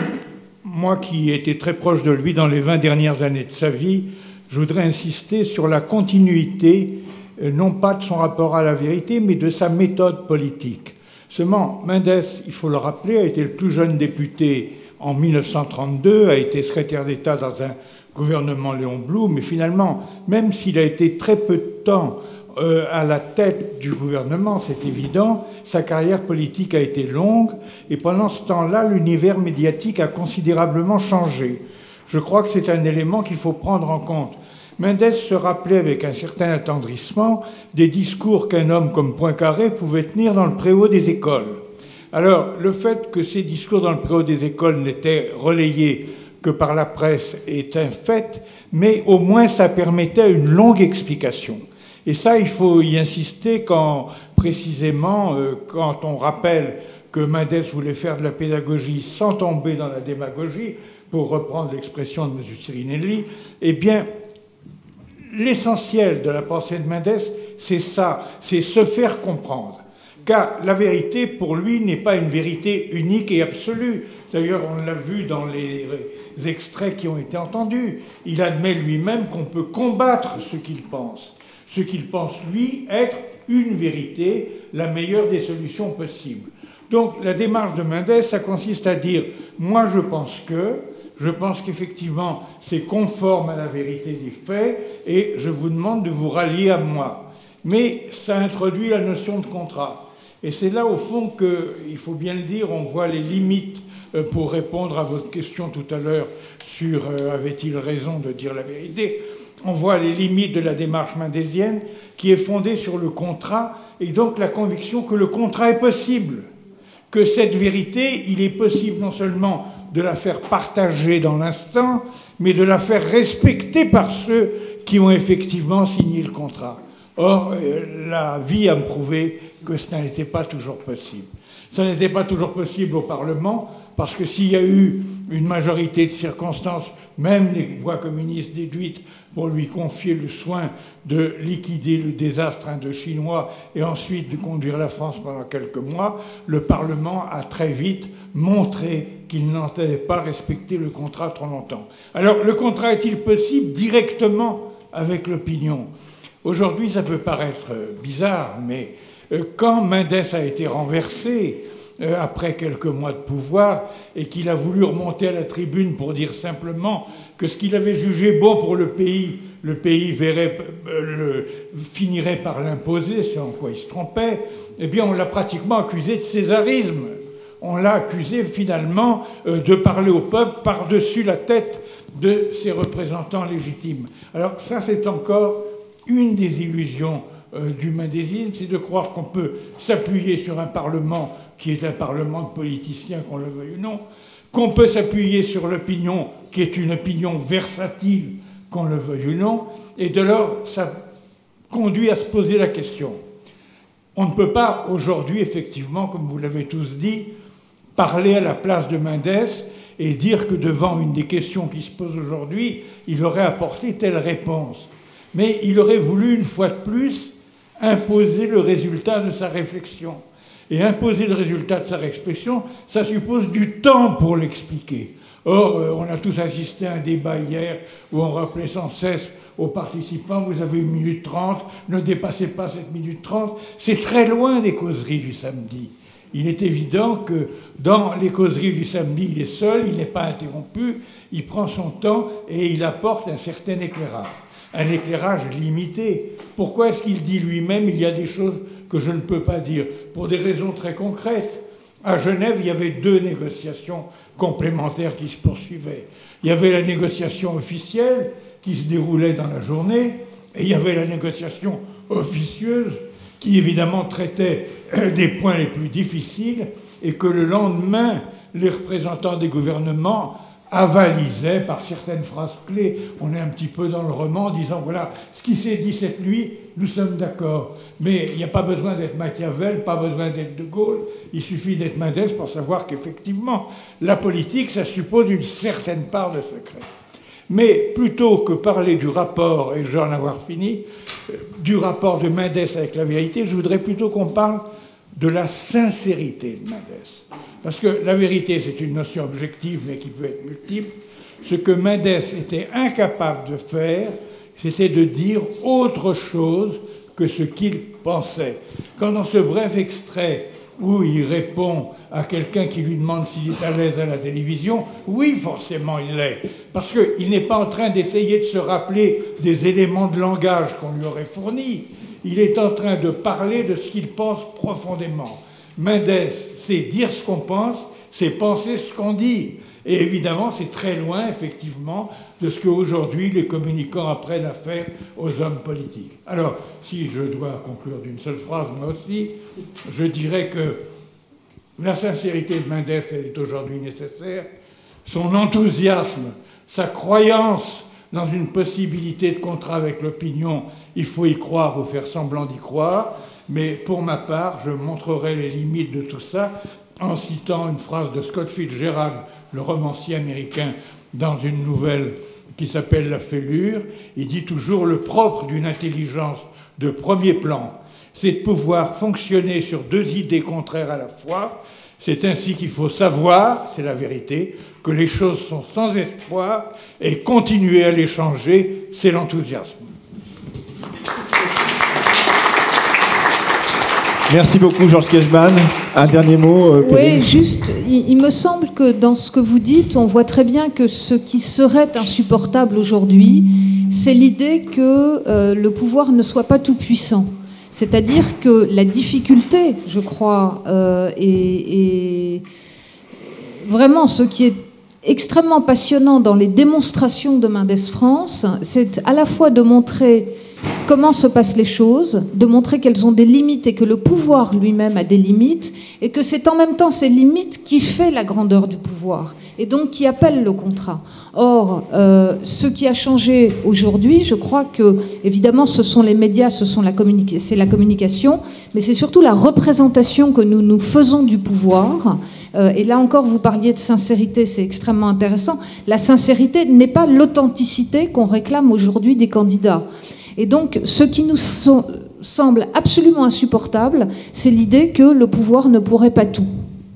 moi qui ai été très proche de lui dans les vingt dernières années de sa vie, je voudrais insister sur la continuité, non pas de son rapport à la vérité, mais de sa méthode politique. Seulement, Mendes, il faut le rappeler, a été le plus jeune député en mille neuf cent trente-deux, a été secrétaire d'État dans un gouvernement Léon Blum, mais finalement, même s'il a été très peu de temps euh, à la tête du gouvernement, c'est évident, sa carrière politique a été longue, et pendant ce temps-là, l'univers médiatique a considérablement changé. Je crois que c'est un élément qu'il faut prendre en compte. Mendes se rappelait avec un certain attendrissement des discours qu'un homme comme Poincaré pouvait tenir dans le préau des écoles. Alors, le fait que ces discours dans le préau des écoles n'étaient relayés que par la presse est un fait, mais au moins ça permettait une longue explication. Et ça, il faut y insister quand, précisément, euh, quand on rappelle que Mendes voulait faire de la pédagogie sans tomber dans la démagogie, pour reprendre l'expression de M. Sirinelli, eh bien, l'essentiel de la pensée de Mendes, c'est ça, c'est se faire comprendre. Car la vérité, pour lui, n'est pas une vérité unique et absolue. D'ailleurs, on l'a vu dans les extraits qui ont été entendus. Il admet lui-même qu'on peut combattre ce qu'il pense. Ce qu'il pense, lui, être une vérité, la meilleure des solutions possibles. Donc, la démarche de Mendes, ça consiste à dire « moi, je pense que », je pense qu'effectivement, c'est conforme à la vérité des faits et je vous demande de vous rallier à moi. Mais ça introduit la notion de contrat. Et c'est là, au fond, qu'il faut bien le dire, on voit les limites, pour répondre à votre question tout à l'heure sur euh, avait-il raison de dire la vérité, on voit les limites de la démarche mendésienne qui est fondée sur le contrat et donc la conviction que le contrat est possible, que cette vérité, il est possible non seulement de la faire partager dans l'instant, mais de la faire respecter par ceux qui ont effectivement signé le contrat. Or, euh, la vie a prouvé que ça n'était pas toujours possible. Ça n'était pas toujours possible au Parlement, parce que s'il y a eu une majorité de circonstances, même les voix communistes déduites, pour lui confier le soin de liquider le désastre indochinois et ensuite de conduire la France pendant quelques mois, le Parlement a très vite montré qu'il n'entendait pas respecter le contrat trop longtemps. Alors, le contrat est-il possible directement avec l'opinion ? Aujourd'hui, ça peut paraître bizarre, mais quand Mendes a été renversé, après quelques mois de pouvoir, et qu'il a voulu remonter à la tribune pour dire simplement que ce qu'il avait jugé bon pour le pays, le pays verrait, le, finirait par l'imposer, ce en quoi il se trompait, eh bien on l'a pratiquement accusé de césarisme. On l'a accusé finalement de parler au peuple par-dessus la tête de ses représentants légitimes. Alors ça, c'est encore une des illusions euh, du mendésisme, c'est de croire qu'on peut s'appuyer sur un Parlement qui est un Parlement de politiciens, qu'on le veuille ou non, qu'on peut s'appuyer sur l'opinion qui est une opinion versatile, qu'on le veuille ou non, et de lors, ça conduit à se poser la question. On ne peut pas aujourd'hui, effectivement, comme vous l'avez tous dit, parler à la place de Mendes et dire que devant une des questions qui se posent aujourd'hui, il aurait apporté telle réponse. Mais il aurait voulu, une fois de plus, imposer le résultat de sa réflexion. Et imposer le résultat de sa réflexion, ça suppose du temps pour l'expliquer. Or, euh, on a tous assisté à un débat hier où on rappelait sans cesse aux participants, vous avez une minute trente, ne dépassez pas cette minute trente. C'est très loin des causeries du samedi. Il est évident que dans les causeries du samedi, il est seul, il n'est pas interrompu, il prend son temps et il apporte un certain éclairage. Un éclairage limité. Pourquoi est-ce qu'il dit lui-même, il y a des choses que je ne peux pas dire? Pour des raisons très concrètes. À Genève, il y avait deux négociations complémentaires qui se poursuivaient. Il y avait la négociation officielle qui se déroulait dans la journée, et il y avait la négociation officieuse qui évidemment traitait des points les plus difficiles et que le lendemain, les représentants des gouvernements avalisaient par certaines phrases clés. On est un petit peu dans le roman en disant, voilà, ce qui s'est dit cette nuit, nous sommes d'accord. Mais il n'y a pas besoin d'être Machiavel, pas besoin d'être De Gaulle, il suffit d'être Mendes pour savoir qu'effectivement, la politique, ça suppose une certaine part de secret. Mais plutôt que parler du rapport, et je vais en avoir fini, du rapport de Mendes avec la vérité, je voudrais plutôt qu'on parle de la sincérité de Mendes. Parce que la vérité, c'est une notion objective, mais qui peut être multiple. Ce que Mendes était incapable de faire, c'était de dire autre chose que ce qu'il pensait. Quand dans ce bref extrait où il répond à quelqu'un qui lui demande s'il est à l'aise à la télévision, oui, forcément il l'est, parce qu'il n'est pas en train d'essayer de se rappeler des éléments de langage qu'on lui aurait fournis, il est en train de parler de ce qu'il pense profondément. Mendes, c'est dire ce qu'on pense, c'est penser ce qu'on dit. Et évidemment, c'est très loin, effectivement, de ce qu'aujourd'hui les communicants apprennent à faire aux hommes politiques. Alors, si je dois conclure d'une seule phrase, moi aussi, je dirais que la sincérité de Mendes, elle est aujourd'hui nécessaire. Son enthousiasme, sa croyance dans une possibilité de contrat avec l'opinion, il faut y croire ou faire semblant d'y croire. Mais pour ma part, je montrerai les limites de tout ça en citant une phrase de Scott Fitzgerald, le romancier américain, dans une nouvelle qui s'appelle La Fêlure. Il dit toujours: le propre d'une intelligence de premier plan, c'est de pouvoir fonctionner sur deux idées contraires à la fois. C'est ainsi qu'il faut savoir, c'est la vérité, que les choses sont sans espoir, et continuer à les changer, c'est l'enthousiasme. Merci beaucoup, Georges Kechman. Un dernier mot, euh, Oui, juste, il, il me semble que dans ce que vous dites, on voit très bien que ce qui serait insupportable aujourd'hui, c'est l'idée que euh, le pouvoir ne soit pas tout-puissant. C'est-à-dire que la difficulté, je crois, euh, et, et vraiment ce qui est extrêmement passionnant dans les démonstrations de Mendes France, c'est à la fois de montrer comment se passent les choses, de montrer qu'elles ont des limites et que le pouvoir lui-même a des limites, et que c'est en même temps ces limites qui fait la grandeur du pouvoir, et donc qui appelle le contrat. Or, euh, ce qui a changé aujourd'hui, je crois que, évidemment, ce sont les médias, ce sont la communica- c'est la communication, mais c'est surtout la représentation que nous nous faisons du pouvoir. Euh, et là encore, vous parliez de sincérité, c'est extrêmement intéressant. La sincérité n'est pas l'authenticité qu'on réclame aujourd'hui des candidats. Et donc, ce qui nous so- semble absolument insupportable, c'est l'idée que le pouvoir ne pourrait pas tout.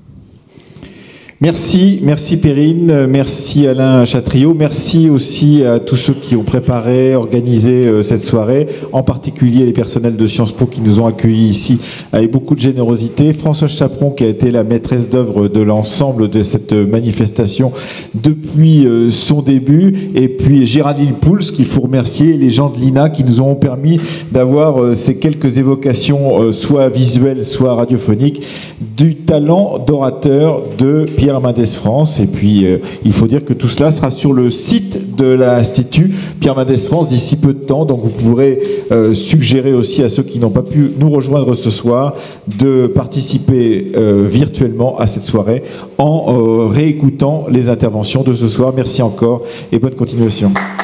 Merci, merci Perrine, merci Alain Chatriot, merci aussi à tous ceux qui ont préparé, organisé euh, cette soirée, en particulier les personnels de Sciences Po qui nous ont accueillis ici avec beaucoup de générosité, Françoise Chaperon qui a été la maîtresse d'œuvre de l'ensemble de cette manifestation depuis euh, son début, et puis Géraldine Pouls qu'il faut remercier, les gens de l'I N A qui nous ont permis d'avoir euh, ces quelques évocations euh, soit visuelles, soit radiophoniques, du talent d'orateur de Pierre Pierre Mendès France. Et puis, euh, il faut dire que tout cela sera sur le site de l'Institut Pierre Mendès France d'ici peu de temps. Donc, vous pourrez euh, suggérer aussi à ceux qui n'ont pas pu nous rejoindre ce soir de participer euh, virtuellement à cette soirée en euh, réécoutant les interventions de ce soir. Merci encore et bonne continuation.